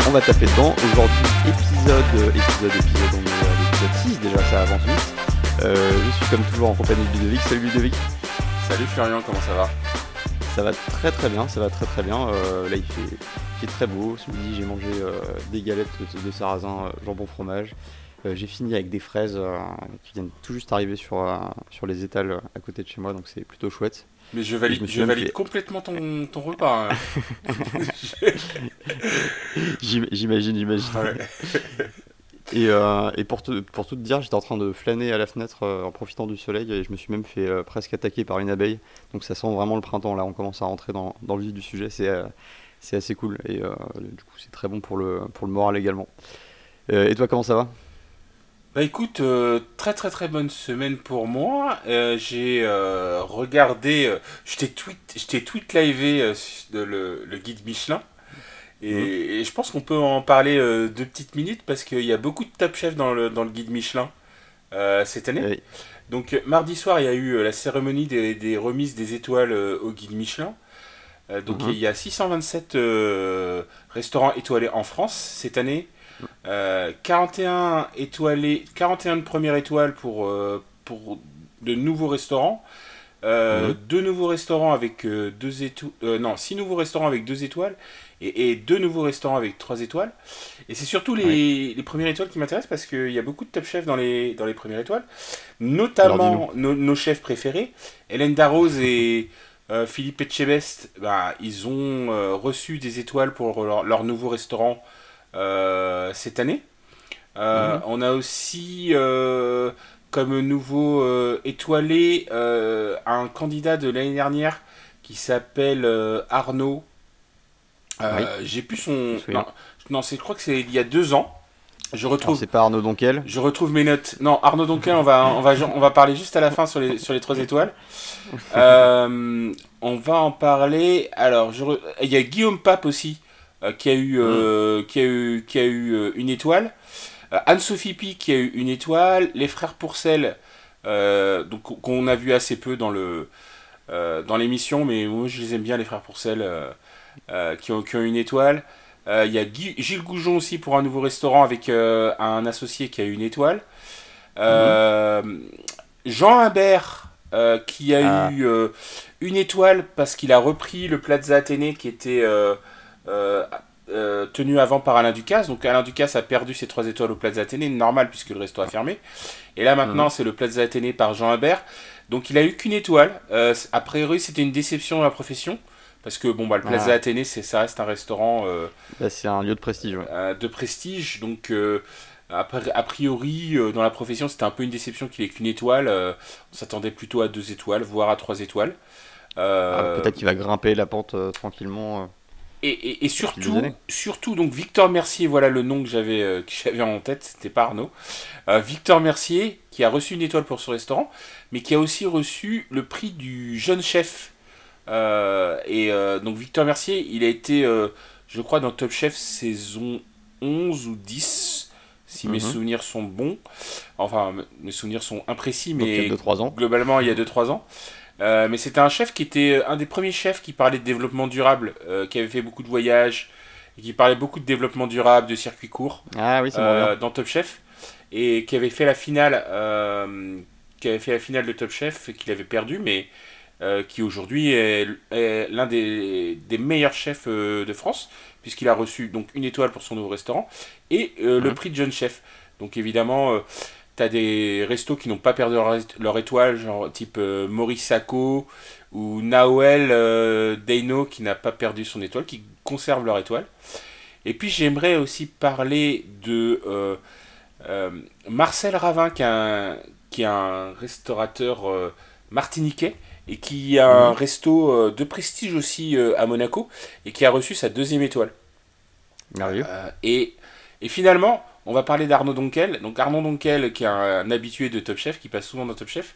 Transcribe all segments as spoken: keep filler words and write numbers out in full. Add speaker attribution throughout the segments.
Speaker 1: on va taper dedans. Aujourd'hui, épisode, euh, épisode, épisode, on est à l'épisode six déjà, ça avance vite. Euh, je suis comme toujours en compagnie de Ludovic. Salut Ludovic.
Speaker 2: Salut Florian, comment ça va?
Speaker 1: Ça va très très bien, ça va très très bien. Euh, là il fait, il fait très beau. Ce midi j'ai mangé euh, des galettes de, de sarrasin, euh, jambon fromage. Euh, j'ai fini avec des fraises euh, qui viennent tout juste arriver sur, euh, sur les étals euh, à côté de chez moi, donc c'est plutôt chouette.
Speaker 2: Mais je valide, je je valide fait... complètement ton, ton repas. Hein.
Speaker 1: j'imagine, j'imagine. Ouais. Et, euh, et pour, te, pour tout te dire, j'étais en train de flâner à la fenêtre euh, en profitant du soleil et je me suis même fait euh, presque attaquer par une abeille. Donc ça sent vraiment le printemps, là on commence à rentrer dans, dans le vif du sujet, c'est, euh, c'est assez cool et euh, du coup c'est très bon pour le, pour le moral également. Euh, et toi, comment ça va ?
Speaker 2: Bah écoute, euh, très très très bonne semaine pour moi. Euh, j'ai euh, regardé, euh, je t'ai tweet, je t'ai tweet livé euh, le, le guide Michelin. Et, mmh. et je pense qu'on peut en parler euh, deux petites minutes parce qu'il y a beaucoup de top chefs dans le, dans le guide Michelin euh, cette année. Oui. Donc mardi soir, il y a eu euh, la cérémonie des, des remises des étoiles euh, au guide Michelin. Euh, donc mmh. il y a six cent vingt-sept euh, restaurants étoilés en France cette année. Euh, quarante et un étoilés, quarante et un de première étoile pour, euh, pour de nouveaux restaurants. Euh, mmh. Deux nouveaux restaurants avec euh, deux étoiles. Euh, non, six nouveaux restaurants avec deux étoiles. Et, et deux nouveaux restaurants avec trois étoiles. Et c'est surtout les, oui. les premières étoiles qui m'intéressent parce qu'il y a beaucoup de top chefs dans les, dans les premières étoiles. Notamment nos, nos chefs préférés. Hélène Darroze et euh, Philippe Etchebest, bah, ils ont euh, reçu des étoiles pour leur, leur nouveau restaurant euh, cette année. Euh, mmh. On a aussi euh, comme nouveau euh, étoilé euh, un candidat de l'année dernière qui s'appelle euh, Arnaud. Euh, oui. J'ai plus son. Non, non c'est, je crois que c'est il y a deux ans. Je retrouve.
Speaker 1: Alors, c'est pas Arnaud Donquel.
Speaker 2: Je retrouve mes notes. Non, Arnaud Donquel, on va, on va, on va parler juste à la fin sur les, sur les trois étoiles. Euh, on va en parler. Alors, je re... il y a Guillaume Pape aussi euh, qui a eu, euh, mmh. qui a eu, qui a eu euh, une étoile. Euh, Anne-Sophie Pi qui a eu une étoile. Les frères Pourcel, euh, donc qu'on a vu assez peu dans le, euh, dans l'émission, mais moi je les aime bien les frères Pourcel. Euh, Euh, qui, ont, qui ont une étoile. Il euh, y a Guy, Gilles Goujon aussi pour un nouveau restaurant avec euh, un associé qui a une étoile. Euh, mmh. Jean Imbert euh, qui a ah. eu euh, une étoile parce qu'il a repris le Plaza Athénée qui était euh, euh, euh, tenu avant par Alain Ducasse. Donc Alain Ducasse a perdu ses trois étoiles au Plaza Athénée, normal puisque le resto a fermé. Et là maintenant mmh. c'est le Plaza Athénée par Jean Imbert. Donc il a eu qu'une étoile. Euh, a priori c'était une déception dans la profession. Parce que bon, bah, le Plaza ah. Athénée, c'est, ça reste un restaurant euh,
Speaker 1: bah, c'est un lieu de prestige. Ouais.
Speaker 2: Euh, de prestige, donc euh, a, a priori, euh, dans la profession, c'était un peu une déception qu'il ait qu'une étoile. Euh, on s'attendait plutôt à deux étoiles, voire à trois étoiles.
Speaker 1: Euh, ah, peut-être qu'il va grimper la pente euh, tranquillement. Euh,
Speaker 2: et, et, et surtout, surtout, donc Victor Mercier, voilà le nom que j'avais, euh, que j'avais en tête, c'était pas Arnaud. Euh, Victor Mercier, qui a reçu une étoile pour son restaurant, mais qui a aussi reçu le prix du jeune chef. Euh, et euh, donc Victor Mercier, il a été, euh, je crois, dans Top Chef saison onze ou dix, si mm-hmm. mes souvenirs sont bons. Enfin, mes souvenirs sont imprécis, mais
Speaker 1: il y a deux trois ans.
Speaker 2: Globalement, il y a deux trois ans. Euh, mais c'était un chef qui était un des premiers chefs qui parlait de développement durable, euh, qui avait fait beaucoup de voyages, et qui parlait beaucoup de développement durable, de circuits courts,
Speaker 1: ah, oui, c'est
Speaker 2: euh,
Speaker 1: bon,
Speaker 2: dans Top Chef, et qui avait fait la finale, euh, qui avait fait la finale de Top Chef, et qu'il avait perdu, mais Euh, qui aujourd'hui est, est l'un des, des meilleurs chefs euh, de France, puisqu'il a reçu donc une étoile pour son nouveau restaurant, et euh, mmh. le prix de jeune chef. Donc évidemment, euh, tu as des restos qui n'ont pas perdu leur, leur étoile, genre type euh, Maurice Sacco, ou Naoel euh, Deino, qui n'a pas perdu son étoile, qui conservent leur étoile. Et puis j'aimerais aussi parler de euh, euh, Marcel Ravin, qui est un, qui est un restaurateur euh, martiniquais, et qui a un mmh. resto euh, de prestige aussi euh, à Monaco, et qui a reçu sa deuxième étoile.
Speaker 1: Merveilleux.
Speaker 2: Euh, et, et finalement, on va parler d'Arnaud Donquel. Donc Arnaud Donquel, qui est un, un habitué de Top Chef, qui passe souvent dans Top Chef,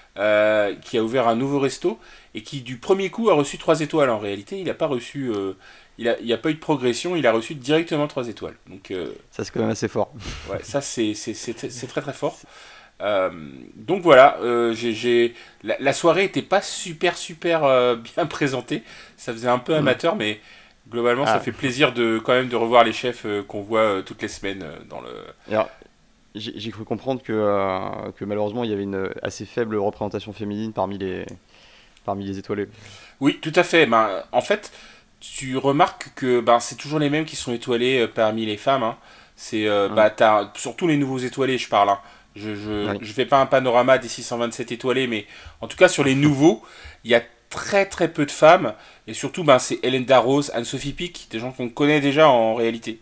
Speaker 2: euh, qui a ouvert un nouveau resto, et qui du premier coup a reçu trois étoiles. En réalité, il n'a pas reçu... Euh, il n'y a, a pas eu de progression, il a reçu directement trois étoiles. Donc, euh,
Speaker 1: ça, c'est quand même assez fort.
Speaker 2: Ouais, ça, c'est, c'est, c'est, c'est très très fort. Euh, donc voilà, euh, j'ai, j'ai... La, la soirée était pas super super euh, bien présentée, ça faisait un peu amateur, mmh. mais Globalement, ça
Speaker 1: Ah,
Speaker 2: fait plaisir de quand même de revoir les chefs euh, qu'on voit euh, toutes les semaines euh, dans le.
Speaker 1: alors, j'ai j'ai cru comprendre que, euh, que malheureusement il y avait une assez faible représentation féminine parmi les, parmi les étoilés.
Speaker 2: Oui, tout à fait. Ben, en fait, tu remarques que ben, c'est toujours les mêmes qui sont étoilés euh, parmi les femmes. Hein. C'est euh,
Speaker 1: Hum,
Speaker 2: bah, t'as, surtout les nouveaux étoilés, je parle. Hein. Je, je,
Speaker 1: oui.
Speaker 2: je fais pas un panorama des six cent vingt-sept étoilés, mais en tout cas sur les nouveaux, il y a très très peu de femmes. Et surtout, ben, c'est Hélène Darroze, Anne-Sophie Pic, des gens qu'on connaît déjà en réalité.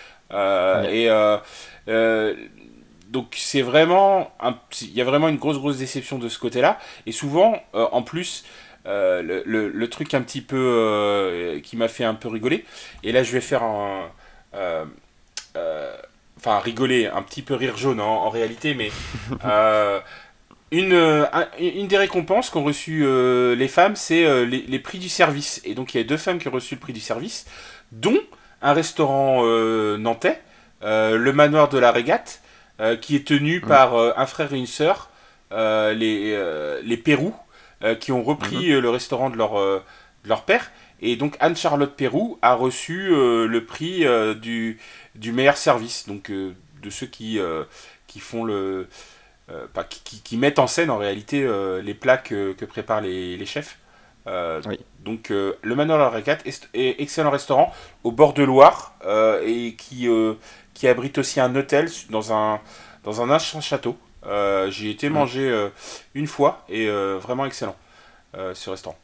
Speaker 2: Euh,
Speaker 1: Oui.
Speaker 2: et euh, euh, donc c'est vraiment, un- il y a vraiment une grosse grosse déception de ce côté-là. Et souvent, euh, en plus, euh, le, le- le truc un petit peu euh, qui m'a fait un peu rigoler. Et là, je vais faire un, euh, euh, enfin rigoler, un petit peu rire jaune en, en réalité, mais euh, une, euh, un- une des récompenses qu'ont reçu euh, les femmes, c'est euh, les, les prix du service. Et donc il y a deux femmes qui ont reçu le prix du service, dont un restaurant euh, nantais, euh, le Manoir de la Régate, euh, qui est tenu
Speaker 1: Hum,
Speaker 2: par euh, un frère et une sœur, euh, les, euh, les Pérou, euh, qui ont
Speaker 1: mhm.
Speaker 2: repris euh, le restaurant de leur, euh, de leur père. Et donc Anne-Charlotte Pérou a reçu euh, le prix euh, du, du meilleur service, donc euh, de ceux qui, euh, qui font le, euh, pas, qui, qui- qui mettent en scène en réalité euh, les plats que, que préparent les, les chefs. Euh,
Speaker 1: Oui.
Speaker 2: donc euh, le Manoir de la Régate est, est excellent restaurant au bord de Loire euh, et qui, euh, qui abrite aussi un hôtel dans un, dans un ancien château. Euh, J'y ai été
Speaker 1: Hum.
Speaker 2: manger euh, une fois et euh, vraiment excellent euh, ce restaurant.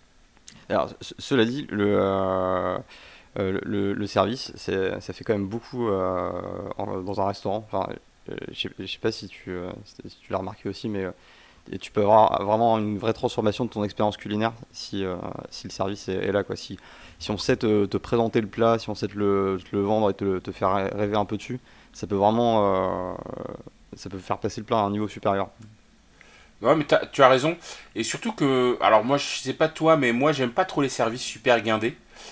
Speaker 1: Alors, ce- cela dit, le, euh, euh, le, le service, c'est- ça fait quand même beaucoup euh, en- dans un restaurant. Enfin, euh, je sais, je sais pas si tu, euh, si tu l'as remarqué aussi, mais euh, et tu peux avoir vraiment une vraie transformation de ton expérience culinaire si, euh, si le service est, est là, quoi. Si, si on sait te, te présenter le plat, si on sait te le, te le vendre et te, te faire rêver un peu dessus, ça peut vraiment euh, ça peut faire passer le plat à un niveau supérieur.
Speaker 2: Ouais, mais t'as- tu as raison. Et surtout que, alors moi je sais pas toi, mais moi j'aime pas trop les services super guindés.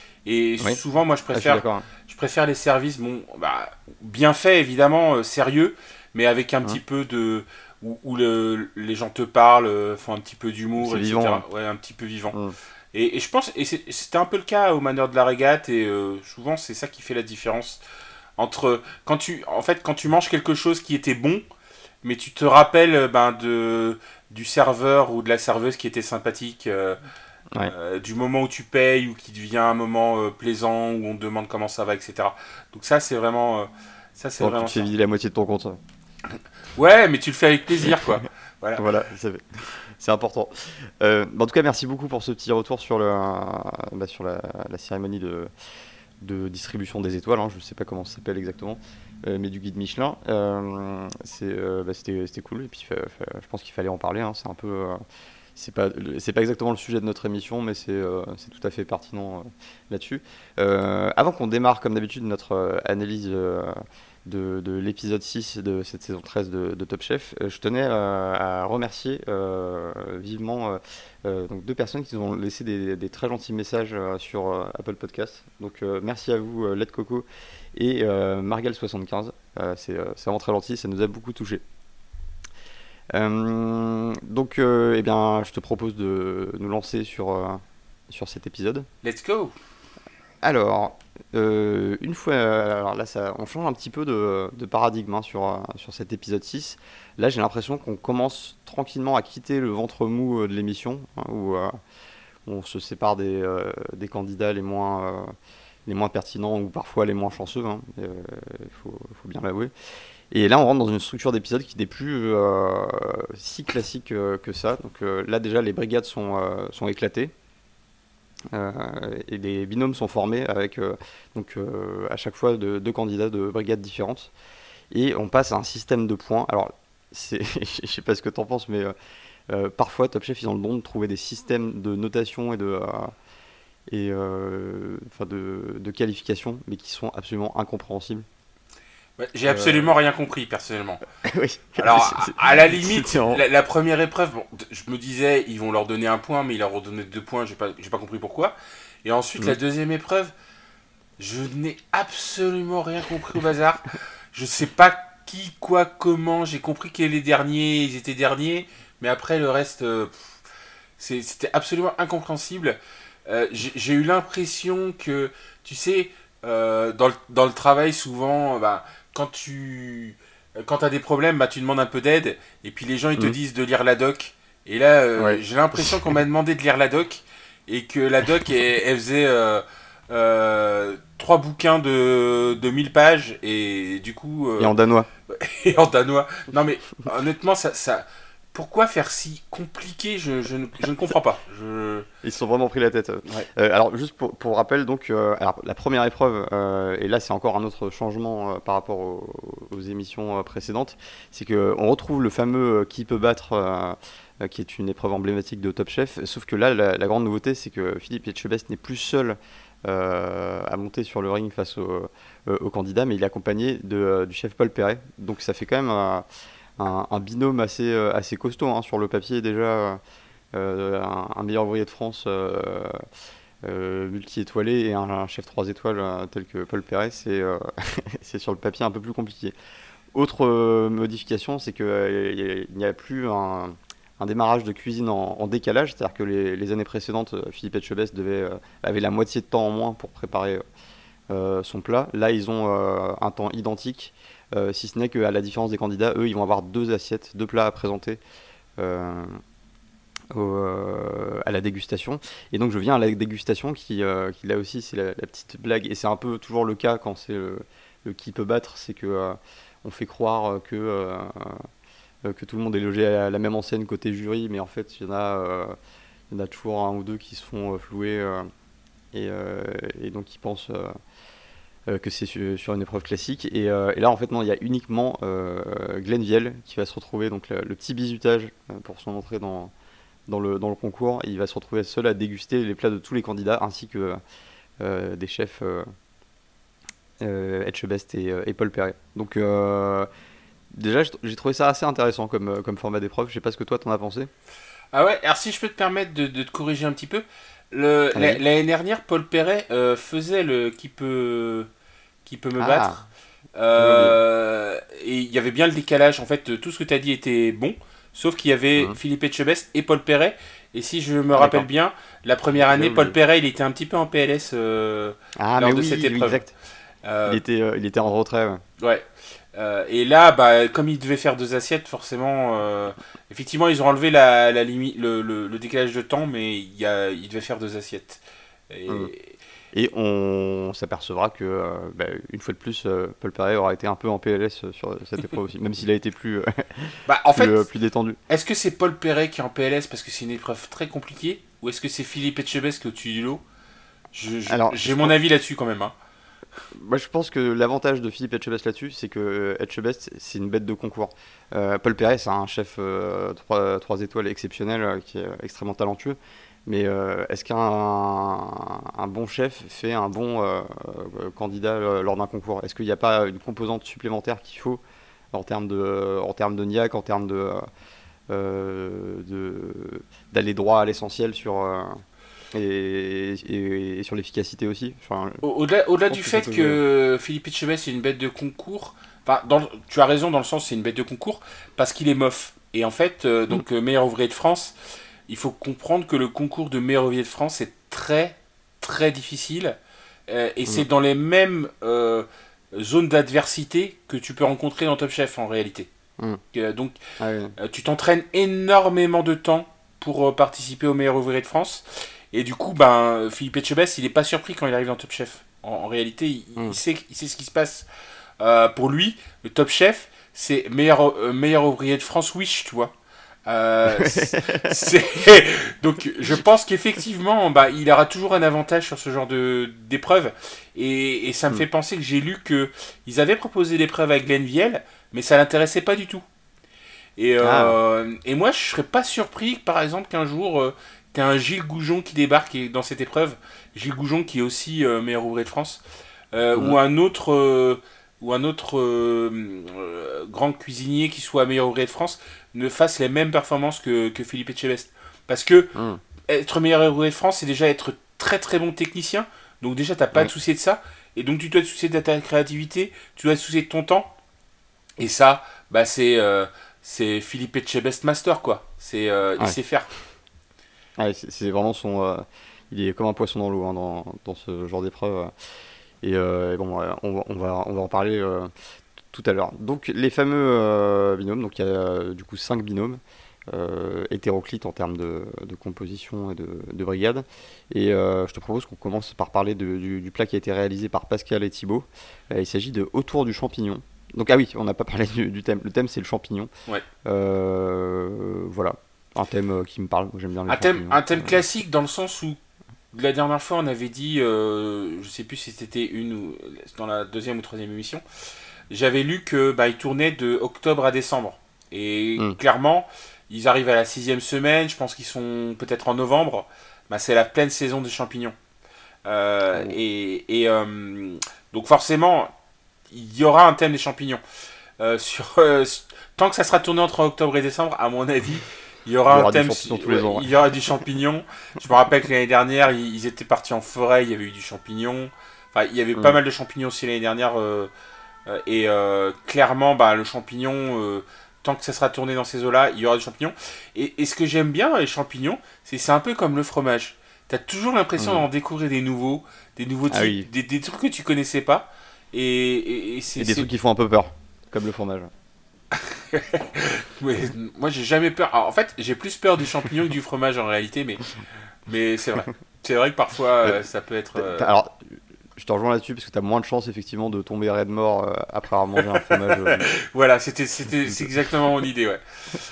Speaker 2: Et
Speaker 1: Oui,
Speaker 2: souvent moi je
Speaker 1: ah, je suis
Speaker 2: préfère,
Speaker 1: d'accord. Hein.
Speaker 2: je préfère les services, bon, bah, bien faits évidemment, euh, sérieux, mais avec un petit
Speaker 1: Hein,
Speaker 2: peu de, où, où le, les gens te parlent, euh, font un petit peu d'humour,
Speaker 1: c'est vivant. Hein.
Speaker 2: et cetera. Ouais, un petit peu vivant.
Speaker 1: Hum,
Speaker 2: Et, et je pense, et c'est- c'était un peu le cas au Manoir de la Régate, et euh, souvent c'est ça qui fait la différence entre quand tu, en fait, quand tu manges quelque chose qui était bon, mais tu te rappelles euh, ben, de, du serveur ou de la serveuse qui était sympathique, euh,
Speaker 1: ouais.
Speaker 2: euh, du moment où tu payes ou qui devient un moment euh, plaisant où on te demande comment ça va, et cetera. Donc ça c'est vraiment, euh, ça c'est
Speaker 1: Pendant que tu
Speaker 2: vraiment
Speaker 1: te fais
Speaker 2: ça.
Speaker 1: vider la moitié de ton compte.
Speaker 2: Ouais, mais tu le fais avec plaisir quoi. Voilà.
Speaker 1: Voilà, c'est c'est important. Euh, bah, en tout cas, merci beaucoup pour ce petit retour sur, le, bah, sur la, la cérémonie de, de distribution des étoiles. Hein, je ne sais pas comment ça s'appelle exactement, euh, mais du guide Michelin. Euh, c'est, euh, bah, c'était, c'était cool. Et puis, fa- fa- je pense qu'il fallait en parler. Hein, c'est un peu, euh, c'est pas, c'est pas exactement le sujet de notre émission, mais c'est, euh, c'est tout à fait pertinent euh, là-dessus. Euh, avant qu'on démarre, comme d'habitude, notre euh, analyse euh, de, de l'épisode six de cette saison treize de, de Top Chef, euh, je tenais euh, à remercier euh, vivement euh, euh, donc deux personnes qui nous ont laissé des, des très gentils messages euh, sur euh, Apple Podcast. Donc euh, merci à vous, euh, Led Coco et euh, Margal soixante-quinze. Euh, c'est, euh, c'est vraiment très gentil, ça nous a beaucoup touché. Euh, donc, euh, eh bien, je te propose de nous lancer sur, euh, sur cet épisode.
Speaker 2: Let's go.
Speaker 1: Alors, euh, une fois, alors là, ça, on change un petit peu de, de paradigme hein, sur, euh, sur cet épisode six. Là, j'ai l'impression qu'on commence tranquillement à quitter le ventre mou euh, de l'émission, hein, où euh, on se sépare des, euh, des candidats les moins, euh, les moins pertinents ou parfois les moins chanceux, hein, il faut, faut bien l'avouer. Et là, on rentre dans une structure d'épisode qui n'est plus euh, si classique euh, que ça. Donc euh, là, déjà, les brigades sont, euh, sont éclatées. Euh, et les binômes sont formés avec euh, donc, euh, à chaque fois de- deux candidats de brigades différentes. Et on passe à un système de points. Alors, c'est, je sais pas ce que tu en penses, mais euh, euh, parfois, Top Chef, ils ont le don de trouver des systèmes de notation et de, euh, et, euh, enfin de, de qualification, mais qui sont absolument incompréhensibles.
Speaker 2: Ouais, j'ai
Speaker 1: Euh,
Speaker 2: absolument rien compris personnellement.
Speaker 1: oui,
Speaker 2: Alors,
Speaker 1: c'est-
Speaker 2: à, à la
Speaker 1: c'est-
Speaker 2: limite,
Speaker 1: c'était en-
Speaker 2: la, la première épreuve, bon, d- je me disais, ils vont leur donner un point, mais ils leur ont donné deux points, j'ai pas, j'ai pas compris pourquoi. Et ensuite, la
Speaker 1: Mm.
Speaker 2: deuxième épreuve, je n'ai absolument rien compris au bazar. Je sais pas qui, quoi, comment. J'ai compris que les derniers, ils étaient derniers, mais après, le reste, euh, pff, c'est- c'était absolument incompréhensible. Euh, j'ai j'ai eu l'impression que, tu sais, euh, dans, le, dans le travail, souvent, bah, quand tu quand as des problèmes, bah, tu demandes un peu d'aide, et puis les gens ils te
Speaker 1: Mhm.
Speaker 2: disent de lire la doc. Et là, euh,
Speaker 1: Ouais.
Speaker 2: j'ai l'impression qu'on m'a demandé de lire la doc, et que la doc, elle, elle faisait euh, euh, trois bouquins de, de mille pages, et du coup,
Speaker 1: Et
Speaker 2: euh,
Speaker 1: en danois.
Speaker 2: et en danois. Non mais, honnêtement, ça, ça, pourquoi faire si compliqué, je, je, ne, je ne comprends pas. Je...
Speaker 1: Ils se sont vraiment pris la tête. Euh,
Speaker 2: Ouais.
Speaker 1: Euh, alors, juste pour, pour rappel, donc, euh, alors, la première épreuve, euh, et là c'est encore un autre changement euh, par rapport aux, aux émissions euh, précédentes, c'est qu'on retrouve le fameux euh, qui peut battre, euh, euh, qui est une épreuve emblématique de Top Chef, sauf que là, la, la grande nouveauté, c'est que Philippe Etchebest n'est plus seul euh, à monter sur le ring face au, euh, au candidat, mais il est accompagné de, euh, du chef Paul Perret. Donc ça fait quand même euh, un, un binôme assez, euh, assez costaud hein, sur le papier déjà. Euh, un, un meilleur ouvrier de France euh, euh, multi-étoilé et un, un chef trois étoiles euh, tel que Paul Perret, c'est euh, c'est sur le papier un peu plus compliqué. Autre euh, modification, c'est qu'il n'y a plus un, un démarrage de cuisine en, en décalage, c'est-à-dire que les, les années précédentes, euh, Philippe Etchebest devait, euh, avait la moitié de temps en moins pour préparer euh, son plat. Là, ils ont euh, un temps identique, euh, si ce n'est qu'à la différence des candidats, eux, ils vont avoir deux assiettes, deux plats à présenter. Euh, au, euh, à la dégustation. Et donc je viens à la dégustation qui, euh, qui là aussi c'est la, la petite blague. Et c'est un peu toujours le cas quand c'est le, le qui peut battre, c'est que euh, on fait croire que, euh, euh, que tout le monde est logé à la même enseigne côté jury, mais en fait il y en a, euh, il y en a toujours un ou deux qui se font euh, flouer euh, et, euh, et donc qui pensent euh, euh, que c'est sur, sur une épreuve classique. Et, euh, et là en fait non, il y a uniquement euh, Glenn Viel qui va se retrouver, donc le, le petit bizutage euh, pour son entrée dans dans le, dans le concours. Il va se retrouver seul à déguster les plats de tous les candidats, ainsi que euh, des chefs euh, euh, Etchebest et, euh, et Paul Perret. Donc euh, déjà, j'ai trouvé ça assez intéressant comme, euh, comme format d'épreuve. Je sais pas ce que toi t'en as pensé.
Speaker 2: Ah ouais, alors si je peux te permettre de, de te corriger un petit peu, le, la-
Speaker 1: Allez-y.
Speaker 2: l'année dernière, Paul Perret euh, faisait le qui peut, qui peut me
Speaker 1: Ah,
Speaker 2: battre.
Speaker 1: j'avais oublié.
Speaker 2: Euh, et il y avait bien le décalage. En fait, tout ce que tu as dit était bon, sauf qu'il y avait
Speaker 1: Mhm.
Speaker 2: Philippe Etchebest et Paul Perret. Et si je me
Speaker 1: Ah
Speaker 2: rappelle
Speaker 1: d'accord,
Speaker 2: bien, la première année,
Speaker 1: j'avais
Speaker 2: Paul
Speaker 1: oublié.
Speaker 2: Perret, il était un petit peu en P L S euh,
Speaker 1: Ah mais
Speaker 2: lors de cette
Speaker 1: oui, oui,
Speaker 2: épreuve.
Speaker 1: exact. Il
Speaker 2: Euh,
Speaker 1: était, euh, il était en retrait. Ouais.
Speaker 2: ouais. Euh, et là, bah, comme il devait faire deux assiettes, forcément, euh, effectivement, ils ont enlevé la, la limite, le, le, le décalage de temps, mais il, y a, il devait faire deux assiettes.
Speaker 1: Mhm.
Speaker 2: Et,
Speaker 1: Et on s'apercevra que, euh, bah, une fois de plus, euh, Paul Perret aura été un peu en P L S sur cette épreuve aussi, même s'il a été plus, euh,
Speaker 2: bah, en
Speaker 1: plus, euh,
Speaker 2: fait,
Speaker 1: plus détendu.
Speaker 2: est-ce que c'est Paul Perret qui est en P L S parce que c'est une épreuve très compliquée, ou est-ce que c'est Philippe Etchebest qui est au-dessus du lot? Je- je-
Speaker 1: Alors,
Speaker 2: J'ai
Speaker 1: je,
Speaker 2: mon avis là-dessus quand même. Hein.
Speaker 1: moi, je pense que l'avantage de Philippe Etchebest là-dessus, c'est que euh, Etchebest, c'est une bête de concours. Euh, Paul Perret, c'est un chef euh, trois, trois étoiles exceptionnel euh, qui est extrêmement talentueux. Mais euh, est-ce qu'un un bon chef fait un bon euh, euh, candidat euh, lors d'un concours? Est-ce qu'il n'y a pas une composante supplémentaire qu'il faut en termes de, en termes de niaque, en termes de, euh, de- d'aller droit à l'essentiel sur, euh, et, et- et sur l'efficacité aussi? Enfin,
Speaker 2: Au- Au-delà,
Speaker 1: je
Speaker 2: au-delà
Speaker 1: pense
Speaker 2: du
Speaker 1: que ça
Speaker 2: fait
Speaker 1: peut jouer. Ouais.
Speaker 2: que Philippe Etchebest est une bête de concours, enfin, dans le- tu as raison dans le sens c'est une bête de concours parce qu'il est mof. Et en fait, euh,
Speaker 1: Mm,
Speaker 2: donc euh, meilleur ouvrier de France, il faut comprendre que le concours de meilleur ouvrier de France est très très difficile. Euh, et c'est
Speaker 1: mm,
Speaker 2: dans les mêmes euh, zones d'adversité que tu peux rencontrer dans Top Chef en réalité.
Speaker 1: mm.
Speaker 2: Euh, donc
Speaker 1: Ah oui.
Speaker 2: euh, tu t'entraînes énormément de temps pour euh, participer au meilleur ouvrier de France. Et du coup, ben, Philippe Etchebest, il n'est pas surpris quand il arrive dans Top Chef. En, en réalité, il, il
Speaker 1: Mm.
Speaker 2: sait, il sait ce qui se passe. Euh, pour lui, le Top Chef, c'est meilleur, euh, meilleur ouvrier de France Wish, tu vois. Euh, c'est donc je pense qu'effectivement bah, il aura toujours un avantage sur ce genre de d'épreuve et, et ça me
Speaker 1: Mm.
Speaker 2: fait penser que j'ai lu que ils avaient proposé l'épreuve à Glenn Viel mais ça l'intéressait pas du tout et,
Speaker 1: Ah.
Speaker 2: euh, et moi je serais pas surpris par exemple qu'un jour euh, t'aies un Gilles Goujon qui débarque dans cette épreuve, Gilles Goujon qui est aussi euh, meilleur ouvrier de France euh,
Speaker 1: Mm.
Speaker 2: ou un autre euh, ou un autre euh, euh, grand cuisinier qui soit meilleur ouvrier de France ne fasse les mêmes performances que, que Philippe Etchebest. Parce que
Speaker 1: Mm.
Speaker 2: être meilleur ouvrier de France, c'est déjà être très très bon technicien. Donc déjà, t'as pas à te
Speaker 1: Oui.
Speaker 2: soucier de ça. Et donc tu dois te soucier de ta créativité, tu dois te soucier de ton temps. Et ça, bah c'est euh, c'est Philippe Etchebest Master, quoi. C'est, euh, il
Speaker 1: Ouais.
Speaker 2: sait faire.
Speaker 1: Ouais, c'est c'est vraiment son. euh, il est comme un poisson dans l'eau hein, dans, dans ce genre d'épreuve. Et, euh, et bon, on va, on va, on va en parler euh, tout à l'heure. Donc les fameux euh, binômes, donc il y a euh, du coup cinq binômes. Euh, hétéroclite en termes de, de composition et de, de brigade. Et euh, je te propose qu'on commence par parler de, du, du plat qui a été réalisé par Pascal et Thibaut. Euh, il s'agit de Autour du champignon. Donc ah oui, on n'a pas parlé du, du thème. Le thème c'est le champignon.
Speaker 2: Ouais.
Speaker 1: Euh, voilà, un thème qui me parle. Moi, j'aime bien les
Speaker 2: Un thème,
Speaker 1: champignons.
Speaker 2: un thème classique dans le sens où la dernière fois on avait dit, euh, je sais plus si c'était une ou dans la deuxième ou troisième émission, j'avais lu que bah, il tournait de octobre à décembre. Et
Speaker 1: Mm.
Speaker 2: clairement, ils arrivent à la sixième semaine, je pense qu'ils sont peut-être en novembre, bah, c'est la pleine saison des champignons. Euh,
Speaker 1: Oh.
Speaker 2: et et euh, donc forcément, il y aura un thème des champignons. Euh, sur, euh, tant que ça sera tourné entre octobre et décembre, à mon avis, il y aura,
Speaker 1: Il y
Speaker 2: un
Speaker 1: aura du
Speaker 2: thème.
Speaker 1: champignon tous les
Speaker 2: Ouais,
Speaker 1: ans. Ouais.
Speaker 2: il y aura du champignon. Je me rappelle que l'année dernière, ils, ils étaient partis en forêt, il y avait eu du champignon. Enfin, il y avait
Speaker 1: Mm.
Speaker 2: pas mal de champignons aussi l'année dernière. Euh, euh, et euh, clairement, bah, le champignon, euh, tant que ça sera tourné dans ces eaux-là, il y aura du champignon. Et, et ce que j'aime bien dans les champignons, c'est c'est un peu comme le fromage. T'as toujours l'impression
Speaker 1: Mm.
Speaker 2: d'en découvrir des nouveaux, des nouveaux
Speaker 1: Ah
Speaker 2: types,
Speaker 1: oui.
Speaker 2: des, des trucs que tu connaissais pas. Et, et, et c'est,
Speaker 1: Et des
Speaker 2: c'est-
Speaker 1: trucs qui font un peu peur, comme le fromage.
Speaker 2: Ouais, moi j'ai jamais peur. Alors, en fait, j'ai plus peur du champignon que du fromage en réalité, mais, mais c'est vrai. C'est vrai que parfois euh, ça peut être.
Speaker 1: T'as-
Speaker 2: euh,
Speaker 1: t'as- Alors, je te rejoins là-dessus parce que tu as moins de chances effectivement de tomber raide mort euh, après avoir mangé un fromage. euh,
Speaker 2: Voilà, c'était, c'était, c'est exactement mon idée, ouais.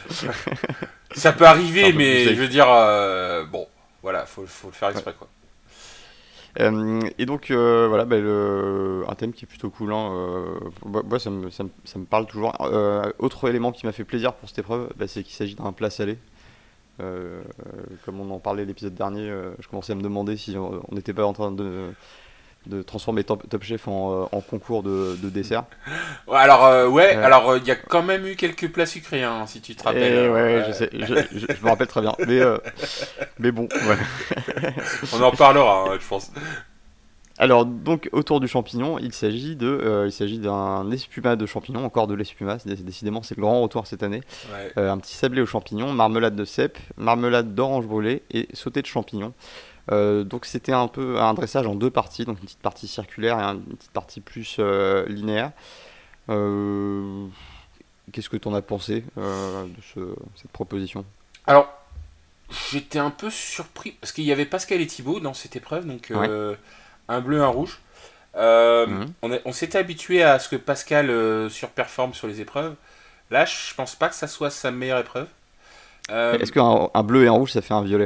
Speaker 2: Ça peut arriver,
Speaker 1: C'est un peu plus
Speaker 2: mais
Speaker 1: safe.
Speaker 2: je veux dire, euh, bon, voilà, faut, faut le faire exprès, quoi.
Speaker 1: Euh, et donc euh, voilà, bah, le- un thème qui est plutôt cool. Hein, euh, moi, moi, ça, me, ça, me, ça me parle toujours. Euh, autre élément qui m'a fait plaisir pour cette épreuve, bah, c'est qu'il s'agit d'un plat salé. Euh, comme on en parlait l'épisode dernier, euh, je commençais à me demander si on on n'était pas en train de, de transformer Top, Top Chef en, euh, en concours de, de dessert.
Speaker 2: Ouais, alors, euh, ouais,
Speaker 1: Euh,
Speaker 2: alors il y a quand même eu quelques plats sucrés, hein, si tu te rappelles.
Speaker 1: et
Speaker 2: euh,
Speaker 1: ouais, ouais,
Speaker 2: ouais.
Speaker 1: je sais, je, je- je me rappelle très bien. Mais, euh, mais bon, voilà.
Speaker 2: On en parlera, hein, je pense.
Speaker 1: Alors donc autour du champignon, il s'agit de, euh, il s'agit d'un espuma de champignons, encore de l'espuma. c'est- Décidément, c'est le grand retour cette année.
Speaker 2: Ouais.
Speaker 1: Euh, un petit sablé aux champignons, marmelade de cèpe, marmelade d'orange brûlée et sauté de champignons. Euh, donc c'était un peu un dressage en deux parties, donc une petite partie circulaire et une petite partie plus euh, linéaire. Euh, Qu'est-ce que tu en as pensé euh, de ce- cette proposition?
Speaker 2: Alors, j'étais un peu surpris, parce qu'il y avait Pascal et Thibaut dans cette épreuve, donc
Speaker 1: Ouais.
Speaker 2: euh, un bleu, un rouge. Euh,
Speaker 1: Mhm.
Speaker 2: on a- on s'était habitué à ce que Pascal euh, surperforme sur les épreuves. Là, je pense pas que ça soit sa meilleure épreuve. Euh,
Speaker 1: Est-ce qu'un un bleu et un rouge ça fait un violet?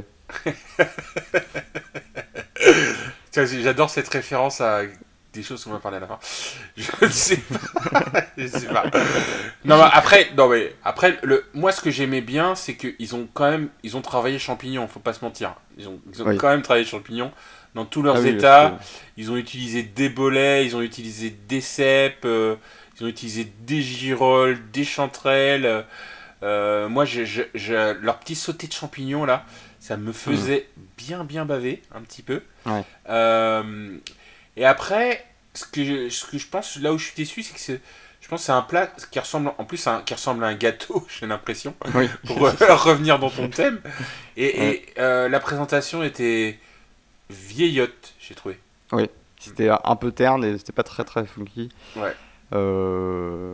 Speaker 2: tiens, j'adore cette référence à des choses qu'on va parler à la fin. Je ne sais pas. Je sais pas. Non, mais après, non, mais après le, moi, ce que j'aimais bien, c'est qu'ils ont quand même, ils ont travaillé champignons. Faut pas se mentir. Ils ont, ils ont
Speaker 1: Oui.
Speaker 2: quand même travaillé champignons dans tous leurs
Speaker 1: Ah oui,
Speaker 2: états.
Speaker 1: parce
Speaker 2: Ils ont utilisé des bolets, ils ont utilisé des cèpes, euh, ils ont utilisé des girolles, des chanterelles. Euh, moi, je, je, je- leur petit sauté de champignons là, ça me faisait bien bien baver un petit peu.
Speaker 1: que- ouais.
Speaker 2: Euh, et après, ce que, je, ce que je pense, là où je suis déçu, c'est que c'est, je pense que c'est un plat qui ressemble, en plus, à un- qui ressemble à un gâteau, j'ai l'impression,
Speaker 1: Oui.
Speaker 2: pour euh, revenir dans ton thème. Et,
Speaker 1: Ouais.
Speaker 2: et, euh, la présentation était vieillotte, j'ai trouvé.
Speaker 1: C'était un peu terne et c'était pas très très funky.
Speaker 2: Ouais.
Speaker 1: Euh...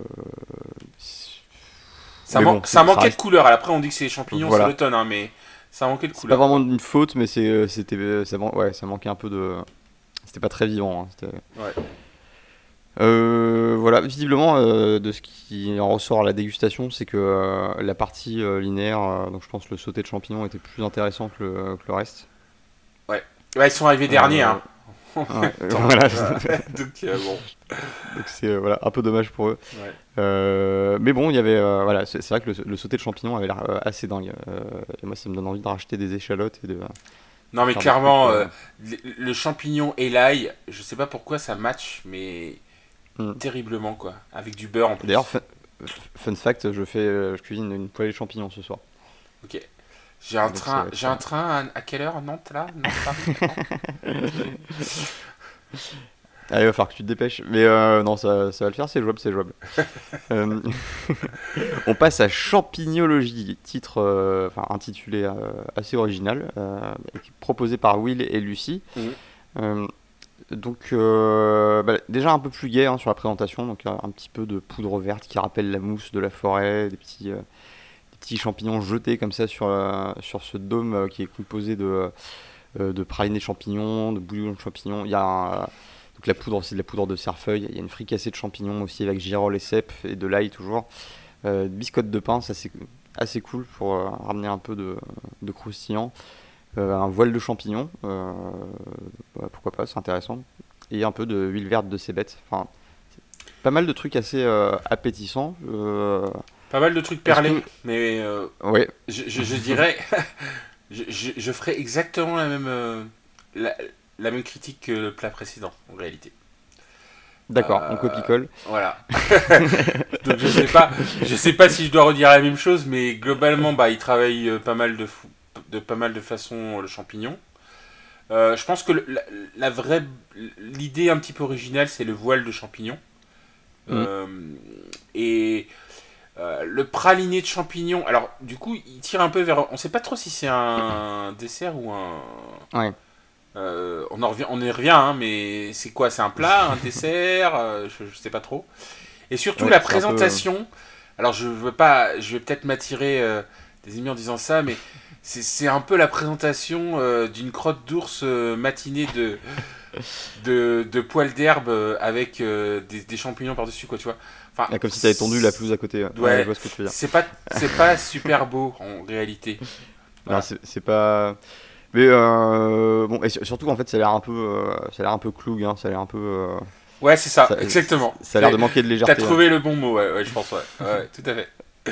Speaker 2: Ça,
Speaker 1: Mais
Speaker 2: man-
Speaker 1: bon,
Speaker 2: ça
Speaker 1: ça
Speaker 2: manquait
Speaker 1: reste-
Speaker 2: de couleur. Après, on dit que c'est les champignons,
Speaker 1: Voilà.
Speaker 2: c'est l'automne, hein, mais ça manquait de
Speaker 1: C'est pas
Speaker 2: couleur.
Speaker 1: vraiment une faute, mais c'est, euh, c'était, euh, ça, man- ouais, ça manquait un peu de. C'était pas très vivant. Hein, c'était-
Speaker 2: Ouais.
Speaker 1: Euh, voilà, visiblement, euh, de ce qui en ressort à la dégustation, c'est que euh, la partie euh, linéaire, euh, donc je pense que le sauté de champignons était plus intéressant que le, que le reste.
Speaker 2: Ouais, ils sont arrivés derniers,
Speaker 1: Euh,
Speaker 2: hein.
Speaker 1: Ouais,
Speaker 2: Attends,
Speaker 1: voilà.
Speaker 2: Donc, euh, bon.
Speaker 1: Donc c'est euh, voilà, un peu dommage pour eux.
Speaker 2: Ouais.
Speaker 1: Euh, mais bon, il y avait, euh, voilà, c'est, c'est vrai que le, le sauté de champignons avait l'air euh, assez dingue. Euh, et moi, ça me donne envie de racheter des échalotes et de.
Speaker 2: Non, mais
Speaker 1: faire des
Speaker 2: clairement,
Speaker 1: trucs,
Speaker 2: euh, le, le champignon et l'ail, je sais pas pourquoi ça match, mais
Speaker 1: Hmm.
Speaker 2: terriblement, quoi. Avec du beurre en plus.
Speaker 1: D'ailleurs, fun, fun fact, je fais, euh, je cuisine une poêlée de champignons ce soir.
Speaker 2: Ok. J'ai un
Speaker 1: Donc, ça
Speaker 2: train,
Speaker 1: va être
Speaker 2: j'ai un train à, à quelle heure à Nantes, là Nantes, Paris,
Speaker 1: Allez, il va falloir que tu te dépêches. Mais euh, non, ça, ça va le faire, c'est jouable, c'est jouable. Euh, On passe à Champinologie, titre euh, enfin, intitulé euh, assez original, euh, proposé par Will et Lucie.
Speaker 2: Mhm.
Speaker 1: Euh, donc, euh, bah, déjà un peu plus gai hein, sur la présentation, donc un, un petit peu de poudre verte qui rappelle la mousse de la forêt, des petits, euh, des petits champignons jetés comme ça sur, euh, sur ce dôme euh, qui est composé de, euh, de pralinés de champignons, de bouillon de champignons. Il y a un, donc la poudre, c'est de la poudre de cerfeuil. Il y a une fricassée de champignons aussi avec girolles et cèpes et de l'ail toujours. Euh, biscotte de pain, ça c'est assez cool pour euh, ramener un peu de, de croustillant. Euh, un voile de champignons, euh, bah, pourquoi pas, c'est intéressant. Et un peu de huile verte de cébette. Enfin, pas mal de trucs assez euh, appétissants. Euh,
Speaker 2: Pas mal de trucs
Speaker 1: est-ce
Speaker 2: perlés,
Speaker 1: que...
Speaker 2: mais euh,
Speaker 1: Ouais,
Speaker 2: je, je, je dirais, je, je, je ferais exactement la même, euh, la, la même critique que le plat précédent, en réalité.
Speaker 1: d'accord, on
Speaker 2: Euh,
Speaker 1: copie-colle.
Speaker 2: voilà. Donc je sais pas, je sais pas si je dois redire la même chose, mais globalement, bah, il travaille euh, pas mal de, fou- de pas mal de façons euh, le champignon. Euh, je pense que le- la, la vraie, l'idée un petit peu originale, c'est le voile de champignon.
Speaker 1: Mm.
Speaker 2: Euh, et euh, le praliné de champignons. Alors, du coup, il tire un peu vers. On sait pas trop si c'est un dessert ou un.
Speaker 1: Ouais.
Speaker 2: Euh, on, en revient, on y revient, hein, mais c'est quoi? C'est un plat, un dessert euh, je, je sais pas trop. Et surtout
Speaker 1: Ouais,
Speaker 2: la
Speaker 1: c'est un peu.
Speaker 2: présentation. Alors, je veux pas. Je vais peut-être m'attirer euh, des ennemis en disant ça, mais c'est c'est un peu la présentation euh, d'une crotte d'ours euh, matinée de, de, de poils d'herbe euh, avec euh, des, des champignons par-dessus, quoi, tu vois. Enfin,
Speaker 1: Ah, comme si t'avais tondu la pelouse à côté. Ouais, ouais, je
Speaker 2: ouais,
Speaker 1: vois ce que tu veux dire.
Speaker 2: c'est pas, c'est pas super beau en réalité.
Speaker 1: Non,
Speaker 2: Voilà.
Speaker 1: c'est c'est pas. Mais euh, bon, et sur- surtout en fait, ça a l'air un peu, euh, ça a l'air un peu cloug, hein, ça a l'air un peu. euh,
Speaker 2: Ouais, c'est ça,
Speaker 1: ça,
Speaker 2: exactement.
Speaker 1: ça a l'air de manquer de
Speaker 2: T'as
Speaker 1: légèreté. Hein.
Speaker 2: trouvé le bon mot, ouais, ouais, je pense, ouais. Ouais, tout à fait.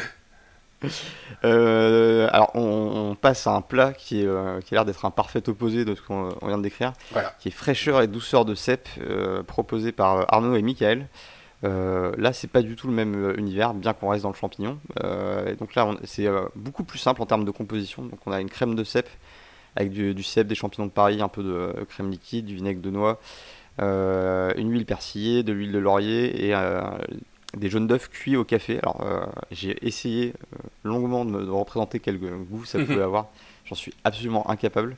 Speaker 1: Euh, alors, on, on passe à un plat qui, est, euh, qui a l'air d'être un parfait opposé de ce qu'on on vient de décrire,
Speaker 2: Voilà.
Speaker 1: qui est fraîcheur et douceur de cèpe, euh, proposé par euh, Arnaud et Michael. Euh, là, c'est pas du tout le même euh, univers, bien qu'on reste dans le champignon. Euh, et donc là, on- c'est euh, beaucoup plus simple en termes de composition. Donc, on a une crème de cèpe avec du, du cèpe, des champignons de Paris, un peu de euh, crème liquide, du vinaigre de noix, euh, une huile persillée, de l'huile de laurier et euh, des jaunes d'œufs cuits au café. Alors, euh, j'ai essayé euh, longuement de me de représenter quel goût ça pouvait avoir. J'en suis absolument incapable.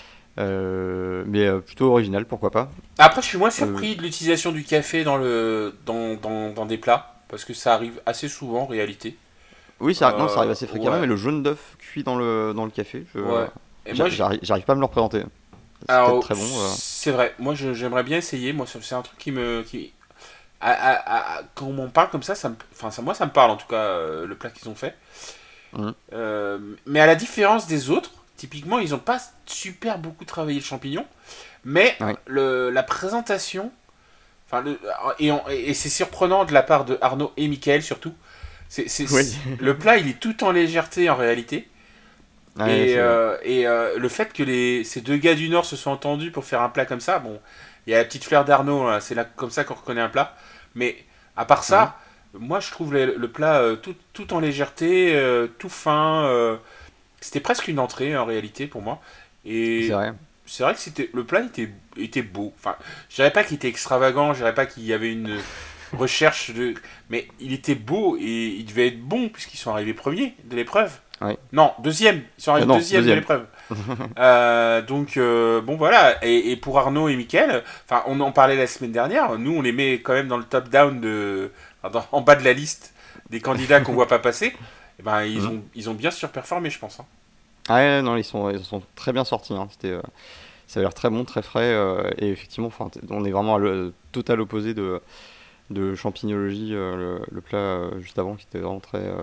Speaker 1: Euh, mais euh, plutôt original, pourquoi pas.
Speaker 2: Après, je suis moins
Speaker 1: Euh,
Speaker 2: surpris de l'utilisation du café dans, le, dans, dans, dans des plats, parce que ça arrive assez souvent en réalité.
Speaker 1: oui, ça, non, ça
Speaker 2: Euh,
Speaker 1: arrive assez fréquemment,
Speaker 2: ouais,
Speaker 1: mais le jaune d'œuf cuit dans le, dans le café, je,
Speaker 2: ouais. Et
Speaker 1: j'a-
Speaker 2: moi, je-
Speaker 1: j'arrive, j'arrive pas à me le représenter. C'est peut-être
Speaker 2: alors,
Speaker 1: très bon. euh.
Speaker 2: c'est vrai, moi je- j'aimerais bien essayer, moi c'est c'est un truc qui me... Qui, à- à- à- quand on m'en parle comme ça, ça me, enfin, ça, moi ça me parle en tout cas, euh, le plat qu'ils ont fait.
Speaker 1: Mhm.
Speaker 2: Euh, mais à la différence des autres, typiquement, ils n'ont pas super beaucoup travaillé le champignon, mais
Speaker 1: Ouais.
Speaker 2: le, la présentation, enfin, le, et, on- et c'est surprenant de la part de Arnaud et Michael surtout. C'est, c'est-
Speaker 1: Oui.
Speaker 2: c'est- le plat, il est tout en légèreté en réalité.
Speaker 1: Ouais,
Speaker 2: Et,
Speaker 1: c'est-
Speaker 2: euh, et euh, le fait que les, ces deux gars du Nord se soient entendus pour faire un plat comme ça, bon, il y a la petite fleur d'Arnaud, hein, c'est là, comme ça qu'on reconnaît un plat. Mais à part ça, moi je trouve le, le plat euh, tout, tout en légèreté, euh, tout fin. euh, c'était presque une entrée en réalité pour moi.
Speaker 1: c'est
Speaker 2: Et
Speaker 1: vrai.
Speaker 2: c'est vrai que c'était, le plat était, était beau. Enfin, je dirais pas qu'il était extravagant, je dirais pas qu'il y avait une recherche de. Mais il était beau et il devait être bon puisqu'ils sont arrivés premiers de l'épreuve.
Speaker 1: Ouais.
Speaker 2: Non, deuxième. Ils sont arrivés
Speaker 1: Euh, non,
Speaker 2: deuxième,
Speaker 1: deuxième.
Speaker 2: de l'épreuve. Euh, donc, euh, bon, voilà. Et, et pour Arnaud et Mickaël, enfin, on en parlait la semaine dernière. Nous, on les met quand même dans le top down, de, enfin, dans- en bas de la liste des candidats qu'on voit pas passer. Et ben, ils,
Speaker 1: Mhm.
Speaker 2: ont, ils ont bien surperformé, je pense. Hein.
Speaker 1: Ah ouais, non, ils sont, ils sont très bien sortis. Hein. C'était, euh, ça a l'air très bon, très frais. euh, et effectivement, enfin, t- on est vraiment à le total opposé de, de champinologie, euh, le, le plat euh, juste avant, qui était vraiment très, euh,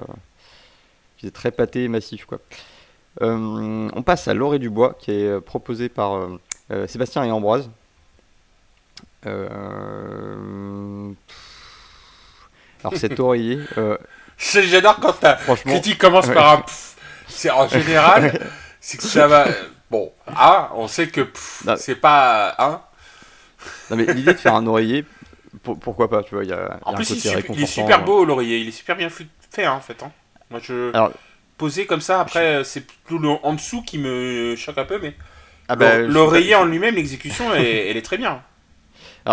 Speaker 1: qui était très pâté et massif, quoi. Euh, on passe à l'orée du bois, qui est euh, proposé par euh, euh, Sébastien et Ambroise. Euh, Alors cet oreiller, euh,
Speaker 2: J'adore quand ta
Speaker 1: franchement,
Speaker 2: critique commence
Speaker 1: ouais.
Speaker 2: par un pff. C'est en général, c'est que ça va. Bon, ah, on sait que pff,
Speaker 1: Non.
Speaker 2: c'est pas. Hein.
Speaker 1: Non, mais l'idée de faire un oreiller, pour- pourquoi pas, tu vois, il y a, il y a
Speaker 2: En
Speaker 1: un
Speaker 2: plus, il est,
Speaker 1: côté
Speaker 2: super, il est
Speaker 1: réconfortant.
Speaker 2: super
Speaker 1: euh.
Speaker 2: beau, l'oreiller. Il est super bien fait, fait, hein, en fait. Hein. Moi, je.
Speaker 1: Alors,
Speaker 2: Posé comme ça, après, c'est plutôt le en dessous qui me choque un peu, mais
Speaker 1: ah bah,
Speaker 2: l'or-
Speaker 1: je suis
Speaker 2: l'oreiller
Speaker 1: pas-
Speaker 2: en lui-même, l'exécution, elle, elle est très bien.
Speaker 1: alors,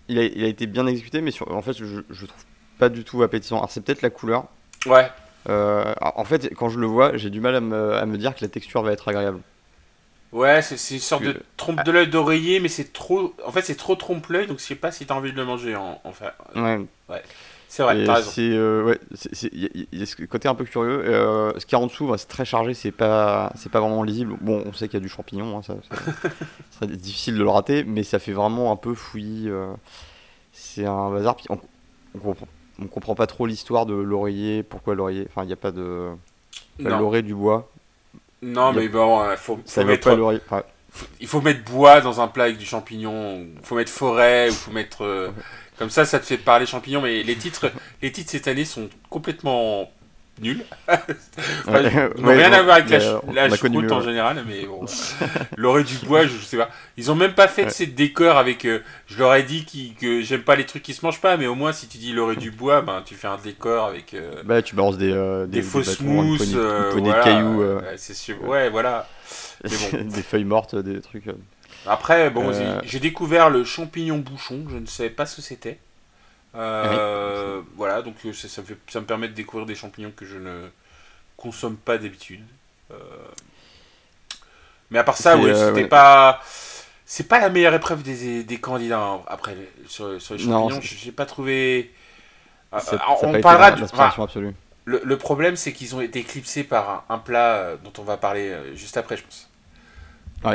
Speaker 1: il a, il a été bien exécuté, mais sur, en fait, je, je trouve pas du tout appétissant. Alors, c'est peut-être la couleur.
Speaker 2: Ouais.
Speaker 1: Euh, en fait, quand je le vois, j'ai du mal à me, à me dire que la texture va être agréable.
Speaker 2: Ouais, c'est, c'est une sorte
Speaker 1: Que,
Speaker 2: de trompe
Speaker 1: ah,
Speaker 2: de l'œil d'oreiller, mais c'est trop. En fait, c'est trop trompe-l'œil, donc je sais pas si t'as envie de le manger en, en fait.
Speaker 1: ouais.
Speaker 2: Ouais. C'est vrai,
Speaker 1: Et
Speaker 2: t'as raison.
Speaker 1: c'est, euh, ouais, c'est, c'est- il y, a il y a ce côté un peu curieux. Euh, ce qu'il y a en dessous, bah, c'est très chargé, c'est pas, c'est pas vraiment lisible. Bon, on sait qu'il y a du champignon, hein, ça, ça, ça serait difficile de le rater, mais ça fait vraiment un peu fouillis. euh, c'est un bazar. Puis on, on comprend, on comprend pas trop l'histoire de l'oreiller, pourquoi l'oreiller. Enfin, il n'y a pas de, bah,
Speaker 2: Non.
Speaker 1: l'orée du bois.
Speaker 2: Non,
Speaker 1: Il y a,
Speaker 2: mais bon, euh, faut,
Speaker 1: ça
Speaker 2: faut
Speaker 1: évoque pas
Speaker 2: mettre.
Speaker 1: l'oreiller. Enfin,
Speaker 2: Il faut mettre bois dans un plat avec du champignon, ou faut mettre forêt, ou faut mettre. euh,
Speaker 1: ouais,
Speaker 2: Comme ça, ça te fait parler champignons, mais les titres, les titres cette année sont complètement nuls. Enfin,
Speaker 1: ouais,
Speaker 2: ils n'ont
Speaker 1: ouais,
Speaker 2: rien à
Speaker 1: bon,
Speaker 2: voir avec
Speaker 1: il y
Speaker 2: la,
Speaker 1: a-
Speaker 2: ch- la
Speaker 1: on a connu
Speaker 2: choucroute
Speaker 1: mieux.
Speaker 2: en
Speaker 1: Ouais.
Speaker 2: général, mais bon. L'orée du bois, je, je sais pas. Ils ont même pas fait de
Speaker 1: Ouais.
Speaker 2: ces décors avec. euh, je leur ai dit qui- que j'aime pas les trucs qui se mangent pas, mais au moins si tu dis l'orée du bois, ben tu fais un décor avec euh,
Speaker 1: Bah, tu balances des, euh,
Speaker 2: des
Speaker 1: des, des
Speaker 2: fausses
Speaker 1: bâtons, une
Speaker 2: mousses,
Speaker 1: poignée, une
Speaker 2: euh,
Speaker 1: poignée de
Speaker 2: voilà.
Speaker 1: cailloux, euh,
Speaker 2: Ouais, c'est sûr.
Speaker 1: ouais.
Speaker 2: Ouais, voilà. Mais bon.
Speaker 1: des feuilles mortes, des trucs. euh.
Speaker 2: Après, bon, j'ai
Speaker 1: Euh,
Speaker 2: j'ai découvert le champignon bouchon, je ne savais pas ce que c'était.
Speaker 1: oui.
Speaker 2: Euh, voilà, donc euh, ça, ça me fait, ça me permet de découvrir des champignons que je ne consomme pas d'habitude. Euh, mais à part ça,
Speaker 1: C'est
Speaker 2: oui,
Speaker 1: euh,
Speaker 2: c'était
Speaker 1: ouais.
Speaker 2: pas. C'est pas la meilleure épreuve des, des candidats, hein. Après, sur, sur les
Speaker 1: Non,
Speaker 2: champignons,
Speaker 1: c'est-
Speaker 2: j'ai pas trouvé. Euh,
Speaker 1: ça
Speaker 2: euh,
Speaker 1: n'a
Speaker 2: on
Speaker 1: pas été
Speaker 2: parlera
Speaker 1: l'in-
Speaker 2: du. Enfin,
Speaker 1: l'inspiration absolue.
Speaker 2: le, le problème, c'est qu'ils ont été éclipsés par un, un plat euh, dont on va parler euh, juste après, je pense.
Speaker 1: Ouais.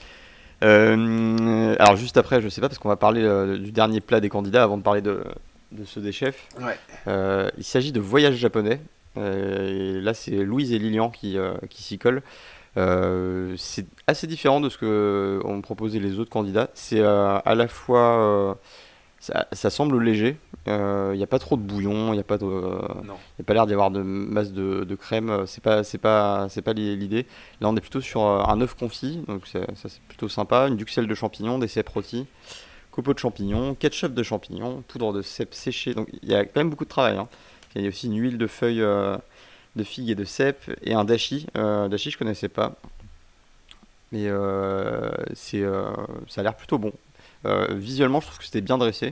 Speaker 1: Euh, alors juste après, je sais pas parce qu'on va parler euh, du dernier plat des candidats avant de parler de, de ceux des chefs.
Speaker 2: Ouais.
Speaker 1: Euh, il s'agit de voyage japonais. Euh, et là, c'est Louise et Lilian qui, euh, qui s'y collent. Euh, c'est assez différent de ce que ont proposé les autres candidats. C'est euh, à la fois, euh, ça, ça semble léger. Il n'y a pas trop de bouillon, il n'y a pas de,
Speaker 2: Non.
Speaker 1: il n'y a pas l'air d'y avoir de masse de, de crème. euh, C'est pas, c'est pas, c'est pas l'i- l'idée. Là, on est plutôt sur euh, un œuf confit, donc c'est- ça c'est plutôt sympa. Une duxelle de champignons, des cèpes rôtis, copeaux de champignons, ketchup de champignons, poudre de cèpes séchées. Donc il y a quand même beaucoup de travail, hein. Il y a aussi une huile de feuilles euh, de figues et de cèpes et un dashi. Euh, dashi, je connaissais pas, mais euh, c'est, euh, ça a l'air plutôt bon. Euh, visuellement, je trouve que c'était bien dressé.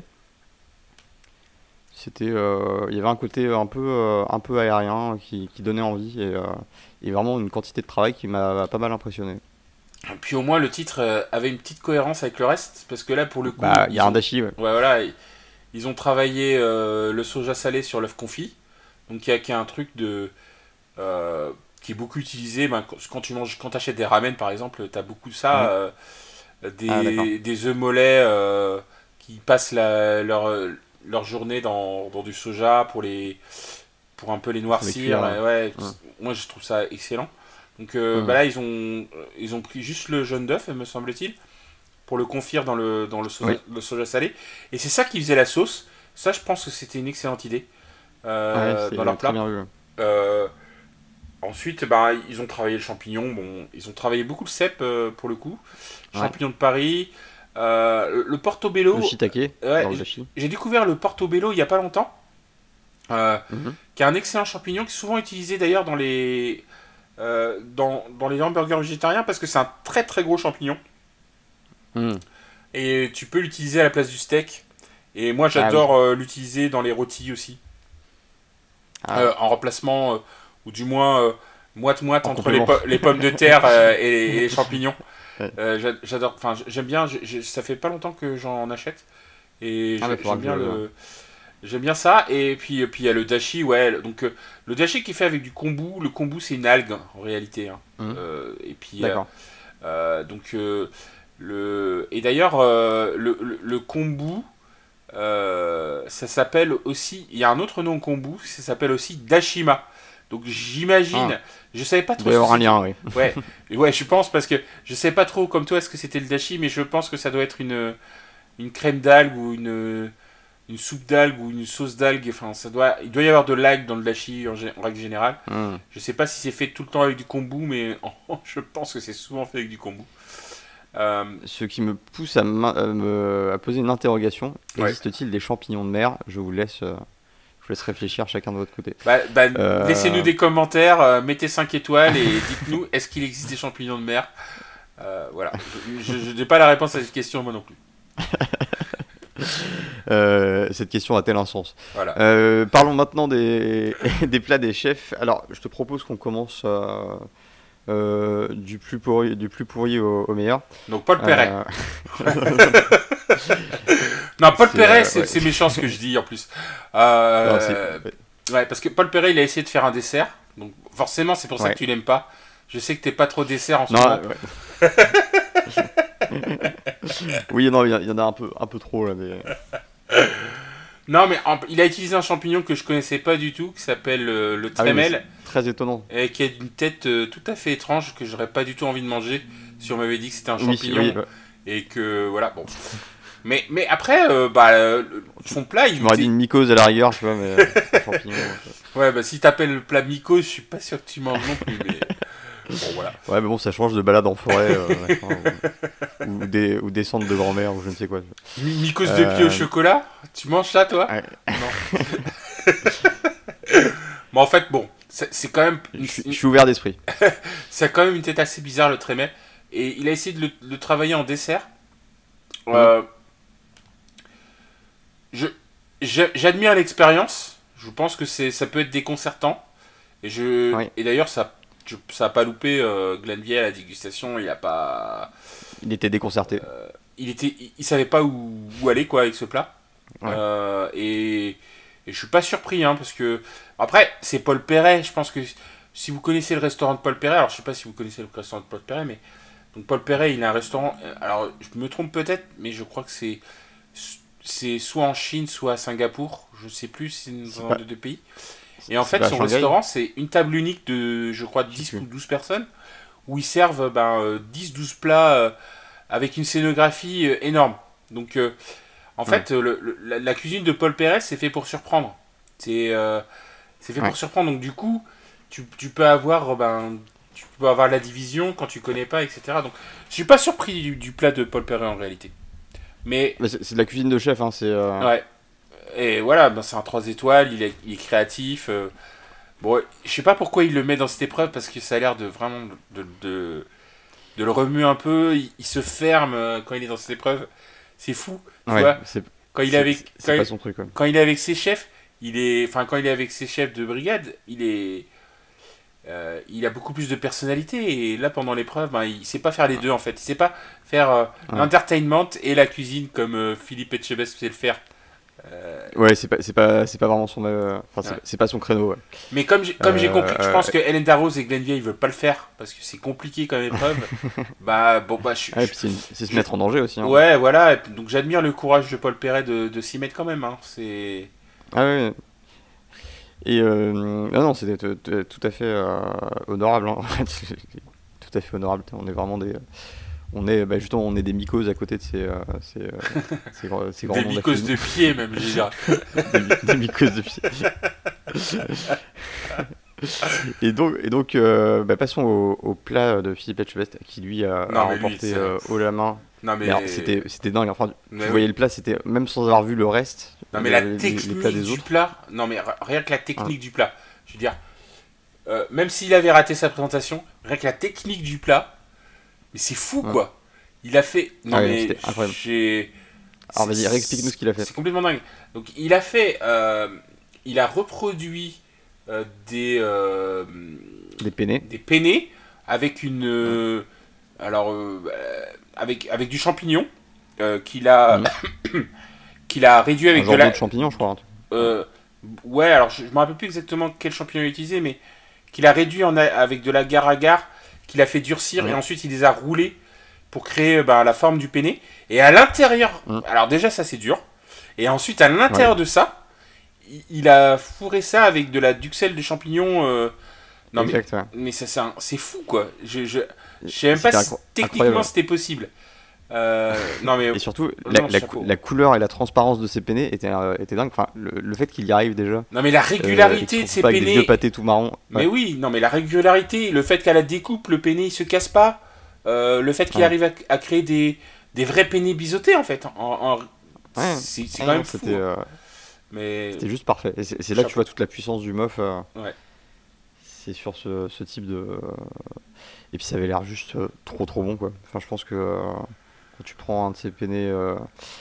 Speaker 1: C'était, euh, il y avait un côté un peu, euh, un peu aérien qui, qui donnait envie et, euh, et vraiment une quantité de travail qui m'a pas mal impressionné.
Speaker 2: Puis au moins, le titre euh, avait une petite cohérence avec le reste, parce que là, pour le coup,
Speaker 1: Bah, il y a
Speaker 2: ils
Speaker 1: un
Speaker 2: ont.
Speaker 1: dashi, ouais.
Speaker 2: Ouais, voilà, ils ils ont travaillé euh, le soja salé sur l'œuf confit. Donc, il y a, qui a un truc de. euh, qui est beaucoup utilisé. Ben, quand quand tu manges, quand achètes des ramen par exemple, tu as beaucoup de ça.
Speaker 1: Mhm.
Speaker 2: euh,
Speaker 1: Ah, d'accord.
Speaker 2: des, des œufs mollets euh, qui passent la- leur, leur journée dans, dans du soja pour, les, pour un peu les
Speaker 1: Pour les
Speaker 2: noircir.
Speaker 1: cuire.
Speaker 2: Et ouais,
Speaker 1: Ouais.
Speaker 2: moi je trouve ça excellent. Donc euh, bah
Speaker 1: Mhm.
Speaker 2: là, ils ont, ils ont pris juste le jaune d'œuf, me semble-t-il, pour le confire dans le, dans le soja,
Speaker 1: Oui.
Speaker 2: le soja salé. Et c'est ça qui faisait la sauce. Ça, je pense que c'était une excellente idée
Speaker 1: Ouais,
Speaker 2: euh,
Speaker 1: c'est
Speaker 2: dans leur
Speaker 1: très
Speaker 2: plat.
Speaker 1: bien vu.
Speaker 2: Euh, Ensuite, bah, ils ont travaillé le champignon. Bon, ils ont travaillé beaucoup le cèpe euh, pour le coup.
Speaker 1: Ouais.
Speaker 2: Champignon de Paris. Euh, le le
Speaker 1: Le
Speaker 2: portobello.
Speaker 1: shiitake
Speaker 2: Ouais,
Speaker 1: dans le
Speaker 2: j-
Speaker 1: dashi.
Speaker 2: j'ai découvert le portobello il y a pas longtemps. euh,
Speaker 1: Mhm.
Speaker 2: qui est un excellent champignon qui est souvent utilisé d'ailleurs dans les euh, dans, dans les hamburgers végétariens parce que c'est un très très gros champignon
Speaker 1: Mhm.
Speaker 2: et tu peux l'utiliser à la place du steak. Et moi
Speaker 1: Ah oui.
Speaker 2: j'adore euh, l'utiliser dans les rôtis aussi.
Speaker 1: Ah,
Speaker 2: Euh, en remplacement, euh, ou du moins euh, moite-moite
Speaker 1: en
Speaker 2: entre les,
Speaker 1: complément.
Speaker 2: po- les pommes de terre euh, et, les, et les champignons.
Speaker 1: Ouais.
Speaker 2: Euh, j'a- j'adore, enfin j'aime bien, j'ai- j'ai- ça fait pas longtemps que j'en achète. Et
Speaker 1: Ah, bah,
Speaker 2: j'ai-
Speaker 1: faudra
Speaker 2: j'aime
Speaker 1: que
Speaker 2: bien
Speaker 1: je-
Speaker 2: le. J'aime bien ça, et puis et puis il y a le dashi, ouais. Donc euh, le dashi qui est fait avec du kombu, le kombu c'est une algue en réalité, hein.
Speaker 1: Mhm.
Speaker 2: Euh, et puis euh,
Speaker 1: D'accord.
Speaker 2: euh, donc euh, le et d'ailleurs euh, le, le, le kombu, euh, ça s'appelle aussi, il y a un autre nom kombu, ça s'appelle aussi dashima. Donc j'imagine,
Speaker 1: Ah,
Speaker 2: je savais pas
Speaker 1: il
Speaker 2: trop
Speaker 1: doit y
Speaker 2: ce que
Speaker 1: avoir un
Speaker 2: c'était.
Speaker 1: lien, oui.
Speaker 2: Ouais, ouais, je pense parce que je sais pas trop comme toi ce que c'était le dashi, mais je pense que ça doit être une une crème d'algue ou une une soupe d'algues ou une sauce d'algues. Enfin, ça doit, il doit y avoir de l'algue dans le dashi en, gé- en règle générale.
Speaker 1: Mhm.
Speaker 2: Je sais pas si c'est fait tout le temps avec du kombu, mais je pense que c'est souvent fait avec du kombu. Euh,
Speaker 1: Ce qui me pousse à, m'in- à me- à poser une interrogation.
Speaker 2: ouais.
Speaker 1: Existe-t-il des champignons de mer? Je vous laisse, euh, je vous laisse réfléchir chacun de votre côté.
Speaker 2: Bah, bah,
Speaker 1: Euh,
Speaker 2: laissez-nous des commentaires, euh, mettez cinq étoiles et dites-nous est-ce qu'il existe des champignons de mer. Euh, voilà. Je, je, je n'ai pas la réponse à cette question moi non plus.
Speaker 1: Euh, cette question a-t-elle un sens?
Speaker 2: Voilà.
Speaker 1: Euh, parlons maintenant des, des plats des chefs. Alors, je te propose qu'on commence euh, euh, du plus pourri, du plus pourri au, au meilleur.
Speaker 2: Donc Paul Perret.
Speaker 1: Euh,
Speaker 2: Non, Paul
Speaker 1: c'est,
Speaker 2: Perret,
Speaker 1: euh,
Speaker 2: c'est
Speaker 1: ouais.
Speaker 2: c'est méchant ce que je dis en plus.
Speaker 1: Non, c'est,
Speaker 2: Euh,
Speaker 1: ouais.
Speaker 2: Ouais, parce que Paul Perret, il a essayé de faire un dessert. Donc forcément, c'est pour ça que
Speaker 1: Ouais.
Speaker 2: tu l'aimes pas. Je sais que t'es pas trop dessert en ce
Speaker 1: Non,
Speaker 2: moment.
Speaker 1: ouais. Oui, non, il y, a- il y en a un peu, un peu trop là, mais
Speaker 2: Non, mais en- il a utilisé un champignon que je connaissais pas du tout, qui s'appelle euh, le
Speaker 1: ah oui, mais c'est
Speaker 2: trémel,
Speaker 1: très étonnant.
Speaker 2: et qui a une tête euh, tout à fait étrange que j'aurais pas du tout envie de manger si on m'avait dit que c'était un
Speaker 1: Oui,
Speaker 2: champignon
Speaker 1: oui. Ouais.
Speaker 2: et que voilà, bon. Mais, mais après, euh, bah, euh, son plat,
Speaker 1: Tu
Speaker 2: il
Speaker 1: m'aurais dit
Speaker 2: était...
Speaker 1: une mycose à la rigueur, tu vois, mais euh, champignon. Ouais,
Speaker 2: Ouais, bah si t'appelles le plat mycose, je suis pas sûr que tu manges non plus, mais bon, voilà.
Speaker 1: Ouais, mais bon, ça change de balade en forêt, euh, machin, ou, ou des, ou des centres de grand-mère, ou je ne sais quoi.
Speaker 2: My- Mycose de pied au
Speaker 1: Euh,
Speaker 2: chocolat, tu manges ça, toi?
Speaker 1: ouais.
Speaker 2: Non. Mais en fait, bon, c'est c'est quand même
Speaker 1: Je
Speaker 2: une,
Speaker 1: suis, je
Speaker 2: une-
Speaker 1: suis ouvert d'esprit.
Speaker 2: c'est quand même une tête assez bizarre, le trémet. Et il a essayé de le, de le travailler en dessert.
Speaker 1: Mhm.
Speaker 2: Euh, je, j'a- j'admire l'expérience. Je pense que c'est, ça peut être déconcertant. Et, je,
Speaker 1: Ouais.
Speaker 2: et d'ailleurs, ça je- ça a pas loupé euh, Glenville à la dégustation. Il a pas,
Speaker 1: Il était déconcerté.
Speaker 2: il était, il, il savait pas où, où aller quoi avec ce plat.
Speaker 1: Ouais.
Speaker 2: Euh, et, et je suis pas surpris hein, parce que après c'est Paul Perret. Je pense que si vous connaissez le restaurant de Paul Perret, alors je sais pas si vous connaissez le restaurant de Paul Perret, mais donc Paul Perret, il a un restaurant. euh, Alors je me trompe peut-être, mais je crois que c'est c'est soit en Chine, soit à Singapour. Je sais plus si c'est
Speaker 1: C'est
Speaker 2: dans un
Speaker 1: pas,
Speaker 2: des deux pays. Et en
Speaker 1: c'est
Speaker 2: fait,
Speaker 1: pas à
Speaker 2: son
Speaker 1: Shanghai,
Speaker 2: restaurant, c'est une table unique de, je crois,
Speaker 1: je sais
Speaker 2: dix
Speaker 1: plus.
Speaker 2: ou douze personnes, où ils servent ben, euh, dix douze plats euh, avec une scénographie euh, énorme. Donc, euh, en
Speaker 1: Ouais.
Speaker 2: fait, euh, le- le- la, la cuisine de Paul Perret, c'est fait pour surprendre. C'est euh, c'est fait
Speaker 1: Ouais.
Speaker 2: pour surprendre. Donc, du coup, tu, tu peux avoir euh, ben, tu peux avoir la division quand tu connais pas, et cetera. Donc, je suis pas surpris du, du plat de Paul Perret en réalité. Mais,
Speaker 1: Mais c'est, c'est de la cuisine de chef, hein, c'est... euh,
Speaker 2: ouais. Et voilà, ben, c'est un trois étoiles, il est, il est créatif. euh, Bon, je sais pas pourquoi il le met dans cette épreuve parce que ça a l'air de vraiment de, de, de le remuer un peu. Il, il se ferme euh, quand il est dans cette épreuve. C'est fou, tu
Speaker 1: Ouais,
Speaker 2: vois.
Speaker 1: c'est,
Speaker 2: Quand il est
Speaker 1: c'est,
Speaker 2: avec
Speaker 1: c'est-
Speaker 2: quand
Speaker 1: c'est pas
Speaker 2: il,
Speaker 1: son truc, quoi.
Speaker 2: quand il est avec ses chefs, il est enfin quand il est avec ses chefs de brigade, il est euh, il a beaucoup plus de personnalité et là pendant l'épreuve, ben, il sait pas faire les deux en fait. Il sait pas faire euh,
Speaker 1: Ouais.
Speaker 2: l'entertainment et la cuisine comme euh, Philippe Etchebest sait le faire. Euh,
Speaker 1: Ouais, c'est pas, c'est pas, c'est pas vraiment son... euh, Enfin, c'est,
Speaker 2: Ouais.
Speaker 1: c'est pas son créneau, ouais.
Speaker 2: Mais comme j'ai, comme j'ai
Speaker 1: Euh,
Speaker 2: compris que je
Speaker 1: euh,
Speaker 2: pense que Hélène Darroze et Glenvieille veulent pas le faire parce que c'est compliqué comme épreuve, bah bon bah je,
Speaker 1: ouais,
Speaker 2: je-
Speaker 1: puis c'est, une- c'est se mettre en danger aussi, hein.
Speaker 2: ouais voilà et puis, donc j'admire le courage de Paul Perret de, de s'y mettre quand même hein. C'est
Speaker 1: Ah ouais. Et euh, non, non, c'était tout, tout- tout à fait euh, honorable, hein. Tout à fait honorable. On est vraiment des... On est, bah, justement, on est des mycoses à côté de ces, euh, ces, euh, ces, grands- ces grands
Speaker 2: des
Speaker 1: noms de la
Speaker 2: mycoses
Speaker 1: cuisine.
Speaker 2: de pied même je dirais.
Speaker 1: Des, my- des mycoses de pied. Et donc, et donc euh, bah, passons au, au plat de Philippe Etchebest qui lui a,
Speaker 2: Non,
Speaker 1: a
Speaker 2: mais lui,
Speaker 1: remporté
Speaker 2: c'est-
Speaker 1: euh, haut la main.
Speaker 2: Non mais
Speaker 1: Mais alors, c'était, c'était dingue. Enfin, tu
Speaker 2: mais
Speaker 1: voyais
Speaker 2: oui.
Speaker 1: le plat, c'était même sans avoir vu le reste,
Speaker 2: Non mais
Speaker 1: les,
Speaker 2: la
Speaker 1: les- les
Speaker 2: technique
Speaker 1: plats des
Speaker 2: du
Speaker 1: autres.
Speaker 2: plat, non mais r- rien que la technique du plat, je veux dire, euh, même s'il avait raté sa présentation, rien que la technique du plat, mais c'est fou
Speaker 1: Ouais.
Speaker 2: quoi. Il a fait, non
Speaker 1: Ah ouais,
Speaker 2: mais
Speaker 1: c'était incroyable.
Speaker 2: j'ai,
Speaker 1: Alors
Speaker 2: c'est-
Speaker 1: vas-y, réexplique-nous ce qu'il a fait.
Speaker 2: C'est complètement dingue. Donc il a fait, euh, il a reproduit euh, des euh,
Speaker 1: Des penne.
Speaker 2: des penne avec une, euh, alors euh, euh, avec avec du champignon euh, qu'il a qu'il a réduit
Speaker 1: Un
Speaker 2: avec
Speaker 1: genre
Speaker 2: de la,
Speaker 1: d'eau de champignon, je crois. hein.
Speaker 2: euh, ouais, alors je, je me rappelle plus exactement quel champignon il a utilisé, mais qu'il a réduit en a- avec de l'agar-agar, qu'il a fait durcir
Speaker 1: Ouais.
Speaker 2: et ensuite il les a roulés pour créer ben, la forme du penne. Et à l'intérieur,
Speaker 1: Mm.
Speaker 2: alors déjà ça c'est dur, et ensuite à l'intérieur de ça, il, il a fourré ça avec de la duxelle de champignons. euh, non mais,
Speaker 1: Exact, ouais.
Speaker 2: mais ça c'est un- c'est fou quoi. Je, je, je sais même pas
Speaker 1: C'était
Speaker 2: si
Speaker 1: incro-
Speaker 2: techniquement
Speaker 1: incroyable.
Speaker 2: c'était possible. Euh, non mais
Speaker 1: Et surtout, la,
Speaker 2: non,
Speaker 1: la,
Speaker 2: chapeau.
Speaker 1: la couleur et la transparence de ces penne étaient, euh, étaient dingues. Enfin, le, le fait qu'il y arrive déjà.
Speaker 2: non mais la
Speaker 1: euh, et
Speaker 2: régularité
Speaker 1: qu'il
Speaker 2: de
Speaker 1: se
Speaker 2: ces
Speaker 1: retrouve pas avec des
Speaker 2: penne.
Speaker 1: vieux pâtés tout marron.
Speaker 2: Mais
Speaker 1: Ouais.
Speaker 2: oui, non mais la régularité, le fait qu'à la découpe, le penne il se casse pas, euh, le fait qu'il
Speaker 1: Ouais.
Speaker 2: arrive à, à créer des, des vrais penne biseautés en fait, en, en-
Speaker 1: Ouais.
Speaker 2: c'est c'est
Speaker 1: Ah
Speaker 2: quand
Speaker 1: non,
Speaker 2: même fou.
Speaker 1: c'était,
Speaker 2: hein.
Speaker 1: euh,
Speaker 2: Mais
Speaker 1: c'était juste parfait. Et c'est, c'est là que tu
Speaker 2: Chapeau.
Speaker 1: vois toute la puissance du mof. euh,
Speaker 2: Ouais.
Speaker 1: C'est sur ce, ce type de. euh, Et puis ça avait l'air juste euh, trop trop bon quoi. Enfin, je pense que euh, quand tu prends un de ces penne euh,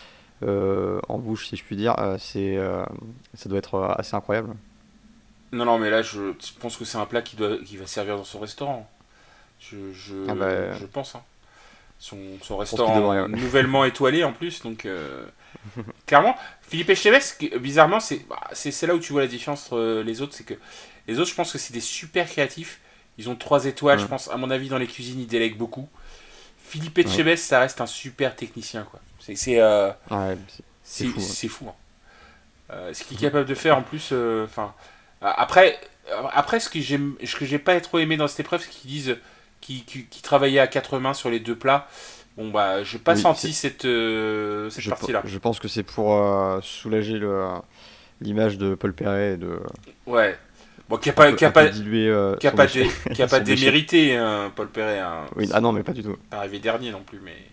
Speaker 1: euh, en bouche, si je puis dire, euh, c'est, euh, ça doit être euh, assez incroyable.
Speaker 2: Non, non, mais là, je pense que c'est un plat qui, doit, qui va servir dans son restaurant. Je, je,
Speaker 1: Ah bah,
Speaker 2: je pense. Hein. Son, son
Speaker 1: je pense qu'il devrait.
Speaker 2: restaurant
Speaker 1: Ouais.
Speaker 2: nouvellement étoilé en plus, donc euh, clairement, Philippe Etchebest, bizarrement, c'est, bah, c'est c'est là où tu vois la différence entre euh, les autres, c'est que les autres, je pense que c'est des super créatifs. Ils ont trois étoiles, je
Speaker 1: Ouais.
Speaker 2: pense. À mon avis, dans les cuisines, ils délèguent beaucoup. Philippe
Speaker 1: Ouais.
Speaker 2: Etchebest, ça reste un super technicien, quoi. C'est c'est euh,
Speaker 1: Ouais, c'est c'est
Speaker 2: c'est
Speaker 1: fou. Ouais.
Speaker 2: c'est fou. Hein. Euh, ce qu'il est capable de faire en plus, euh, enfin. euh, après, euh, après, ce que j'aime, ce que j'ai pas trop aimé dans cette épreuve, c'est qu'ils disent qu'ils qu'ils- qu'ils travaillaient à quatre mains sur les deux plats. Bon bah, j'ai pas
Speaker 1: Oui,
Speaker 2: senti
Speaker 1: c'est-
Speaker 2: cette euh, cette
Speaker 1: je, pe-
Speaker 2: partie-là.
Speaker 1: je pense que c'est pour euh, soulager le, l'image de Paul Perret et de
Speaker 2: Ouais. Bon, qui a
Speaker 1: un
Speaker 2: pas
Speaker 1: peu,
Speaker 2: qui a
Speaker 1: un peu
Speaker 2: pas
Speaker 1: diluer euh,
Speaker 2: qui a
Speaker 1: son
Speaker 2: pas
Speaker 1: déchet.
Speaker 2: dé- qui a pas
Speaker 1: Son déchet.
Speaker 2: démérité, hein, Paul Perret. Hein.
Speaker 1: Oui, ah non, mais pas du tout.
Speaker 2: Pas arrivé dernier non plus, mais.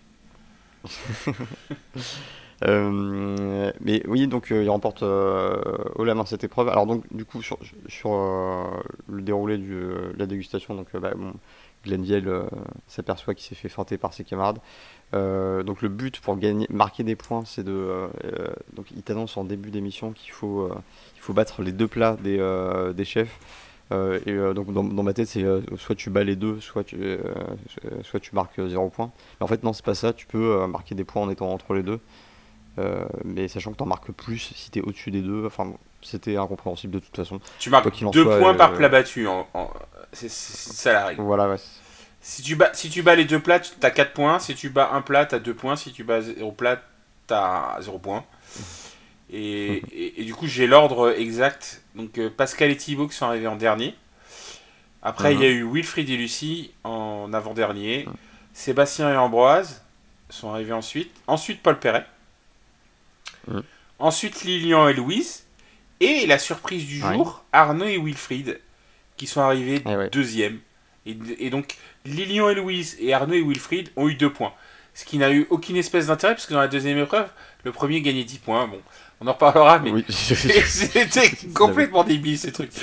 Speaker 1: Euh, mais oui, donc euh, il remporte euh, haut la main cette épreuve. Alors donc du coup sur, sur euh, le déroulé de euh, la dégustation, donc euh, bah, bon, Glenville euh, s'aperçoit qu'il s'est fait feinter par ses camarades. Euh, donc le but pour gagner, marquer des points, c'est de euh, euh, donc il t'annonce en début d'émission qu'il faut euh, il faut battre les deux plats des, euh, des chefs. Euh, et euh, donc dans, dans ma tête c'est euh, soit tu bats les deux, soit tu euh, soit tu marques euh, zéro point. Mais en fait non, c'est pas ça. Tu peux euh, marquer des points en étant entre les deux. Euh, mais sachant que t'en marques plus si t'es au-dessus des deux, enfin bon, c'était incompréhensible de toute façon.
Speaker 2: Tu
Speaker 1: Quoi
Speaker 2: marques
Speaker 1: qu'il en
Speaker 2: deux
Speaker 1: soit,
Speaker 2: points par
Speaker 1: euh,
Speaker 2: plat battu. En, en- c'est, c'est- c'est ça la règle.
Speaker 1: voilà, ouais.
Speaker 2: Si tu bats, si tu bats les deux plats, tu as quatre points. Si tu bats un plat, tu as deux points. Si tu bats zéro plat, tu as zéro points. Et, et, et du coup, j'ai l'ordre exact. Donc, euh, Pascal et Thibaut qui sont arrivés en dernier. Après, il y a
Speaker 1: Mhm.
Speaker 2: eu Wilfried et Lucie en avant-dernier. Sébastien et Ambroise sont arrivés ensuite. Ensuite, Paul Perret.
Speaker 1: Mhm.
Speaker 2: Ensuite, Lilian et Louise. Et la surprise du
Speaker 1: Ouais.
Speaker 2: jour, Arnaud et Wilfried qui sont arrivés
Speaker 1: Eh ouais.
Speaker 2: deuxième. Et, et donc, Lilian et Louise et Arnaud et Wilfried ont eu deux points. Ce qui n'a eu aucune espèce d'intérêt, parce que dans la deuxième épreuve, le premier gagnait dix points. Bon, on en reparlera, mais
Speaker 1: Oui.
Speaker 2: c'était complètement débile ces trucs.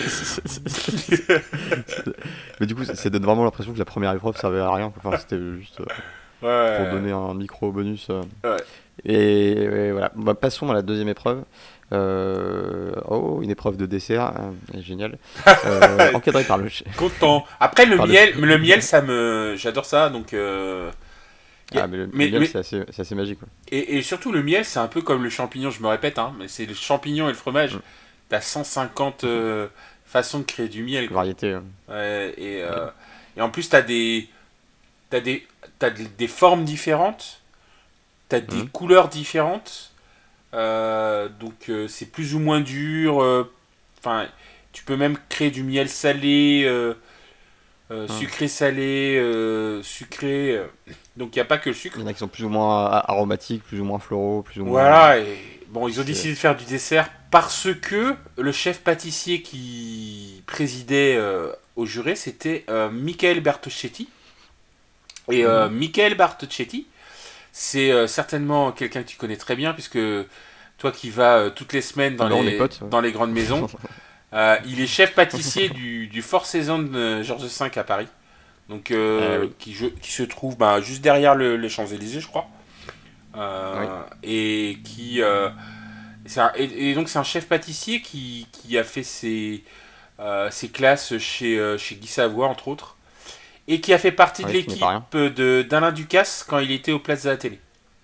Speaker 1: Mais du coup, ça, ça donne vraiment l'impression que la première épreuve servait à rien. Enfin, c'était juste euh, pour
Speaker 2: Ouais,
Speaker 1: donner un micro bonus. euh.
Speaker 2: ouais.
Speaker 1: Et, et voilà. Bah, passons à la deuxième épreuve. Euh, oh, une épreuve de dessert, hein, génial. Euh, encadré par le chef.
Speaker 2: Content. Après, le
Speaker 1: Par le
Speaker 2: miel,
Speaker 1: chef.
Speaker 2: le miel, ça me. J'adore ça, donc. euh, y a-
Speaker 1: Ah, mais le, le
Speaker 2: mais,
Speaker 1: miel,
Speaker 2: mais-
Speaker 1: c'est assez, c'est assez magique. Quoi.
Speaker 2: et, et surtout, le miel, c'est un peu comme le champignon, je me répète, hein, mais c'est le champignon et le fromage.
Speaker 1: Mm.
Speaker 2: T'as cent cinquante euh, façons de créer du miel, quoi.
Speaker 1: Variété. euh.
Speaker 2: Ouais, et, euh, et en plus, t'as des, t'as des, t'as des, des formes différentes, t'as des
Speaker 1: Mhm.
Speaker 2: couleurs différentes, euh, donc euh, c'est plus ou moins dur. euh, Enfin, tu peux même créer du miel salé, euh, euh,
Speaker 1: Mhm.
Speaker 2: sucré-salé, euh, sucré. euh, donc il n'y a pas que le sucre.
Speaker 1: Il y en a qui sont plus ou moins a- aromatiques, plus ou moins floraux, plus ou moins.
Speaker 2: Voilà, et bon, ils ont
Speaker 1: C'est-
Speaker 2: décidé de faire du dessert parce que le chef pâtissier qui présidait euh, au juré, c'était euh, Michael Bertocchetti. Et euh,
Speaker 1: Mhm.
Speaker 2: Michael Bertocchetti, c'est euh, certainement quelqu'un que tu connais très bien, puisque toi qui vas euh, toutes les semaines dans,
Speaker 1: Ah bah, on est
Speaker 2: les,
Speaker 1: potes, ouais.
Speaker 2: dans les grandes maisons, euh, il est chef pâtissier du, du Four Seasons euh, Georges cinq à Paris. Donc, euh,
Speaker 1: Ah oui.
Speaker 2: qui, je- qui se trouve bah, juste derrière le- les Champs-Élysées, je crois. Euh, et qui euh, c'est un- et, et donc c'est un chef pâtissier qui, qui a fait ses, euh, ses classes chez, euh, chez Guy Savoy entre autres et qui a fait partie de
Speaker 1: Ouais, ce qui n'est
Speaker 2: l'équipe
Speaker 1: pas rien.
Speaker 2: de d'Alain Ducasse quand il était au Place de la Télé.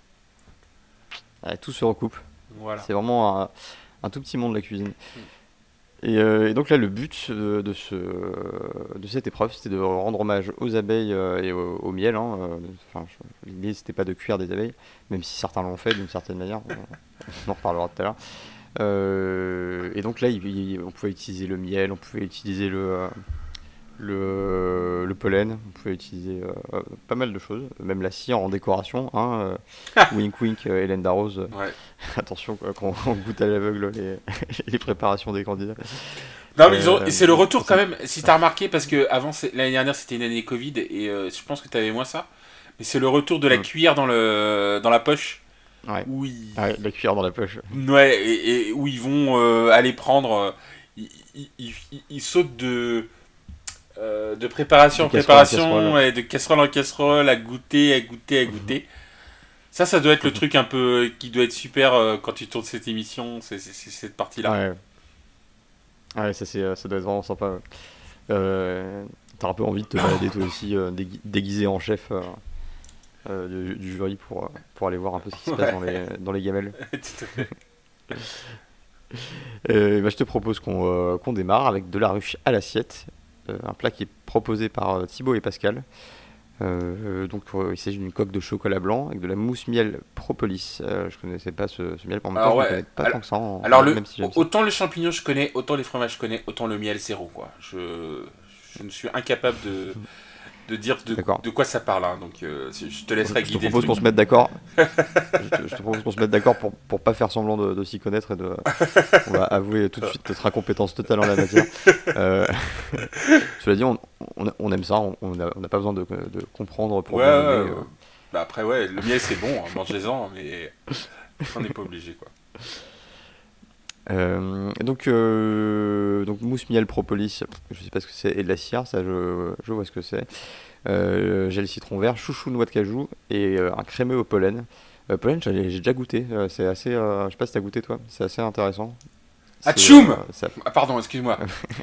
Speaker 1: Ouais, tout se recoupe.
Speaker 2: Voilà.
Speaker 1: C'est vraiment un, un tout petit monde la cuisine. Et, euh, et donc là, le but de, de, ce, de cette épreuve, c'était de rendre hommage aux abeilles euh, et au, au miel. Hein. Euh, Enfin, je- l'idée, c'était pas de cuire des abeilles, même si certains l'ont fait d'une certaine manière. On, on en reparlera tout à l'heure. Euh, et donc là, il- il- on pouvait utiliser le miel, on pouvait utiliser le, euh, le, le pollen, on pouvait utiliser euh, pas mal de choses, même la cire en décoration. Hein, euh, wink wink, euh, Hélène Darroze.
Speaker 2: Ouais.
Speaker 1: Attention quoi, quand on goûte à l'aveugle les, les préparations des candidats.
Speaker 2: Non, mais ils ont-
Speaker 1: Euh,
Speaker 2: et c'est le retour
Speaker 1: c'est-
Speaker 2: quand même. Si t'as remarqué, parce que avant c'est- l'année dernière c'était une année Covid et euh, je pense que t'avais moins ça. Mais c'est le retour de la
Speaker 1: Mm.
Speaker 2: cuillère dans le dans la poche
Speaker 1: Ouais.
Speaker 2: où ils,
Speaker 1: Ah ouais, la cuillère dans la poche.
Speaker 2: ouais, et, et où ils vont euh, aller prendre. euh, ils, ils- ils- ils sautent de euh, de préparation en
Speaker 1: De casserole en
Speaker 2: préparation
Speaker 1: casserole.
Speaker 2: et de casserole en casserole à goûter, à goûter, à goûter. Ça, ça doit être le truc un peu qui doit être super euh, quand tu tournes cette émission, c'est, c'est, c'est cette partie-là.
Speaker 1: Ouais, ouais ça, c'est, ça doit être vraiment sympa. Ouais. Euh, t'as un peu envie de te balader toi aussi euh, dégui- déguisé en chef euh, euh, du, du jury pour, pour aller voir un peu ce qui se
Speaker 2: Ouais.
Speaker 1: passe dans les, dans les gamelles.
Speaker 2: Tout à fait.
Speaker 1: Euh, bah, je te propose qu'on euh, qu'on démarre avec de la ruche à l'assiette, euh, un plat qui est proposé par euh, Thibaut et Pascal. Euh, donc euh, il s'agit d'une coque de chocolat blanc avec de la mousse miel propolis. Euh, je connaissais pas ce, ce miel, en même temps
Speaker 2: Alors
Speaker 1: je le
Speaker 2: ouais,
Speaker 1: connais pas
Speaker 2: alors,
Speaker 1: tant que ça, en-
Speaker 2: alors le,
Speaker 1: même si j'aime ça.
Speaker 2: autant le champignon je connais, autant les fromages je connais, autant le miel zéro quoi. Je, je ne suis incapable de, de dire de,
Speaker 1: D'accord.
Speaker 2: de quoi ça parle, hein, donc euh, je te laisserai
Speaker 1: Je te
Speaker 2: guider le
Speaker 1: propose
Speaker 2: truc.
Speaker 1: qu'on se mette d'accord. je, te, je te propose qu'on se mette d'accord pour, pour pas faire semblant de, de s'y connaître et de. On va avouer tout de suite notre incompétence totale en la matière. Euh, cela dit, on, on, on aime ça, on n'a on n'a pas besoin de, de comprendre pour
Speaker 2: Ouais,
Speaker 1: bien
Speaker 2: ouais,
Speaker 1: aimer.
Speaker 2: ouais.
Speaker 1: euh.
Speaker 2: Bah après ouais, le miel c'est bon, hein, mangez-en, mais on n'est pas obligé quoi.
Speaker 1: Euh, et donc, euh, donc mousse miel propolis, je sais pas ce que c'est, et de la cire, ça je, je vois ce que c'est. Euh, gel citron vert, chouchou noix de cajou et euh, un crémeux au pollen. Euh, pollen, j'ai j'ai déjà goûté, euh, c'est assez, euh, je sais pas si t'as goûté toi, c'est assez intéressant. C'est, euh,
Speaker 2: Atchoum.
Speaker 1: ça-
Speaker 2: Ah pardon, excuse-moi.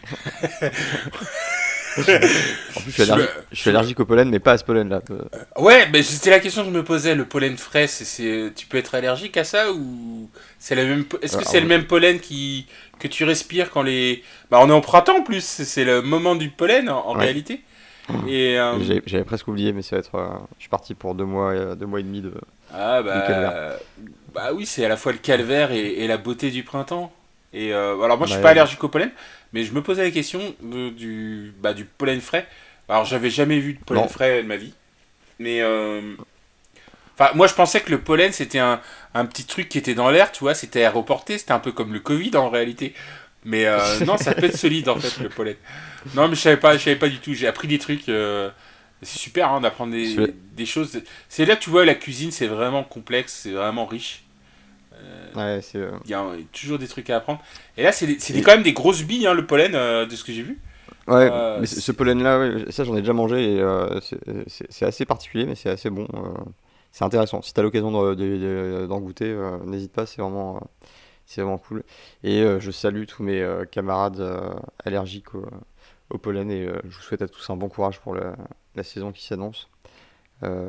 Speaker 1: En plus, je suis
Speaker 2: Je me-
Speaker 1: allergique, je suis
Speaker 2: je me-
Speaker 1: allergique au pollen, mais pas à ce pollen là.
Speaker 2: Ouais, mais c'était la question que je me posais. Le pollen frais, c'est, c'est- tu peux être allergique à ça ou c'est la même po- est-ce que c'est le même pollen qui que tu respires quand les bah on est au printemps en plus, c'est c'est le moment du pollen en, en
Speaker 1: Ouais.
Speaker 2: réalité. Et euh,
Speaker 1: J'avais j'avais presque oublié, mais ça va être, euh, je suis parti pour deux mois, euh, deux mois et demi de,
Speaker 2: ah
Speaker 1: de calvaire.
Speaker 2: bah bah oui, c'est à la fois le calvaire et, et la beauté du printemps. Et euh, alors moi je suis pas
Speaker 1: Ouais,
Speaker 2: allergique au pollen, mais je me posais la question de- du bah du pollen frais. Alors j'avais jamais vu de pollen
Speaker 1: non,
Speaker 2: frais de ma vie, mais euh, enfin, moi je pensais que le pollen c'était un, un petit truc qui était dans l'air, tu vois, c'était aéroporté, c'était un peu comme le Covid en réalité. Mais euh, non, ça peut être solide en fait le pollen. Non, mais je savais pas, je savais pas du tout. J'ai appris des trucs. euh, c'est super hein, d'apprendre
Speaker 1: celui-
Speaker 2: des, des choses. C'est là que tu vois la cuisine, c'est vraiment complexe, c'est vraiment riche.
Speaker 1: ouais, c'est, euh,
Speaker 2: Il y a toujours des trucs à apprendre. Et là, c'est des- c'est des-
Speaker 1: et-
Speaker 2: quand même des grosses billes hein, le pollen euh, de ce que j'ai vu.
Speaker 1: ouais,
Speaker 2: Euh,
Speaker 1: mais ce ce
Speaker 2: c'est-
Speaker 1: pollen-là, ouais, ça j'en ai déjà mangé et euh, c'est c'est- c'est assez particulier, mais c'est assez bon. euh, c'est intéressant. Si t'as l'occasion de- de- de- d'en goûter, euh, n'hésite pas, c'est vraiment, euh, c'est vraiment cool. Et euh, je salue tous mes euh, camarades euh, allergiques au, au pollen et euh, je vous souhaite à tous un bon courage pour la, la saison qui s'annonce. Euh,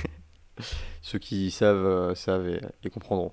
Speaker 1: Ceux qui savent, euh, savent et, et comprendront.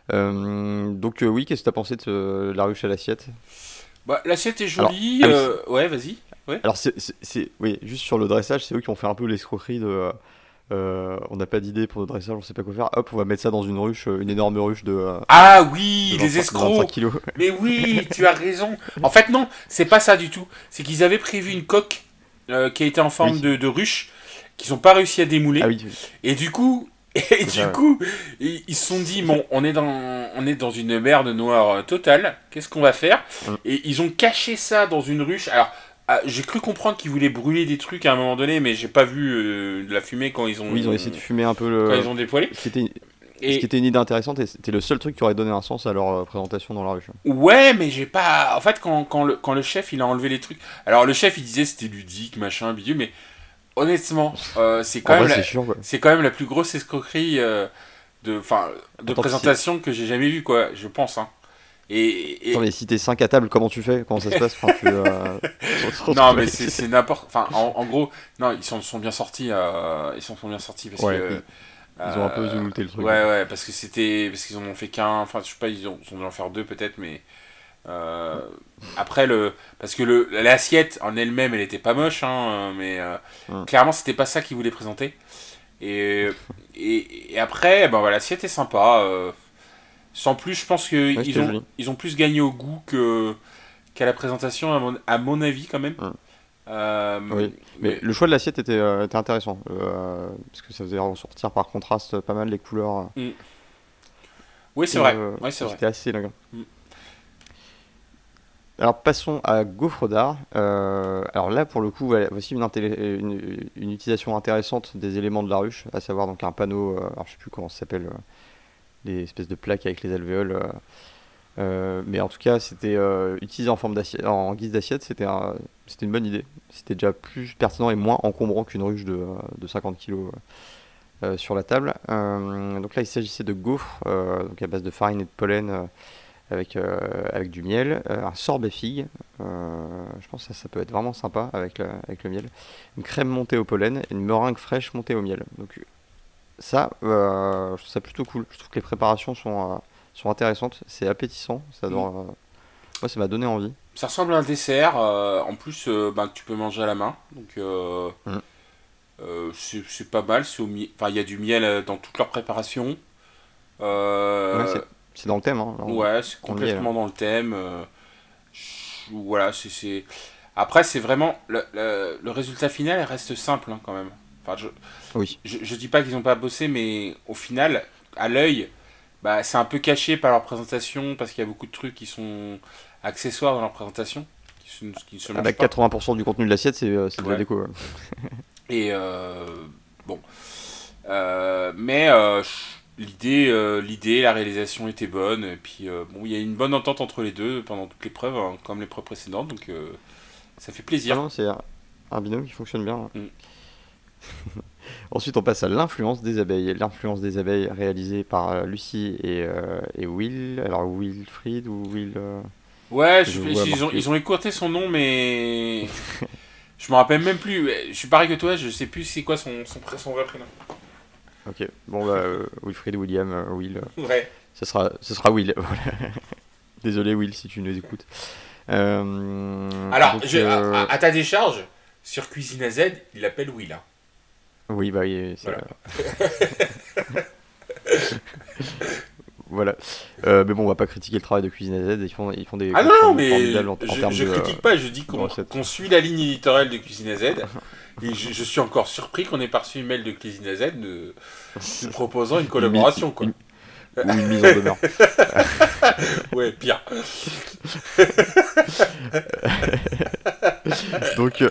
Speaker 1: Euh, donc euh, oui, qu'est-ce que t'as pensé de ce- la ruche à l'assiette?
Speaker 2: bah, l'assiette est
Speaker 1: Alors,
Speaker 2: jolie.
Speaker 1: ah oui,
Speaker 2: euh, Ouais, vas-y. Ouais.
Speaker 1: alors c'est, c'est- c'est- oui, juste sur le dressage, c'est eux qui ont fait un peu l'escroquerie de. euh, euh, on n'a pas d'idée pour le dressage, on sait pas quoi faire. Hop, on va mettre ça dans une ruche, euh, une énorme ruche de, euh,
Speaker 2: Ah oui,
Speaker 1: de
Speaker 2: les
Speaker 1: vingt-cinq, de vingt-cinq
Speaker 2: escrocs.
Speaker 1: kilos.
Speaker 2: Mais oui, tu as raison. En fait, non, c'est pas ça du tout. C'est qu'ils avaient prévu une coque euh, qui a été en forme
Speaker 1: Oui.
Speaker 2: de, de ruche, qu'ils n'ont pas réussi à
Speaker 1: Ah
Speaker 2: démouler.
Speaker 1: oui,
Speaker 2: Et du coup, et
Speaker 1: c'est
Speaker 2: du
Speaker 1: ça, ouais.
Speaker 2: coup, ils ils se sont dit bon, on est dans, on est dans une merde noire euh, totale. Qu'est-ce qu'on va faire?
Speaker 1: Mm.
Speaker 2: Et ils ont caché ça dans une ruche. Alors, ah, j'ai cru comprendre qu'ils voulaient brûler des trucs à un moment donné, mais j'ai pas vu euh, de la fumée quand ils ont,
Speaker 1: Oui, ils ont essayé de fumer un peu
Speaker 2: quand
Speaker 1: le.
Speaker 2: ils ont dépoilé.
Speaker 1: Ce qui était, ce qui
Speaker 2: Et
Speaker 1: était une idée intéressante et c'était le seul truc qui aurait donné un sens à leur euh, présentation dans la ruche.
Speaker 2: ouais, mais j'ai pas. En fait, quand, quand, le, quand le chef il a enlevé les trucs. Alors, le chef il disait c'était ludique, machin, bidule, mais honnêtement, euh, c'est quand
Speaker 1: En
Speaker 2: même
Speaker 1: vrai,
Speaker 2: la,
Speaker 1: c'est chiant quoi.
Speaker 2: c'est quand même la plus grosse escroquerie euh, de, enfin, de
Speaker 1: Attends, si-
Speaker 2: présentation que j'ai jamais vue, quoi, je pense. Hein. Et, et-
Speaker 1: Attends, mais si t'es cinq à table, comment tu fais? Comment ça se passe? Enfin, tu, euh, trop- trop-
Speaker 2: non,
Speaker 1: trop-
Speaker 2: mais c'est c'est n'importe. Enfin, en, en gros, non, ils s'en sont bien sortis. euh, ils s'en sont bien sortis parce
Speaker 1: Ouais,
Speaker 2: que.
Speaker 1: ils, ils ont un peu
Speaker 2: euh,
Speaker 1: zoulouté le truc.
Speaker 2: ouais, ouais, parce que c'était. Parce qu'ils en ont fait qu'un. Enfin, je sais pas, ils ont, ils ont dû en faire deux peut-être, mais. euh, après, le. Parce que le, l'assiette en elle-même, elle était pas moche, hein, mais. euh,
Speaker 1: Hum.
Speaker 2: clairement, c'était pas ça qu'ils voulaient présenter. Et, et, et après, ben voilà, l'assiette est sympa. euh, sans plus, je pense
Speaker 1: Ouais,
Speaker 2: qu'ils
Speaker 1: c'était
Speaker 2: ont,
Speaker 1: joli.
Speaker 2: ils ont plus gagné au goût que, qu'à la présentation, à mon, à mon avis, quand même.
Speaker 1: Hum.
Speaker 2: Euh,
Speaker 1: Oui, mais
Speaker 2: mais,
Speaker 1: le choix de l'assiette était, euh, était intéressant, euh, parce que ça faisait ressortir par contraste pas mal les couleurs.
Speaker 2: mm. Oui, c'est
Speaker 1: Et,
Speaker 2: vrai.
Speaker 1: euh,
Speaker 2: Ouais, c'est vrai.
Speaker 1: c'était assez élégant.
Speaker 2: Mm.
Speaker 1: Alors passons à Gaufre d'Art. Euh, alors là, pour le coup, voilà, voici une, intélé- une- une utilisation intéressante des éléments de la ruche, à savoir donc un panneau, euh, alors je sais plus comment ça s'appelle, euh, les espèces de plaques avec les alvéoles. euh, euh, mais en tout cas, c'était euh, utilisé en forme d'assiette, en guise d'assiette, c'était un- c'était une bonne idée. C'était déjà plus pertinent et moins encombrant qu'une ruche de, euh, de cinquante kilos. euh, sur la table. Euh, donc là, il s'agissait de gaufres, euh, donc à base de farine et de pollen, euh, avec, euh, avec du miel, euh, un sorbet figue. Euh, je pense que ça, ça peut être vraiment sympa avec, la- avec le miel. Une crème montée au pollen et une meringue fraîche montée au miel. Donc ça, euh, je trouve ça plutôt cool. Je trouve que les préparations sont, euh, sont intéressantes. C'est appétissant. Ça
Speaker 2: Mm.
Speaker 1: doit, euh, moi, ça m'a donné envie.
Speaker 2: Ça ressemble à un dessert, euh, en plus euh, ben, que tu peux manger à la main. Donc euh,
Speaker 1: Mm.
Speaker 2: euh, c'est c'est pas mal. c'est au mi- Enfin, il y a du miel euh, dans toute leur préparation.
Speaker 1: Ouais,
Speaker 2: Euh,
Speaker 1: c'est c'est dans le thème, hein, là, on,
Speaker 2: ouais, c'est
Speaker 1: on y est là.
Speaker 2: complètement dans le thème. euh, je- voilà, c'est c'est- Après, c'est vraiment. Le, le- le résultat final il reste simple hein, quand même. Enfin, je,
Speaker 1: Oui,
Speaker 2: je, je dis pas qu'ils ont pas bossé, mais au final, à l'œil, bah, c'est un peu caché par leur présentation parce qu'il y a beaucoup de trucs qui sont accessoires dans leur présentation, qui, se- qui ne se
Speaker 1: ah bah,
Speaker 2: mangent pas.
Speaker 1: quatre-vingts pour cent du contenu de l'assiette, c'est euh, c'est de la
Speaker 2: Ouais.
Speaker 1: déco. Ouais.
Speaker 2: Et euh, bon. Euh, mais euh, l'idée, euh, l'idée, la réalisation était bonne. Et puis, euh, bon, il y a une bonne entente entre les deux pendant toutes les preuves, hein, comme les preuves précédentes. Donc, euh, ça fait
Speaker 1: Ah
Speaker 2: plaisir.
Speaker 1: non, c'est un, un binôme qui fonctionne bien.
Speaker 2: Mm.
Speaker 1: Ensuite, on passe à l'influence des abeilles. L'influence des abeilles réalisée par euh, Lucie et, euh, et Will. Alors, Wilfried ou Will. euh,
Speaker 2: Ouais,
Speaker 1: je
Speaker 2: je-
Speaker 1: vois
Speaker 2: ils, ont,
Speaker 1: marqué.
Speaker 2: ils ont écourté son nom, mais je me rappelle même plus. Je suis pareil que toi, je sais plus c'est quoi son, son, pré- son vrai prénom.
Speaker 1: Ok, bon, bah, euh, Wilfried, William, euh, Will. euh,
Speaker 2: Ouais.
Speaker 1: ce sera, ce sera Will. Voilà. Désolé, Will, si tu nous écoutes. Euh,
Speaker 2: Alors,
Speaker 1: donc,
Speaker 2: je, à,
Speaker 1: euh,
Speaker 2: à- à ta décharge, sur Cuisine à Z, il l'appelle Will. Hein.
Speaker 1: oui, bah, oui, c'est,
Speaker 2: Voilà.
Speaker 1: euh, voilà. Euh, mais bon, on va pas critiquer le travail de Cuisine à Z. Ils font, ils font des
Speaker 2: Ah non,
Speaker 1: comptes
Speaker 2: non,
Speaker 1: rendus
Speaker 2: mais
Speaker 1: formidables en, en
Speaker 2: je,
Speaker 1: termes
Speaker 2: je
Speaker 1: de, euh,
Speaker 2: critique pas, je dis
Speaker 1: de
Speaker 2: qu'on
Speaker 1: recettes.
Speaker 2: qu'on suit la ligne éditoriale de Cuisine à Z. Et je, je suis encore surpris qu'on ait pas reçu une mail de Cuisine à Z de, nous proposant une
Speaker 1: Une mise,
Speaker 2: collaboration, quoi.
Speaker 1: une- ou une mise en demeure.
Speaker 2: Ouais, pire.
Speaker 1: Donc, euh,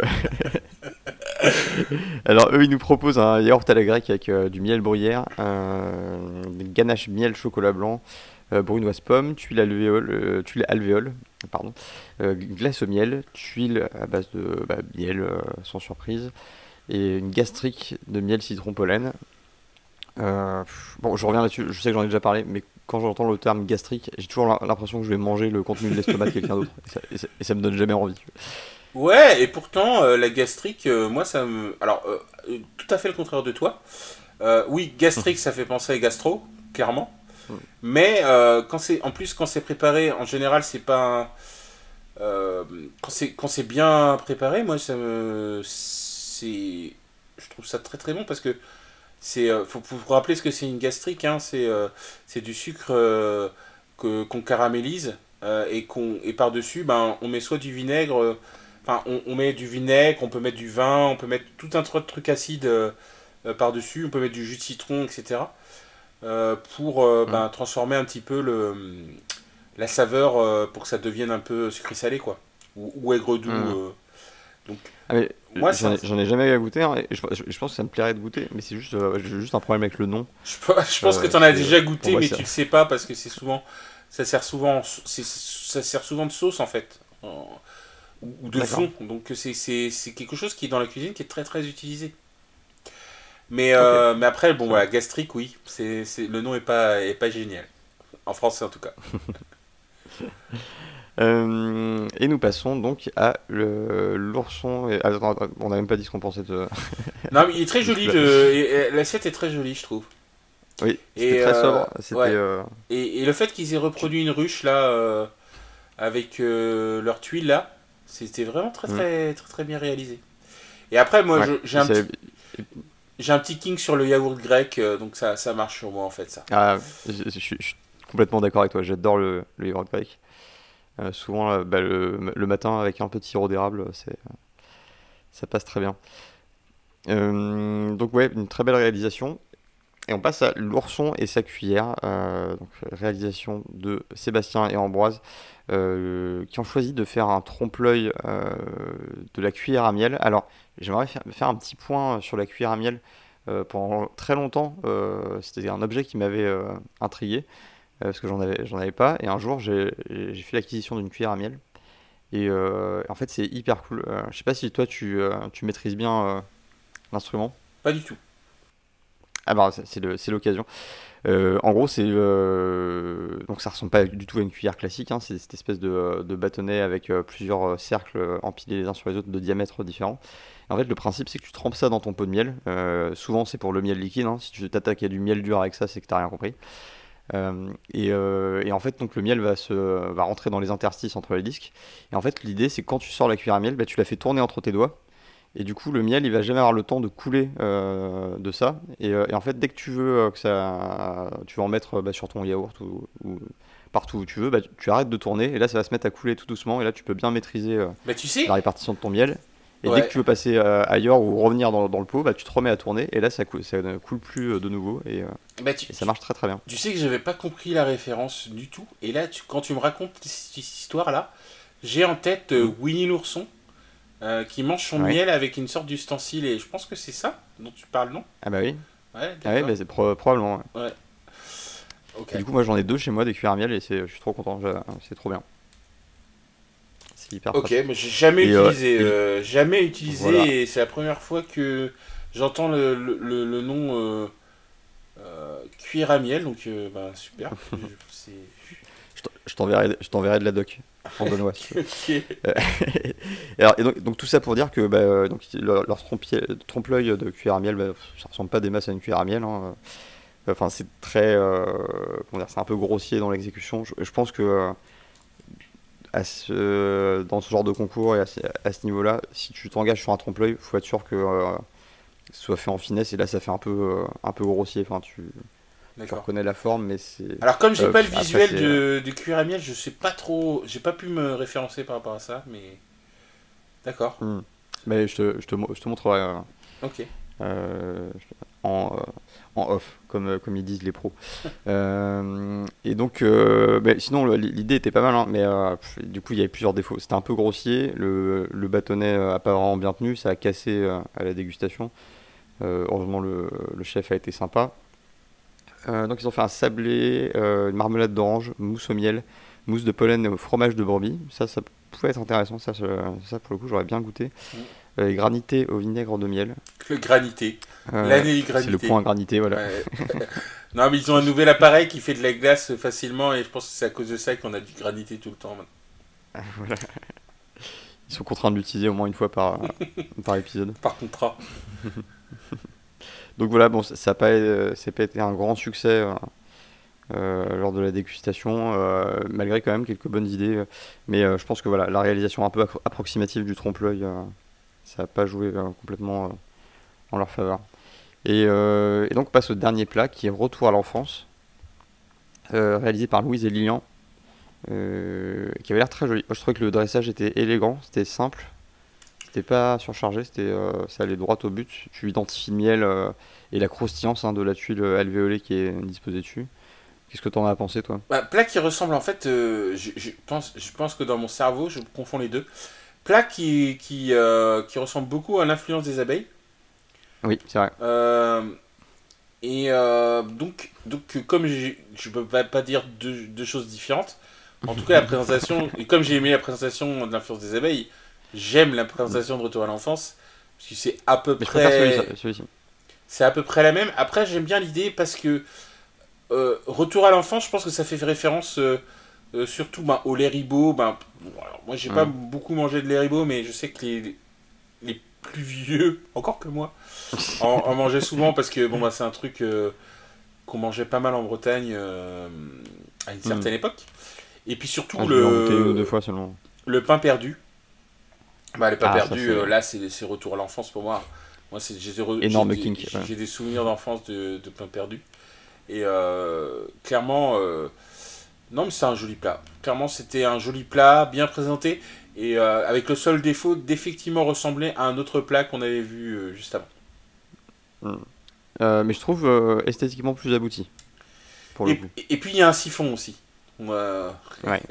Speaker 1: alors eux, ils nous proposent un yaourt à la grecque avec euh, du miel bruyère, euh, des ganaches miel chocolat blanc, euh, brunoise pomme, tuile alvéole, euh, tuile alvéole, pardon, euh, glace au miel, tuile à base de bah, miel euh, sans surprise, et une gastrique de miel citron pollen. Euh, pff, bon, je reviens là-dessus, je sais que j'en ai déjà parlé, mais quand j'entends le terme gastrique, j'ai toujours l'im- l'impression que je vais manger le contenu de l'estomac de quelqu'un d'autre, et ça, et ça, et ça me donne jamais envie.
Speaker 2: Ouais, et pourtant, euh, la gastrique, euh, moi, ça me. Alors, euh, euh, tout à fait le contraire de toi. Euh, oui, gastrique, ça fait penser à gastro, clairement. Mais euh, quand c'est, en plus, quand c'est préparé, en général, c'est pas. un- euh, quand c'est quand c'est bien préparé, moi, ça me. C'est. Je trouve ça très très bon parce que c'est. euh, faut, faut vous rappeler ce que c'est une gastrique, hein, c'est euh, c'est du sucre euh, que, qu'on caramélise euh, et, qu'on, et par-dessus, ben, on met soit du vinaigre. euh, Enfin, on, on met du vinaigre, on peut mettre du vin, on peut mettre tout un tas de trucs acides euh, euh, par-dessus, on peut mettre du jus de citron, et cetera euh, pour euh,
Speaker 1: Mm.
Speaker 2: ben, transformer un petit peu le, la saveur euh, pour que ça devienne un peu sucré-salé, quoi. Ou, ou aigre-doux.
Speaker 1: Mm.
Speaker 2: euh. Donc,
Speaker 1: Ah mais
Speaker 2: moi,
Speaker 1: j'en
Speaker 2: ça,
Speaker 1: ai, j'en ai jamais eu à goûter, hein, et je, je- je pense que ça me plairait de goûter, mais c'est juste, euh, j'ai juste un problème avec le nom.
Speaker 2: je, pe- je pense que
Speaker 1: Euh,
Speaker 2: tu en as
Speaker 1: c'est,
Speaker 2: déjà
Speaker 1: pour
Speaker 2: goûté,
Speaker 1: moi,
Speaker 2: mais
Speaker 1: c'est...
Speaker 2: tu le sais pas parce que c'est souvent. Ça sert souvent, en sau- c'est- ça sert souvent de sauce, en fait. En- ou ou de
Speaker 1: D'accord.
Speaker 2: fond. Donc, c'est c'est- c'est quelque chose qui est dans la cuisine qui est très très utilisé. Mais,
Speaker 1: Ok,
Speaker 2: euh, mais après, bon,
Speaker 1: très
Speaker 2: voilà,
Speaker 1: bien.
Speaker 2: gastrique, oui. C'est, c'est, le nom est pas, est pas génial. En français, en tout cas.
Speaker 1: Euh, et nous passons donc à le- l'ourson. Et... Attends, attends, on n'a même pas dit ce qu'on pensait de,
Speaker 2: Non, mais il est très
Speaker 1: de ce
Speaker 2: joli.
Speaker 1: plat.
Speaker 2: Le, et- et l'assiette est très jolie, je trouve.
Speaker 1: Oui, c'était
Speaker 2: Et,
Speaker 1: très
Speaker 2: euh,
Speaker 1: sobre. C'était.
Speaker 2: ouais.
Speaker 1: euh,
Speaker 2: Et, et le fait qu'ils aient
Speaker 1: tu-
Speaker 2: reproduit une ruche, là, euh, avec euh, leur tuile, là, c'était vraiment très,
Speaker 1: Hmm,
Speaker 2: très, très, très bien réalisé. Et après, moi,
Speaker 1: ouais.
Speaker 2: je- j'ai
Speaker 1: Et
Speaker 2: un
Speaker 1: ça-
Speaker 2: petit, j'ai un petit king sur le yaourt grec, euh, donc ça, ça marche sur moi, en fait, ça.
Speaker 1: Ah, je, je suis je suis complètement d'accord avec toi. J'adore le, le yaourt grec. Euh, souvent, euh, bah, le, le matin avec un peu de sirop d'érable, c'est, ça passe très bien. Euh, donc ouais, une très belle réalisation. Et on passe à l'ourson et sa cuillère, euh, donc réalisation de Sébastien et Ambroise, euh, qui ont choisi de faire un trompe-l'œil euh, de la cuillère à miel. Alors, j'aimerais faire, faire un petit point sur la cuillère à miel. Euh, pendant très longtemps, euh, c'était un objet qui m'avait euh, intrigué, euh, parce que j'en avais, j'en avais pas. Et un jour, j'ai j'ai fait l'acquisition d'une cuillère à miel. Et euh, en fait, c'est hyper cool. Euh, je sais pas si toi, tu, euh, tu maîtrises bien euh, l'instrument.
Speaker 2: Pas du tout.
Speaker 1: Ah bah c'est c'est le- c'est l'occasion. Euh, en gros, c'est euh, donc ça ressemble pas du tout à une cuillère classique, hein, c'est cette espèce de, de bâtonnet avec euh, plusieurs euh, cercles euh, empilés les uns sur les autres de diamètres différents. En fait, le principe, c'est que tu trempes ça dans ton pot de miel. Euh, souvent, c'est pour le miel liquide, hein. Si tu t'attaques à du miel dur avec ça, c'est que t'as rien compris. Euh, et, euh, et en fait, donc le miel va se va rentrer dans les interstices entre les disques. Et en fait, l'idée, c'est que quand tu sors la cuillère à miel, bah, tu la fais tourner entre tes doigts. Et du coup, le miel, il va jamais avoir le temps de couler euh, de ça. Et, euh, et en fait, dès que tu veux euh, que ça, tu veux en mettre euh, bah, sur ton yaourt ou, ou partout où tu veux, bah, tu, tu arrêtes de tourner. Et là, ça va se mettre à couler tout doucement. Et là, tu peux bien maîtriser euh,
Speaker 2: Bah, tu sais,
Speaker 1: la répartition de ton miel. Et dès que
Speaker 2: ouais.
Speaker 1: tu veux passer euh, ailleurs ou revenir dans, dans le pot, bah, tu te remets à tourner. Et là, ça, coule, ça ne coule plus euh, de nouveau. Et, euh,
Speaker 2: Bah, tu,
Speaker 1: et ça marche très très bien.
Speaker 2: tu sais que j'avais pas compris la référence du tout. Et là, tu- quand tu me racontes cette histoire-là, j'ai en tête euh,
Speaker 1: Mm.
Speaker 2: Winnie l'ourson euh, qui mange son
Speaker 1: Ouais.
Speaker 2: miel avec une sorte d'ustensile. Et je pense que c'est ça dont tu parles, non?
Speaker 1: Ah bah oui.
Speaker 2: Ouais,
Speaker 1: Ah ouais,
Speaker 2: d'accord.
Speaker 1: bah, c'est pro- probablement. Ouais.
Speaker 2: Ouais, ok.
Speaker 1: Et du coup, moi, j'en ai deux chez moi, des cuillères à miel. Et c'est, je suis trop content. j'ai- C'est trop bien. C'est hyper
Speaker 2: Ok,
Speaker 1: pratique.
Speaker 2: mais j'ai jamais
Speaker 1: Et, euh,
Speaker 2: utilisé.
Speaker 1: et
Speaker 2: euh, jamais
Speaker 1: voilà.
Speaker 2: utilisé. Et c'est la première fois que j'entends le, le, le- le nom euh, euh, cuir à miel. Donc, euh, bah, super. Je- C'est.
Speaker 1: Je t'en- je t'enverrai, je t'enverrai de la doc en Benoît, si tu veux.
Speaker 2: Ok.
Speaker 1: Euh, et alors, et donc, donc tout ça pour dire que bah, euh, donc, leur, leur trompe- trompe-l'œil de cuillère à miel, bah, ça ressemble pas des masses à une cuillère à miel, hein. Enfin, c'est très, euh, comment dire, c'est un peu grossier dans l'exécution. Je, je pense que euh, à ce, dans ce genre de concours et à ce, à ce niveau-là, si tu t'engages sur un trompe-l'œil, faut être sûr que euh, ce soit fait en finesse. Et là, ça fait un peu, euh, un peu grossier. Enfin, tu, tu
Speaker 2: D'accord.
Speaker 1: reconnais la forme, mais c'est
Speaker 2: Alors, comme j'ai
Speaker 1: euh,
Speaker 2: pas le
Speaker 1: après
Speaker 2: visuel
Speaker 1: c'est euh,
Speaker 2: de, du cuir à miel, je sais pas trop. J'ai pas pu me référencer par rapport à ça, mais. D'accord.
Speaker 1: hmm. Mais je te, je te, mo- je te montrerai. euh,
Speaker 2: Ok.
Speaker 1: euh, en, euh, en off, comme, euh, comme ils disent les pros. Euh, et donc, euh, ben, sinon, le- l'idée était pas mal, hein, mais euh, pff, du coup, il y avait plusieurs défauts. C'était un peu grossier, le, le bâtonnet euh, a pas vraiment bien tenu, ça a cassé euh, à la dégustation. Euh, heureusement, le, le chef a été sympa. Euh, donc, ils ont fait un sablé, euh, une marmelade d'orange, mousse au miel, mousse de pollen au fromage de brebis. Ça, ça pouvait être intéressant, ça, je- ça pour le coup, j'aurais bien goûté.
Speaker 2: Mm.
Speaker 1: Euh, et granité au vinaigre de miel.
Speaker 2: Le granité.
Speaker 1: Euh,
Speaker 2: L'année du
Speaker 1: c'est le
Speaker 2: granité.
Speaker 1: point à granité, voilà.
Speaker 2: Ouais. Non, mais ils ont un nouvel appareil qui fait de la glace facilement et je pense que c'est à cause de ça qu'on a du granité tout le temps maintenant.
Speaker 1: Voilà. Ils sont contraints de l'utiliser au moins une fois par, par épisode.
Speaker 2: Par contrat.
Speaker 1: Donc voilà, bon, ça n'a pas, euh, ça a pas été un grand succès euh, euh, lors de la dégustation, euh, malgré quand même quelques bonnes idées. euh, Mais euh, je pense que voilà, la réalisation un peu appro- approximative du trompe-l'œil, euh, ça n'a pas joué euh, complètement euh, en leur faveur. Et, euh, et donc on passe au dernier plat qui est Retour à l'enfance, euh, réalisé par Louise et Lilian, euh, qui avait l'air très joli. Moi, je trouvais que le dressage était élégant, c'était simple. C'était pas surchargé, c'était, euh, ça allait droit au but. Tu identifies le miel euh, et la croustillance hein, de la tuile alvéolée qui est disposée dessus. Qu'est-ce que t'en as pensé, toi?
Speaker 2: Bah, plat qui ressemble en fait, euh, je, je pense, je pense que dans mon cerveau, je confonds les deux. Plat qui, qui, euh, qui ressemble beaucoup à l'influence des abeilles.
Speaker 1: Oui, c'est vrai.
Speaker 2: Euh, et euh, donc, donc, comme j'ai- je ne peux pas, pas dire deux, deux choses différentes, en tout cas, la présentation, et comme j'ai aimé la présentation de l'influence des abeilles, j'aime la présentation de Retour à l'enfance, parce que c'est à peu
Speaker 1: Mais je préfère celui-ci.
Speaker 2: près,
Speaker 1: celui-ci.
Speaker 2: c'est à peu près la même. Après, j'aime bien l'idée parce que euh, Retour à l'enfance, je pense que ça fait référence euh, euh, surtout ben, au lait ribot. Ben, bon, alors, moi, j'ai pas
Speaker 1: Hum.
Speaker 2: beaucoup mangé de lait ribot, mais je sais que les, les plus vieux, encore que moi, en, en mangeaient souvent parce que bon, ben, c'est un truc euh, qu'on mangeait pas mal en Bretagne euh, à une certaine
Speaker 1: Hum.
Speaker 2: époque. Et puis surtout
Speaker 1: Ah, j'ai dû en goûter une ou deux
Speaker 2: le,
Speaker 1: fois seulement.
Speaker 2: le pain perdu. Bah, le pain
Speaker 1: Ah, ça
Speaker 2: perdu,
Speaker 1: c'est
Speaker 2: euh, là, c'est c'est Retour à l'enfance pour moi. Moi, c'est- j'ai des, re- j'ai
Speaker 1: énorme
Speaker 2: des,
Speaker 1: kink. Ouais.
Speaker 2: j'ai des souvenirs d'enfance de, de pain perdu. Et euh, clairement, euh, non, mais c'est un joli plat. Clairement, c'était un joli plat, bien présenté. Et euh, avec le seul défaut d'effectivement ressembler à un autre plat qu'on avait vu euh, juste avant.
Speaker 1: Hum. Euh, mais je trouve euh, esthétiquement plus abouti, pour le
Speaker 2: Et,
Speaker 1: coup.
Speaker 2: et puis, il y a un siphon aussi. Euh,
Speaker 1: Ouais.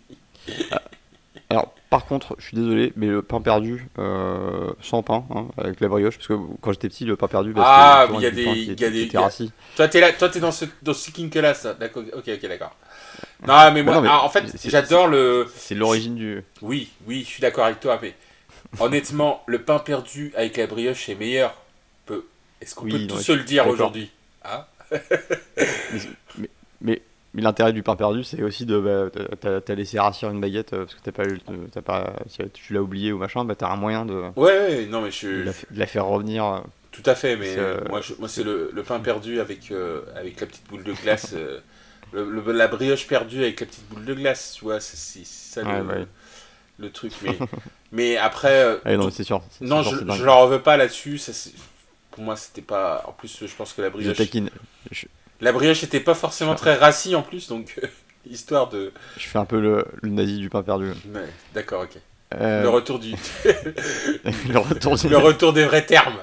Speaker 1: Alors, par contre, je suis désolé, mais le pain perdu, euh, sans pain, hein, avec la brioche, parce que quand j'étais petit, le pain perdu, bah,
Speaker 2: Ah,
Speaker 1: c'était
Speaker 2: mais il y a
Speaker 1: justement
Speaker 2: des-
Speaker 1: avec du pain
Speaker 2: il
Speaker 1: qui
Speaker 2: y a
Speaker 1: était,
Speaker 2: des-
Speaker 1: qui était
Speaker 2: il y a-
Speaker 1: rassis.
Speaker 2: Toi, t'es là, toi, t'es dans ce, dans ce kink-là, ça. D'accord. Ok, ok, d'accord. Non, mais
Speaker 1: Bah
Speaker 2: moi,
Speaker 1: non, mais
Speaker 2: ah, en fait,
Speaker 1: c'est
Speaker 2: j'adore le.
Speaker 1: c'est l'origine du.
Speaker 2: Oui, oui, je suis d'accord avec toi, mais honnêtement, le pain perdu avec la brioche est meilleur. Peu- Est-ce qu'on peut
Speaker 1: Oui, non,
Speaker 2: tous
Speaker 1: je
Speaker 2: se
Speaker 1: suis
Speaker 2: le
Speaker 1: je suis
Speaker 2: dire
Speaker 1: d'accord.
Speaker 2: aujourd'hui? Ah.
Speaker 1: Mais, mais, mais, mais l'intérêt du pain perdu, c'est aussi de. Bah, t'as, t'as laissé rassir une baguette euh, parce que t'as pas, eu le- t'as pas, si tu l'as oublié ou machin, bah t'as un moyen de,
Speaker 2: Ouais, ouais, non, mais
Speaker 1: de,
Speaker 2: je,
Speaker 1: la,
Speaker 2: je-
Speaker 1: fa- de la faire revenir. euh,
Speaker 2: tout à fait,
Speaker 1: C'est,
Speaker 2: mais
Speaker 1: euh,
Speaker 2: moi, je, moi c'est
Speaker 1: c'est-
Speaker 2: le, le pain perdu avec, euh, avec la petite boule de glace. euh, le, le- la brioche perdue avec la petite boule de glace, tu vois, c'est, c'est ça
Speaker 1: ouais, bah,
Speaker 2: le,
Speaker 1: oui.
Speaker 2: le truc. Mais, mais après, euh,
Speaker 1: Ah oui, non,
Speaker 2: tout-
Speaker 1: mais c'est sûr, c'est, c'est
Speaker 2: non,
Speaker 1: sûr,
Speaker 2: je,
Speaker 1: c'est
Speaker 2: je
Speaker 1: dingue.
Speaker 2: leur veux pas là-dessus. Ça, c'est- pour moi, c'était pas. En plus, je pense que la
Speaker 1: Je
Speaker 2: brioche,
Speaker 1: taquine. Je,
Speaker 2: la brioche était pas
Speaker 1: je
Speaker 2: forcément
Speaker 1: fais,
Speaker 2: très rassis en plus, donc histoire de.
Speaker 1: je fais un peu le, le nazi du pain perdu.
Speaker 2: Ouais, d'accord, ok. Le
Speaker 1: Euh,
Speaker 2: retour du,
Speaker 1: le retour du
Speaker 2: le retour des vrais termes.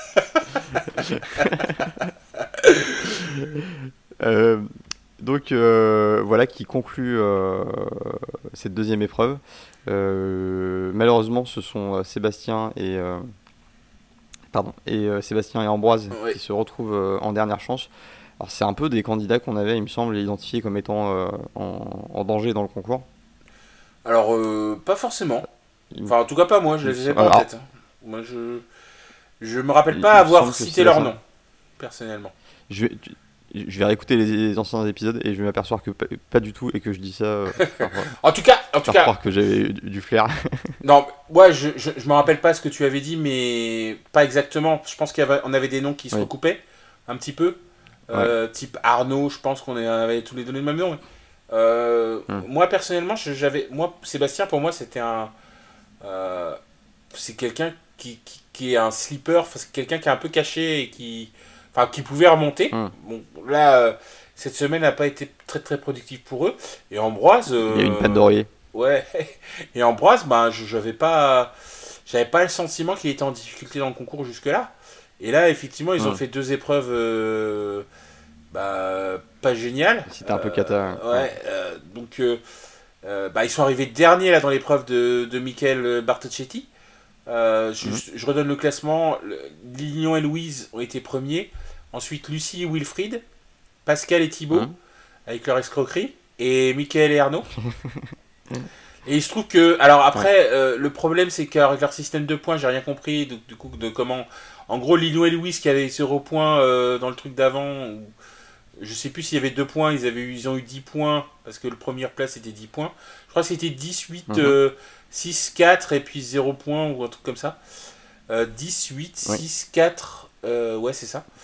Speaker 1: Euh, donc euh, voilà qui conclut euh, cette deuxième épreuve. Euh, malheureusement, ce sont euh, Sébastien et euh, pardon et euh, Sébastien et Ambroise
Speaker 2: Oui.
Speaker 1: qui se retrouvent euh, en dernière chance. Alors c'est un peu des candidats qu'on avait, il me semble, identifiés comme étant euh, en, en danger dans le concours.
Speaker 2: Alors, euh, pas forcément.
Speaker 1: Il, me-
Speaker 2: Enfin, en tout cas, pas moi, je
Speaker 1: il me
Speaker 2: les ai
Speaker 1: sem-
Speaker 2: pas en
Speaker 1: alors,
Speaker 2: tête. hein. Moi, je. Je me rappelle
Speaker 1: il-
Speaker 2: pas
Speaker 1: il me
Speaker 2: avoir
Speaker 1: semble que
Speaker 2: cité leur
Speaker 1: Sébastien.
Speaker 2: nom, personnellement.
Speaker 1: Je vais, je vais réécouter les, les anciens épisodes et je vais m'apercevoir que pas, pas du tout et que je dis ça euh, pour faire,
Speaker 2: En tout cas, en tout
Speaker 1: faire
Speaker 2: cas,
Speaker 1: croire que j'avais du, du flair.
Speaker 2: non, ouais, je, je, je me rappelle pas ce que tu avais dit, mais pas exactement. Je pense qu'on avait des noms qui se
Speaker 1: Oui.
Speaker 2: recoupaient un petit peu.
Speaker 1: Ouais.
Speaker 2: Euh, type Arnaud, je pense qu'on est- avait tous les donné le même nom. Euh,
Speaker 1: Hmm.
Speaker 2: Moi, personnellement, je- j'avais. Moi, Sébastien, pour moi, c'était un. euh, c'est quelqu'un qui, qui, qui est un sleeper, enfin, c'est quelqu'un qui est un peu caché et qui. Enfin, qui pouvait remonter.
Speaker 1: Hmm.
Speaker 2: Bon, là, euh, cette semaine n'a pas été très très productive pour eux. Et Ambroise.
Speaker 1: Il y a une patte
Speaker 2: euh,
Speaker 1: d'oreiller.
Speaker 2: Ouais. Et Ambroise, ben, je j'avais pas, j'avais pas le sentiment qu'il était en difficulté dans le concours jusque-là. Et là, effectivement, ils ont
Speaker 1: Hmm.
Speaker 2: fait deux épreuves, euh, bah, pas géniales.
Speaker 1: C'était un peu
Speaker 2: Euh,
Speaker 1: cata.
Speaker 2: ouais. euh, donc, euh, euh, bah, ils sont arrivés derniers là dans l'épreuve de, de Michael Bartocchetti. Euh, je,
Speaker 1: Mhm.
Speaker 2: je redonne le classement. Le- Lignon et Louise ont été premiers. Ensuite, Lucie et Wilfried, Pascal et Thibaut
Speaker 1: Mhm.
Speaker 2: avec leur escroquerie, et Michael et Arnaud. Et il se trouve que, alors après, euh, le problème c'est qu'avec leur système de points, j'ai rien compris de, du coup de comment. En gros, Lino et Louis qui avaient zéro point euh, dans le truc d'avant, ou- je sais plus s'il y avait deux points, ils, avaient eu, ils ont eu dix points parce que le première place était dix points. Je crois que c'était dix, huit,
Speaker 1: Mhm.
Speaker 2: euh, six, quatre et puis zéro point ou un truc comme ça. Euh, dix, huit,
Speaker 1: Ouais.
Speaker 2: six, quatre, euh, ouais, c'est ça.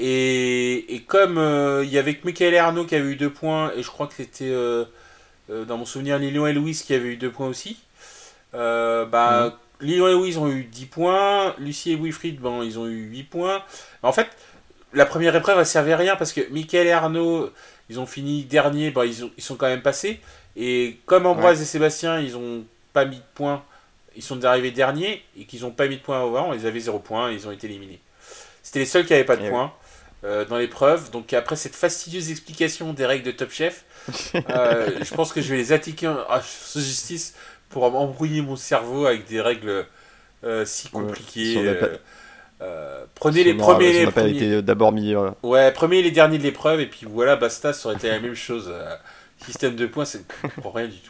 Speaker 2: Et, et comme euh, il y avait que Michael et Arnaud qui avaient eu deux points, et je crois que c'était. euh, euh, dans mon souvenir, Lilian et Louise qui avaient eu deux points aussi. Euh, bah, Lilian et Louise ont eu dix points. Lucie et Wilfried, bon, ils ont eu huit points. En fait, la première épreuve, elle servait à rien parce que Mickaël et Arnaud, ils ont fini dernier, bah, ils, ont- ils sont quand même passés. Et comme Ambroise et Sébastien, ils ont pas mis de points, ils sont arrivés derniers et qu'ils ont pas mis de points avant, ils avaient zéro point, ils ont été éliminés. C'était les seuls qui n'avaient pas de
Speaker 1: Eh
Speaker 2: points euh, dans l'épreuve. Donc après cette fastidieuse explication des règles de Top Chef, euh, je pense que je vais les attaquer en en justice pour embrouiller mon cerveau avec des règles euh, si
Speaker 1: Ouais,
Speaker 2: compliquées.
Speaker 1: si on n'a pas-
Speaker 2: euh, euh, prenez
Speaker 1: Si
Speaker 2: les
Speaker 1: on aura-
Speaker 2: premiers,
Speaker 1: si on
Speaker 2: les
Speaker 1: n'a pas
Speaker 2: premiers.
Speaker 1: été d'abord mis. euh,
Speaker 2: Ouais, premiers et les derniers de l'épreuve, et puis voilà, basta, ça aurait été la même chose. euh, système de points, c'est pour rien du tout.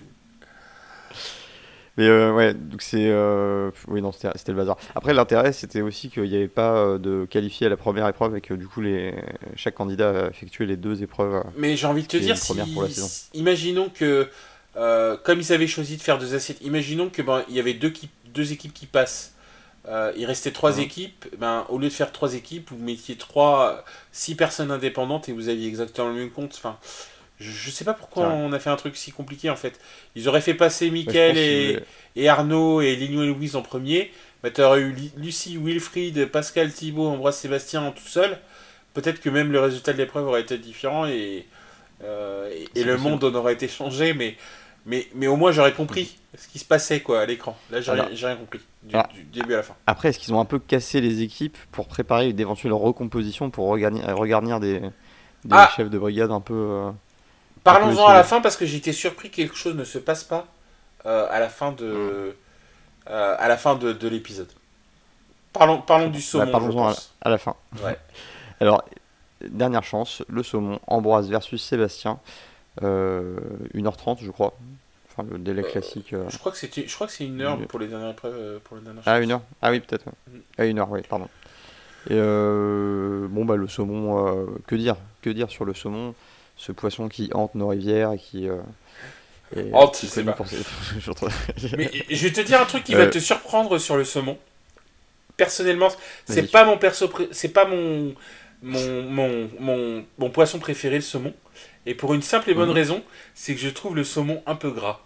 Speaker 1: Mais euh, ouais, donc c'est. euh, Oui, non, c'était c'était le bazar. Après, l'intérêt, c'était aussi qu'il n'y avait pas euh, de qualifié à la première épreuve et que du coup, les... chaque candidat a effectué les deux épreuves. euh,
Speaker 2: Mais j'ai envie de te
Speaker 1: qui est
Speaker 2: dire,
Speaker 1: une
Speaker 2: si,
Speaker 1: première pour la saison.
Speaker 2: si- imaginons que, euh, comme ils avaient choisi de faire deux assiettes, imaginons que ben, il y avait deux, qui- deux équipes qui passent. Euh, il restait trois
Speaker 1: Mhm.
Speaker 2: équipes. Ben, au lieu de faire trois équipes, vous mettiez trois, six personnes indépendantes et vous aviez exactement le même compte. Enfin, je, je sais pas pourquoi
Speaker 1: C'est vrai.
Speaker 2: on a fait un truc si compliqué en fait. Ils auraient fait passer
Speaker 1: Ouais, je
Speaker 2: Mickaël
Speaker 1: pense
Speaker 2: et,
Speaker 1: que-
Speaker 2: et Arnaud et Lignon et Louise en premier. Ben, tu aurais eu Li- Lucie, Wilfried, Pascal, Thibaut, Ambroise, Sébastien en tout seul. Peut-être que même le résultat de l'épreuve aurait été différent et, euh, et, et
Speaker 1: C'est
Speaker 2: le
Speaker 1: possible.
Speaker 2: monde en aurait été changé, mais, mais, mais au moins j'aurais compris ce qui se passait quoi, à l'écran. Là, j'ai
Speaker 1: Alors-
Speaker 2: rien, j'ai rien compris, du,
Speaker 1: Alors-
Speaker 2: du début à la fin.
Speaker 1: Après, est-ce qu'ils ont un peu cassé les équipes pour préparer d'éventuelles recompositions pour regarnir, regarnir des, des
Speaker 2: Ah
Speaker 1: chefs de brigade un peu. euh,
Speaker 2: Parlons-en
Speaker 1: un peu
Speaker 2: à la
Speaker 1: isolés.
Speaker 2: fin parce que j'étais surpris que quelque chose ne se passe pas euh, à la fin de, euh, à la fin de, de l'épisode. Parlons, parlons du
Speaker 1: Bah,
Speaker 2: saumon, je
Speaker 1: parlons-en à,
Speaker 2: pense.
Speaker 1: à la fin.
Speaker 2: Ouais.
Speaker 1: Alors, dernière chance, le saumon, Ambroise versus Sébastien. Euh, une heure trente, je crois. Enfin, le délai
Speaker 2: Euh,
Speaker 1: classique. euh.
Speaker 2: Je crois que c'était, je crois que c'est une heure
Speaker 1: Une-
Speaker 2: pour les dernières épreuves, euh, pour les dernières
Speaker 1: Ah,
Speaker 2: chances.
Speaker 1: une heure Ah oui, peut-être. ouais.
Speaker 2: Mhm.
Speaker 1: Ah, une heure, oui, pardon. Et euh, bon, bah, le saumon, euh, que dire? Que dire sur le saumon? Ce poisson qui hante nos rivières et qui, euh, est,
Speaker 2: Hante,
Speaker 1: qui
Speaker 2: je
Speaker 1: est
Speaker 2: sais
Speaker 1: connu
Speaker 2: pas.
Speaker 1: pour ses... je trouve-
Speaker 2: Mais je vais te dire un truc qui va
Speaker 1: Euh,
Speaker 2: te surprendre sur le saumon. Personnellement, c'est
Speaker 1: Vas-y.
Speaker 2: pas mon perso, pré- c'est pas mon mon, mon, mon mon poisson préféré le saumon. Et pour une simple et bonne
Speaker 1: Mhm.
Speaker 2: raison, c'est que je trouve le saumon un peu gras.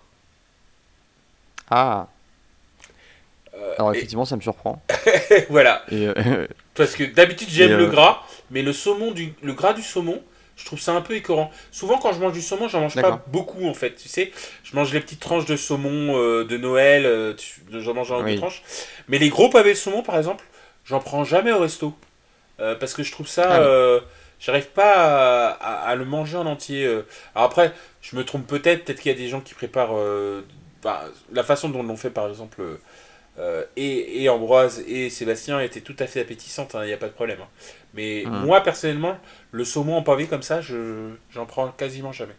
Speaker 1: Ah,
Speaker 2: Euh,
Speaker 1: alors
Speaker 2: et
Speaker 1: effectivement, ça me surprend.
Speaker 2: voilà.
Speaker 1: Et, euh,
Speaker 2: Parce que d'habitude
Speaker 1: et
Speaker 2: j'aime le
Speaker 1: euh,
Speaker 2: gras, mais le saumon du le gras du saumon, je trouve ça un peu écœurant. Souvent quand je mange du saumon, j'en mange
Speaker 1: d'accord.
Speaker 2: pas beaucoup en fait. Tu sais, je mange les petites tranches de saumon euh, de Noël, euh, tu- j'en mange un ou deux
Speaker 1: Oui.
Speaker 2: tranches. Mais les gros pavés de saumon par exemple, j'en prends jamais au resto. Euh, parce que je trouve ça.
Speaker 1: Ah oui.
Speaker 2: Euh, j'arrive pas à, à- à le manger en entier. euh. Alors après, je me trompe peut-être. Peut-être qu'il y a des gens qui préparent. Euh, bah, la façon dont l'on fait, par exemple, euh, et, et Ambroise et Sébastien étaient tout à fait appétissantes. Il n'y a pas de problème, hein. Mais
Speaker 1: Mhm.
Speaker 2: moi, personnellement, le saumon en pavé comme ça, je j'en prends quasiment jamais.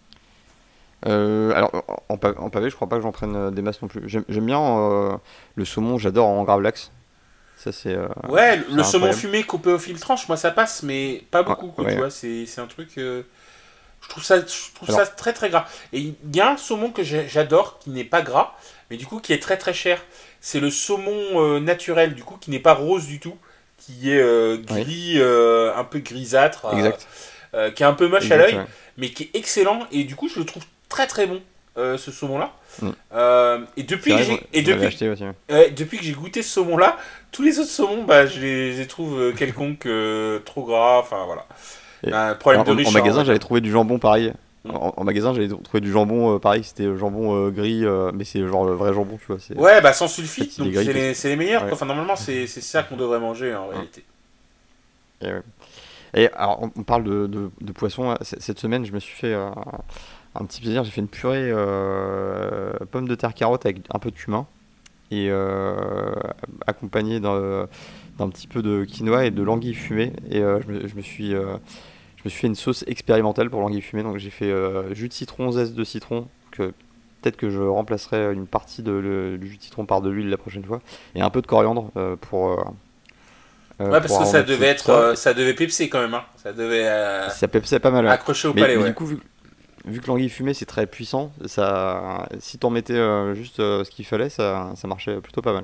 Speaker 1: Euh, alors, en, pa- en pavé, je crois pas que j'en prenne euh, des masses non plus. J'aime j'aime bien euh, le saumon, j'adore en gravlax. Ça, c'est, euh,
Speaker 2: Ouais,
Speaker 1: je trouve
Speaker 2: le
Speaker 1: ça
Speaker 2: saumon
Speaker 1: incroyable.
Speaker 2: fumé coupé au fil tranche, moi ça passe, mais pas
Speaker 1: Ouais,
Speaker 2: beaucoup, quoi, tu
Speaker 1: ouais.
Speaker 2: vois. C'est c'est un truc. euh, Je trouve ça, je trouve ça
Speaker 1: Alors,
Speaker 2: très très gras. Et il y a un saumon que j'ai- j'adore, qui n'est pas gras, mais du coup qui est très très cher. C'est le saumon euh, naturel, du coup, qui n'est pas rose du tout, qui est euh,
Speaker 1: oui,
Speaker 2: gris, euh, un peu grisâtre, euh,
Speaker 1: exact.
Speaker 2: euh, qui est un peu moche à
Speaker 1: Exact,
Speaker 2: l'œil,
Speaker 1: ouais.
Speaker 2: mais qui est excellent. Et du coup, je le trouve très très bon, euh, ce saumon-là.
Speaker 1: Mm.
Speaker 2: Euh, et
Speaker 1: C'est
Speaker 2: depuis que
Speaker 1: vrai, j'en
Speaker 2: j'ai et
Speaker 1: j'en avais
Speaker 2: depuis
Speaker 1: acheté aussi. Ouais.
Speaker 2: euh, depuis que j'ai goûté ce saumon-là, tous les autres saumons, bah, je les, je les trouve euh, quelconques, euh, trop gras. Enfin voilà,
Speaker 1: Et,
Speaker 2: un problème
Speaker 1: alors,
Speaker 2: de
Speaker 1: en, en
Speaker 2: riche, hein, on va
Speaker 1: magasin,
Speaker 2: dire.
Speaker 1: j'avais trouvé du jambon pareil.
Speaker 2: Mm.
Speaker 1: En, en magasin, j'avais trouvé du jambon euh, pareil, c'était euh, jambon euh, gris, euh, mais c'est genre le vrai jambon, tu vois. C'est, en
Speaker 2: Ouais, bah sans sulfite,
Speaker 1: fait, il est
Speaker 2: donc
Speaker 1: gris
Speaker 2: c'est
Speaker 1: parce
Speaker 2: les,
Speaker 1: que.
Speaker 2: c'est les meilleurs, quoi.
Speaker 1: Ouais.
Speaker 2: Enfin, normalement, c'est c'est ça qu'on devrait manger en
Speaker 1: Mm.
Speaker 2: réalité.
Speaker 1: Et, ouais. Et alors, on, on parle de, de, de poisson. C- Cette semaine, je me suis fait euh, un petit plaisir. J'ai fait une purée euh, pommes de terre carottes avec un peu de cumin et euh, accompagné d'un d'un petit peu de quinoa et de l'anguille fumée. Et euh, je me, je me suis euh, je me suis fait une sauce expérimentale pour l'anguille fumée. Donc j'ai fait euh, jus de citron, zeste de citron. Que peut-être que je remplacerai une partie de le- du jus de citron par de l'huile la prochaine fois et un peu de coriandre euh, pour euh, euh,
Speaker 2: Ouais, parce
Speaker 1: pour
Speaker 2: que ça
Speaker 1: aromatiser
Speaker 2: devait
Speaker 1: tout
Speaker 2: être,
Speaker 1: ça.
Speaker 2: euh, ça devait pepser quand même, hein. Ça devait euh,
Speaker 1: Ça pepsait pas mal, ouais.
Speaker 2: accrocher au
Speaker 1: Mais,
Speaker 2: palais,
Speaker 1: mais du
Speaker 2: ouais.
Speaker 1: coup, vu, vu que l'anguille fumée c'est très puissant, ça, si t'en mettais euh, juste euh, ce qu'il fallait, ça, ça marchait plutôt pas mal.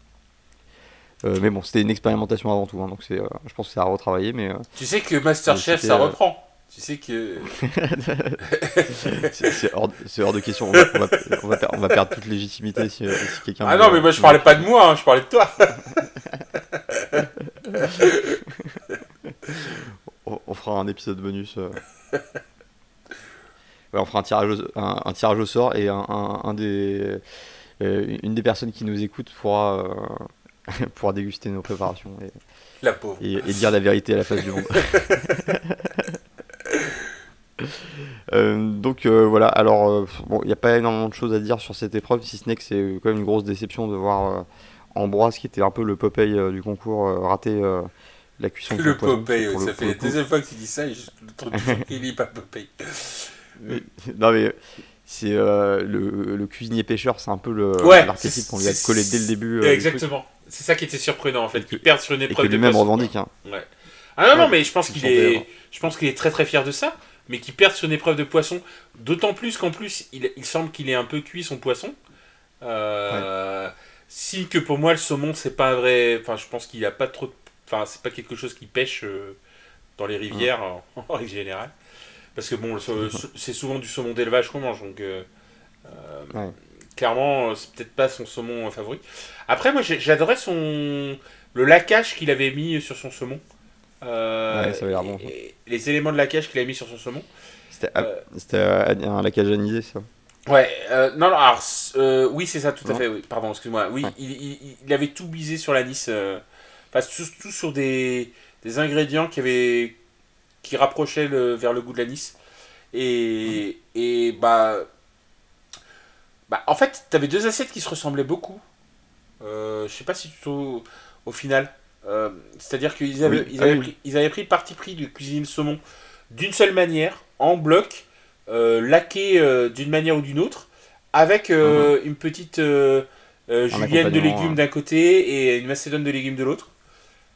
Speaker 1: Euh, mais bon, c'était une expérimentation avant tout, hein, donc c'est, euh, je pense que c'est à retravailler, mais, euh,
Speaker 2: Tu sais que
Speaker 1: mais
Speaker 2: Masterchef,
Speaker 1: c'était,
Speaker 2: ça
Speaker 1: euh,
Speaker 2: reprend. Tu sais que.
Speaker 1: c'est c'est hors, de- c'est hors de question. On va, on va, on va per- on va perdre toute légitimité si, euh, si quelqu'un
Speaker 2: Ah
Speaker 1: nous,
Speaker 2: non, mais
Speaker 1: euh,
Speaker 2: moi je
Speaker 1: nous
Speaker 2: parlais pas de
Speaker 1: accuse.
Speaker 2: moi, hein, je parlais de toi.
Speaker 1: On, on fera un épisode bonus. euh. Ouais, on fera un tirage, au, un, un tirage au sort et un, un- un des, euh, une des personnes qui nous écoute pourra, euh, pourra déguster nos préparations
Speaker 2: La pauvre.
Speaker 1: et, et, et dire la vérité à la face du monde. Euh, donc euh, voilà, alors euh, bon, il n'y a pas énormément de choses à dire sur cette épreuve, si ce n'est que c'est quand même une grosse déception de voir euh, Ambroise, qui était un peu le Popeye euh, du concours, euh, rater euh, la cuisson de son
Speaker 2: Le
Speaker 1: poisson. Parce que
Speaker 2: Popeye, ouais,
Speaker 1: pour le,
Speaker 2: ça
Speaker 1: pour
Speaker 2: fait
Speaker 1: le
Speaker 2: la
Speaker 1: coup,
Speaker 2: deuxième fois que tu dis ça et je trouve toujours qu'il est pas Popeye.
Speaker 1: oui, non mais c'est euh, le, le cuisinier pêcheur, c'est un peu le,
Speaker 2: Ouais, c'est.
Speaker 1: l'archétype qu'on lui a collé dès le
Speaker 2: c'est-
Speaker 1: début euh, du truc,
Speaker 2: Exactement. C'est ça qui était surprenant en
Speaker 1: et
Speaker 2: fait,
Speaker 1: que,
Speaker 2: qu'il perde sur une
Speaker 1: et que
Speaker 2: épreuve de
Speaker 1: lui-même
Speaker 2: poisson, quoi.
Speaker 1: revendique. Hein.
Speaker 2: Ouais. Ah non, non,
Speaker 1: Ouais,
Speaker 2: mais je pense
Speaker 1: il
Speaker 2: qu'il
Speaker 1: chantait.
Speaker 2: est, je pense qu'il est très très fier de ça, mais qu'il perde sur une épreuve de poisson, d'autant plus qu'en plus, il, il semble qu'il ait un peu cuit son poisson.
Speaker 1: Ouais.
Speaker 2: Euh, si que pour moi, le saumon, c'est pas un vrai. Enfin, je pense qu'il a pas trop. Enfin, c'est pas quelque chose qui pêche euh, dans les
Speaker 1: Mm.
Speaker 2: rivières en, en règle générale. Parce que bon, le sau- c'est souvent du saumon d'élevage qu'on mange, donc euh, euh,
Speaker 1: Ouais.
Speaker 2: clairement, euh, c'est peut-être pas son saumon euh, favori. Après, moi, j'ai- j'adorais son le laquage qu'il avait mis sur son saumon.
Speaker 1: Ouais,
Speaker 2: Euh,
Speaker 1: ça avait l'air bon, ça.
Speaker 2: et- et les éléments de laquage qu'il a mis sur son saumon.
Speaker 1: C'était ah,
Speaker 2: Euh,
Speaker 1: c'était, euh, un laquage anisé, ça.
Speaker 2: ouais, euh, non, non, alors, euh, oui, c'est ça, tout à
Speaker 1: Non?
Speaker 2: fait, oui, pardon, excuse-moi. Oui,
Speaker 1: Ouais.
Speaker 2: il, il, il avait tout misé sur l'anis, euh, enfin, surtout sur des, des ingrédients qui, avaient, qui rapprochaient le, vers le goût de l'anis. Et, et bah, bah, en fait, t'avais deux assiettes qui se ressemblaient beaucoup. Euh, je sais pas si tu au, au final. Euh, C'est-à-dire qu'ils avaient,
Speaker 1: Oui,
Speaker 2: ils
Speaker 1: ah
Speaker 2: avaient,
Speaker 1: oui.
Speaker 2: pris, ils avaient pris le parti pris de cuisiner le saumon d'une seule manière, en bloc, euh, laqué euh, d'une manière ou d'une autre, avec
Speaker 1: Mhm.
Speaker 2: euh, une petite euh, euh,
Speaker 1: Un
Speaker 2: julienne de
Speaker 1: accompagnement.
Speaker 2: légumes
Speaker 1: euh,
Speaker 2: d'un côté et une macédoine de légumes de l'autre.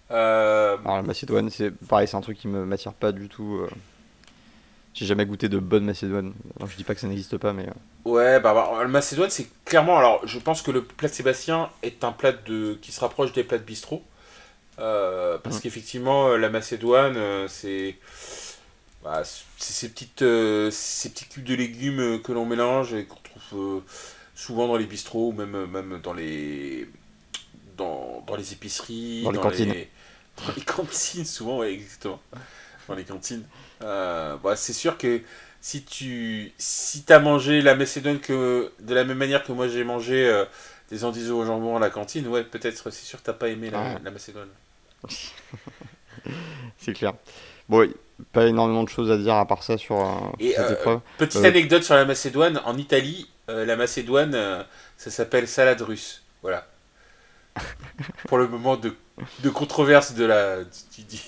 Speaker 2: Euh,
Speaker 1: Alors la Macédoine, c'est pareil, c'est un truc qui me m'attire pas du tout. euh. J'ai jamais goûté de bonne Macédoine. Alors, je dis pas que ça n'existe pas, mais euh,
Speaker 2: ouais, bah, bah, le Macédoine, c'est clairement. Alors, je pense que le plat de Sébastien est un plat de, qui se rapproche des plats de bistrot. Euh, parce
Speaker 1: mm.
Speaker 2: qu'effectivement, euh, la Macédoine, euh, c'est. Bah, c'est ces petites, euh, ces petits cubes de légumes euh, que l'on mélange et qu'on trouve euh, souvent dans les bistrots ou même, euh, même dans les. Dans, dans les épiceries,
Speaker 1: Dans les
Speaker 2: dans
Speaker 1: cantines.
Speaker 2: les, dans les cantines, souvent, ouais, exactement. Dans les cantines. Euh, bah, c'est sûr que si tu si t'as mangé la Macédoine que, de la même manière que moi j'ai mangé euh, des andouilles au jambon à la cantine, ouais, peut-être, c'est sûr que t'as pas aimé la,
Speaker 1: Ouais,
Speaker 2: la Macédoine.
Speaker 1: c'est clair. Bon, y- pas énormément de choses à dire à part ça sur, euh, sur
Speaker 2: Et
Speaker 1: cette
Speaker 2: euh,
Speaker 1: épreuve.
Speaker 2: petite
Speaker 1: Euh,
Speaker 2: anecdote sur la Macédoine, en Italie, euh, la Macédoine, euh, ça s'appelle salade russe. Voilà. Pour le moment de, de controverse de la. Du, du-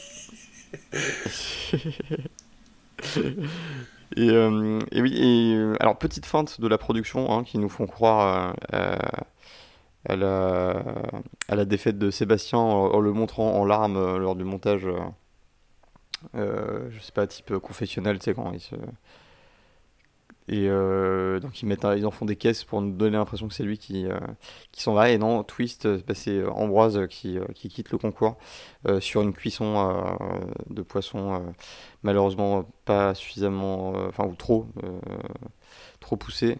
Speaker 1: et, euh, et oui, et, euh, alors petite feinte de la production hein, qui nous font croire euh, euh, à, la, à la défaite de Sébastien en, en le montrant en larmes euh, lors du montage, euh, euh, je sais pas, type confessionnel, tu sais, quand ils se. Et euh, donc ils, mettent un- ils en font des caisses pour nous donner l'impression que c'est lui qui, euh, qui s'en va. Et non, twist, euh, bah, c'est Ambroise qui, euh, qui quitte le concours euh, sur une cuisson euh, de poisson euh, malheureusement pas suffisamment, euh, enfin ou trop, euh, trop poussé.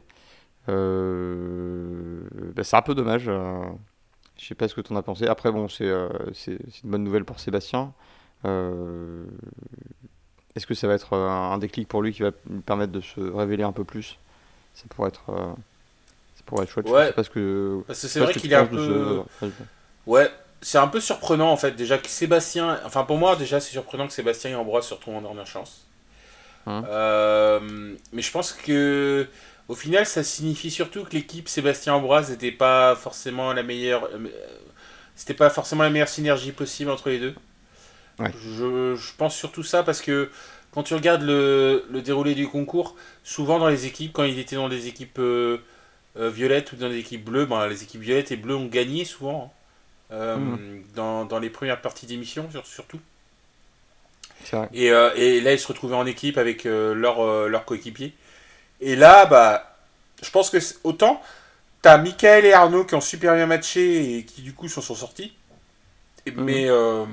Speaker 1: Euh, bah, c'est un peu dommage. euh, je sais pas ce que tu en as pensé. Après bon, c'est euh, c'est c'est une bonne nouvelle pour Sébastien. Euh, Est-ce que ça va être euh, un déclic pour lui qui va lui permettre de se révéler un peu plus? Ça pourrait être, euh, ça pourrait être chouette. Je sais
Speaker 2: Ouais,
Speaker 1: pas ce que,
Speaker 2: parce que
Speaker 1: je
Speaker 2: c'est
Speaker 1: sais pas ce
Speaker 2: vrai
Speaker 1: que tu
Speaker 2: qu'il est un
Speaker 1: penses de ce
Speaker 2: peu.
Speaker 1: résultat.
Speaker 2: Ouais, c'est un peu surprenant en fait. Déjà que Sébastien. Enfin, pour moi, déjà, c'est surprenant que Sébastien et Ambroise se retrouvent en dernière chance.
Speaker 1: Hein.
Speaker 2: Euh, mais je pense que. Au final, ça signifie surtout que l'équipe Sébastien-Ambroise n'était pas forcément la meilleure. euh, C'était pas forcément la meilleure synergie possible entre les deux.
Speaker 1: Ouais.
Speaker 2: Je, je pense surtout ça parce que quand tu regardes le, le déroulé du concours, souvent dans les équipes, quand il était dans des équipes euh, euh, violettes ou dans des équipes bleues, ben, les équipes violettes et bleues ont gagné souvent hein,
Speaker 1: Mhm.
Speaker 2: euh, dans, dans les premières parties d'émission sur- surtout.
Speaker 1: C'est vrai.
Speaker 2: Et, euh, et là, ils se retrouvaient en équipe avec euh, leurs euh, leurs coéquipiers. Et là, bah, je pense que c'est- autant t'as Michael et Arnaud qui ont super bien matché et qui du coup s'en sont sortis. Et-
Speaker 1: Mhm.
Speaker 2: Mais euh,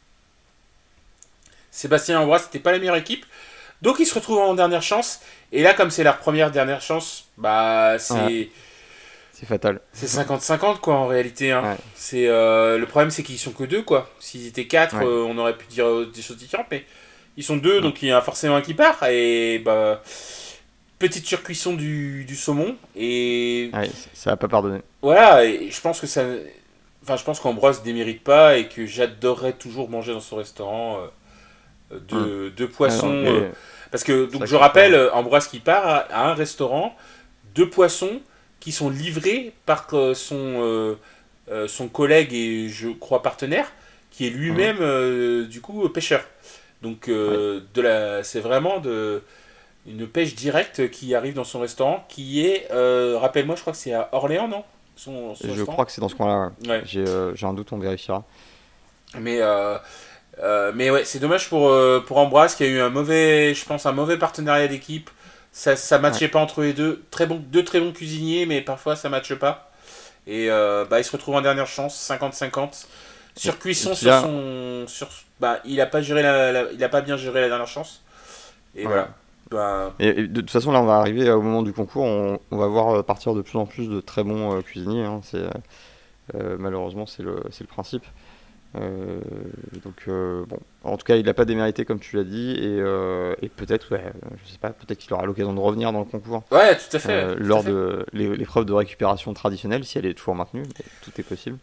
Speaker 2: Sébastien et Ambroise, c'était pas la meilleure équipe. Donc ils se retrouvent en dernière chance. Et là, comme c'est leur première dernière chance, bah
Speaker 1: Ouais.
Speaker 2: c'est
Speaker 1: C'est fatal.
Speaker 2: c'est cinquante cinquante quoi en réalité. Hein.
Speaker 1: Ouais.
Speaker 2: C'est euh, le problème c'est qu'ils sont que deux quoi. S'ils étaient quatre,
Speaker 1: Ouais.
Speaker 2: euh, on aurait pu dire euh, des choses différentes, mais ils sont deux,
Speaker 1: Mhm.
Speaker 2: donc il y a forcément un qui part. Et bah petite surcuisson du, du saumon et
Speaker 1: Ouais, c- ça va pas pardonner.
Speaker 2: voilà. Et je pense que ça, enfin je pense qu'Ambroise ne démérite pas et que j'adorerais toujours manger dans son restaurant euh,
Speaker 1: Mhm.
Speaker 2: de, de
Speaker 1: Ouais, non,
Speaker 2: poissons. euh,
Speaker 1: mais
Speaker 2: parce que
Speaker 1: c'est
Speaker 2: donc
Speaker 1: vrai
Speaker 2: je
Speaker 1: que parfois.
Speaker 2: rappelle euh, Ambroise qui part à, à un restaurant de poissons qui sont livrés par euh, son, euh, euh, son collègue et je crois partenaire, qui est
Speaker 1: Mhm.
Speaker 2: lui-même euh, du coup pêcheur. Donc
Speaker 1: Ouais.
Speaker 2: euh, de la, c'est vraiment de, une pêche directe qui arrive dans son restaurant, qui est, euh, rappelle-moi, je crois que c'est à Orléans, non son, son
Speaker 1: Je
Speaker 2: restaurant.
Speaker 1: crois que c'est dans ce coin-là. Ouais.
Speaker 2: Ouais.
Speaker 1: J'ai euh, j'ai un doute, on vérifiera.
Speaker 2: Mais, euh, euh, mais ouais, c'est dommage pour, euh, pour Ambroise qui a eu un mauvais, je pense, un mauvais partenariat d'équipe. Ça, ça
Speaker 1: Ouais.
Speaker 2: matchait pas entre les deux. Très bon, deux très bons cuisiniers, mais parfois ça matche pas. Et euh, bah, il se retrouve en dernière chance, cinquante cinquante.
Speaker 1: Et,
Speaker 2: Sur
Speaker 1: et
Speaker 2: cuisson
Speaker 1: puis
Speaker 2: sur
Speaker 1: là,
Speaker 2: son. Sur, bah, il a pas géré la, la- il a pas bien géré la dernière chance. Et
Speaker 1: ouais.
Speaker 2: voilà. Bah,
Speaker 1: Et, et de toute façon, là, on va arriver euh, au moment du concours. On, on va voir euh, partir de plus en plus de très bons euh, cuisiniers. Hein. C'est, euh, malheureusement, c'est le, c'est le principe. Euh, donc euh, bon, en tout cas, il n'a pas démérité comme tu l'as dit, et, euh, et peut-être, ouais, je sais pas, peut-être qu'il aura l'occasion de revenir dans le concours
Speaker 2: ouais, tout à fait.
Speaker 1: euh,
Speaker 2: Tout à
Speaker 1: lors
Speaker 2: fait.
Speaker 1: de l'é- l'épreuve de récupération traditionnelle, si elle est toujours maintenue, mais tout est possible.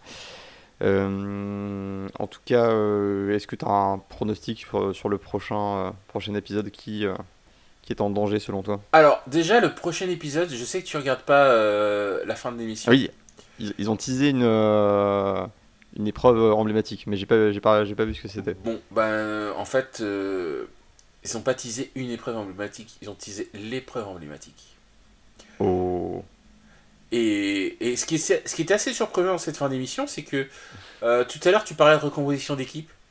Speaker 1: Euh, en tout cas, euh, est-ce que tu as un pronostic sur, sur le prochain, euh, prochain épisode qui, euh, qui est en danger selon toi?
Speaker 2: Alors, déjà, le prochain épisode, je sais que tu regardes pas euh, la fin de
Speaker 1: Ah
Speaker 2: l'émission.
Speaker 1: oui, ils, ils ont teasé une, euh, une épreuve emblématique, mais j'ai pas, j'ai pas, j'ai pas vu ce que c'était.
Speaker 2: Bon, ben, en fait, euh, ils ont pas teasé une épreuve emblématique, ils ont teasé l'épreuve emblématique.
Speaker 1: Oh.
Speaker 2: Et, et ce, qui est, ce qui était assez surprenant dans cette fin d'émission, c'est que euh, tout à l'heure, tu parlais de recomposition d'équipe.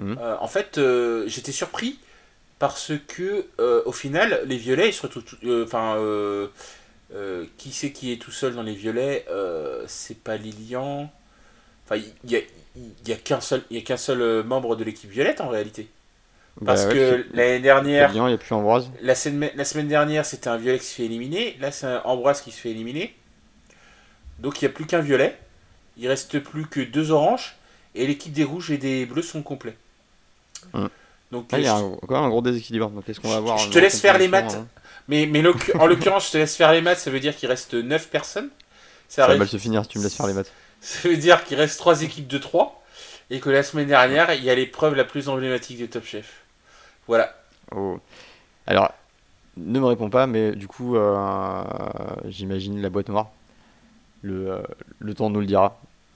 Speaker 1: Mmh.
Speaker 2: Euh, en fait, euh, j'étais surpris parce que, euh, au final, les violets, ils se retrouvent. Enfin, euh, euh, euh, qui c'est qui est tout seul dans les violets euh, C'est pas Lilian. Enfin, il y a, il y a qu'un seul, il y a qu'un seul euh, membre de l'équipe violette en réalité. Parce
Speaker 1: Bah ouais,
Speaker 2: que
Speaker 1: c'est-
Speaker 2: l'année
Speaker 1: il
Speaker 2: dernière,
Speaker 1: n'y a plus Ambroise.
Speaker 2: la semaine, la semaine dernière, c'était un violet qui se fait éliminer. Là, c'est un Ambroise qui se fait éliminer. Donc, il n'y a plus qu'un violet. Il reste plus que deux oranges. Et l'équipe des rouges et des bleus sont complets.
Speaker 1: Mmh.
Speaker 2: Donc,
Speaker 1: Ah, il y
Speaker 2: euh,
Speaker 1: a
Speaker 2: je,
Speaker 1: un- quand même un gros déséquilibre. Donc, est-ce qu'on va avoir
Speaker 2: je
Speaker 1: une
Speaker 2: te laisse faire les
Speaker 1: recomposition,
Speaker 2: maths.
Speaker 1: hein
Speaker 2: Mais, mais l'oc- en l'occurrence, je te laisse faire les maths. Ça veut dire qu'il reste neuf personnes. Ça,
Speaker 1: Ça va
Speaker 2: reste-
Speaker 1: mal se finir si tu me laisses faire les maths.
Speaker 2: ça veut dire qu'il reste trois équipes de trois. Et que la semaine dernière, il y a l'épreuve la plus emblématique de Top Chef. Voilà.
Speaker 1: Oh. Alors, ne me réponds pas, mais du coup, euh, j'imagine la boîte noire. Le, euh, le temps nous le dira.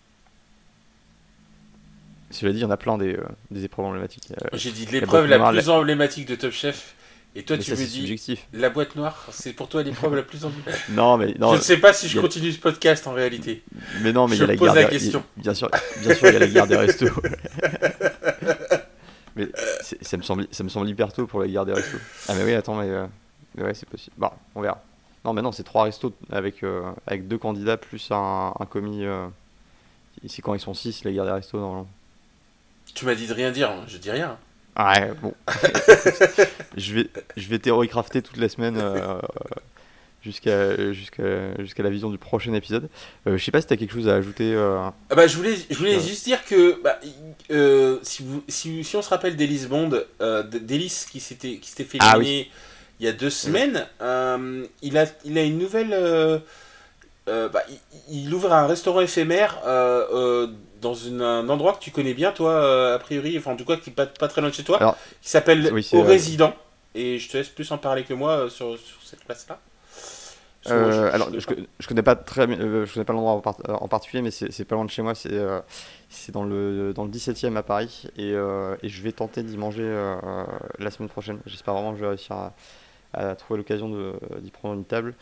Speaker 1: Cela dit, il y en a plein des, euh, des épreuves emblématiques. Euh,
Speaker 2: J'ai dit
Speaker 1: la
Speaker 2: l'épreuve
Speaker 1: boîte
Speaker 2: la
Speaker 1: noire,
Speaker 2: plus
Speaker 1: la-
Speaker 2: emblématique de Top Chef. Et toi,
Speaker 1: mais
Speaker 2: tu
Speaker 1: ça,
Speaker 2: me
Speaker 1: c'est
Speaker 2: dis
Speaker 1: subjectif.
Speaker 2: la boîte noire. C'est pour toi l'épreuve la plus emblématique.
Speaker 1: Non, mais non,
Speaker 2: Je ne sais pas si
Speaker 1: il
Speaker 2: je
Speaker 1: y a-
Speaker 2: continue ce podcast en réalité.
Speaker 1: mais non, mais il y
Speaker 2: Je
Speaker 1: a la
Speaker 2: pose
Speaker 1: guerre.
Speaker 2: la
Speaker 1: des-
Speaker 2: question.
Speaker 1: il- Bien sûr, bien sûr, il y a la guerre des restos. Mais c'est- ça me semble, ça me semble hyper tôt pour la guerre des restos. Ah mais oui, attends, mais, euh, mais ouais, c'est possible. Bon, on verra. Non, mais non, c'est trois restos avec euh, avec deux candidats plus un, un commis. Euh, c'est quand ils sont six, la guerre des restos normalement.
Speaker 2: Tu m'as dit de rien dire. Je dis rien.
Speaker 1: Ah ouais, bon. je vais je vais théorie-crafter toute la semaine euh, jusqu'à jusqu'à jusqu'à la vision du prochain épisode. Euh, je sais pas si t'as quelque chose à ajouter. Euh,
Speaker 2: Ah bah, je voulais, je voulais
Speaker 1: Ouais.
Speaker 2: juste dire que bah, euh, si, vous, si, si on se rappelle d'Elise Bond, euh, d'Elise qui s'était qui s'était fait
Speaker 1: Ah
Speaker 2: éliminer il y a deux semaines, euh, il, a, il a une nouvelle. Euh, euh, bah, il, il ouvre un restaurant éphémère euh, euh, dans une- un endroit que tu connais bien, toi, euh, a priori, enfin en tout cas qui est pas, pas très loin de chez toi,
Speaker 1: Alors,
Speaker 2: qui s'appelle
Speaker 1: oui, c'est,
Speaker 2: Au
Speaker 1: euh,
Speaker 2: Résident. Et je te laisse plus en parler que moi euh, sur, sur cette place-là. Parce que moi, je-
Speaker 1: Euh,
Speaker 2: je
Speaker 1: alors,
Speaker 2: connais
Speaker 1: je,
Speaker 2: pas.
Speaker 1: je connais pas très bien, euh, je connais pas l'endroit en, part- en particulier, mais c'est c'est pas loin de chez moi. C'est euh, c'est dans le dans le dix-septième à Paris, et, euh, et je vais tenter d'y manger euh, la semaine prochaine. J'espère vraiment que je vais réussir à, à trouver l'occasion de- d'y prendre une table.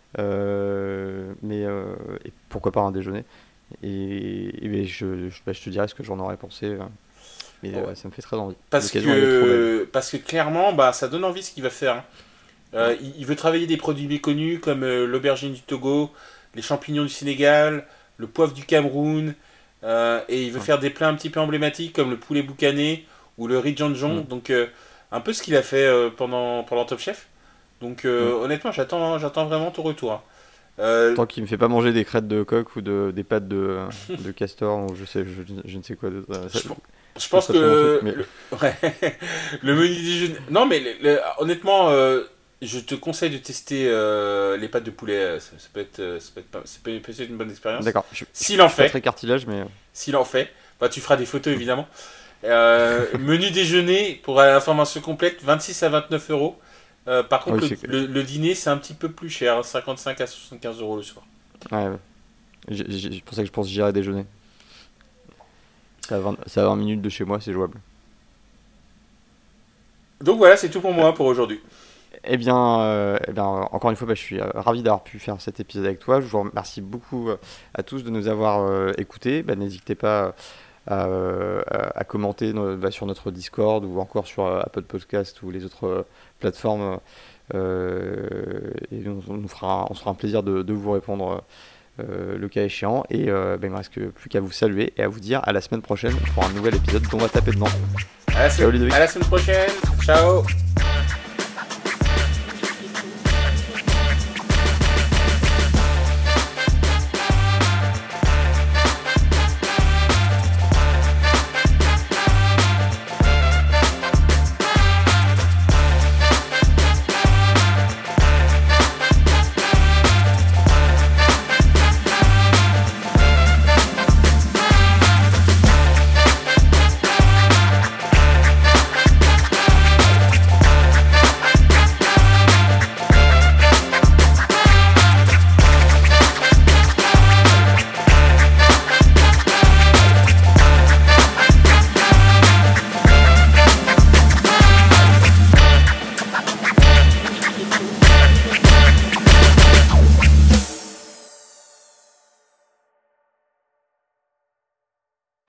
Speaker 1: Euh, mais euh, et pourquoi pas un déjeuner. Et, et ben, je, je, bah, je te dirai ce que j'en aurais pensé. euh, Mais
Speaker 2: Ouais.
Speaker 1: euh, ça me fait très envie.
Speaker 2: Parce
Speaker 1: L'occasion, elle est trop belle.
Speaker 2: que, parce que clairement, bah, ça donne envie ce qu'il va faire. hein. Euh, il, il veut travailler des produits méconnus comme euh, l'aubergine du Togo, les champignons du Sénégal, le poivre du Cameroun, euh, et il veut
Speaker 1: Ouais.
Speaker 2: faire des plats un petit peu emblématiques comme le poulet boucané ou le riz janjon.
Speaker 1: Mm.
Speaker 2: Donc euh, un peu ce qu'il a fait euh, pendant, pendant Top Chef. Donc euh,
Speaker 1: Mm.
Speaker 2: honnêtement, j'attends, j'attends vraiment ton retour. hein. Euh,
Speaker 1: Tant qu'il me fait pas manger des crêtes de coq ou de, des pâtes de, de castor ou je sais, je, je ne sais quoi d'autre. euh, ça-
Speaker 2: je, je pense
Speaker 1: ça
Speaker 2: que
Speaker 1: serait mon truc, mais-
Speaker 2: le, ouais, le menu déjeuner. Non, mais le- le- honnêtement, euh, je te conseille de tester euh, les pâtes de poulet. euh, Ça, ça peut être, euh, ça peut être, pas- ça peut peut être une bonne expérience.
Speaker 1: D'accord. Je, je
Speaker 2: S'il en
Speaker 1: suis pas
Speaker 2: fait,
Speaker 1: très cartilage, mais
Speaker 2: s'il en fait, bah, tu feras des photos évidemment. Euh, menu déjeuner pour l'information complète, vingt-six à vingt-neuf euros. Euh, par contre,
Speaker 1: Oui,
Speaker 2: le,
Speaker 1: c'est-
Speaker 2: le- le dîner c'est un petit peu plus cher, hein, cinquante-cinq à soixante-quinze euros le soir.
Speaker 1: ouais, ouais. J'ai- j'ai- C'est pour ça que je pense que j'irai déjeuner. C'est à vingt, c'est à vingt minutes de chez moi, c'est jouable.
Speaker 2: Donc voilà, c'est tout pour moi pour aujourd'hui.
Speaker 1: Eh bien, euh, eh bien, encore une fois, bah, je suis euh, ravi d'avoir pu faire cet épisode avec toi. Je vous remercie beaucoup euh, à tous de nous avoir euh, écoutés. Bah, n'hésitez pas à, euh, à- à commenter no- bah, sur notre Discord ou encore sur euh, Apple Podcast ou les autres euh, plateformes. euh, et on, on nous fera, on se fera un plaisir de, de vous répondre euh, le cas échéant. Et euh, bah, il ne me reste que, plus qu'à vous saluer et à vous dire à la semaine prochaine pour un nouvel épisode dont on va taper dedans.
Speaker 2: À la,
Speaker 1: Ciao,
Speaker 2: semaine-
Speaker 1: Ludovic.
Speaker 2: à la semaine prochaine. Ciao.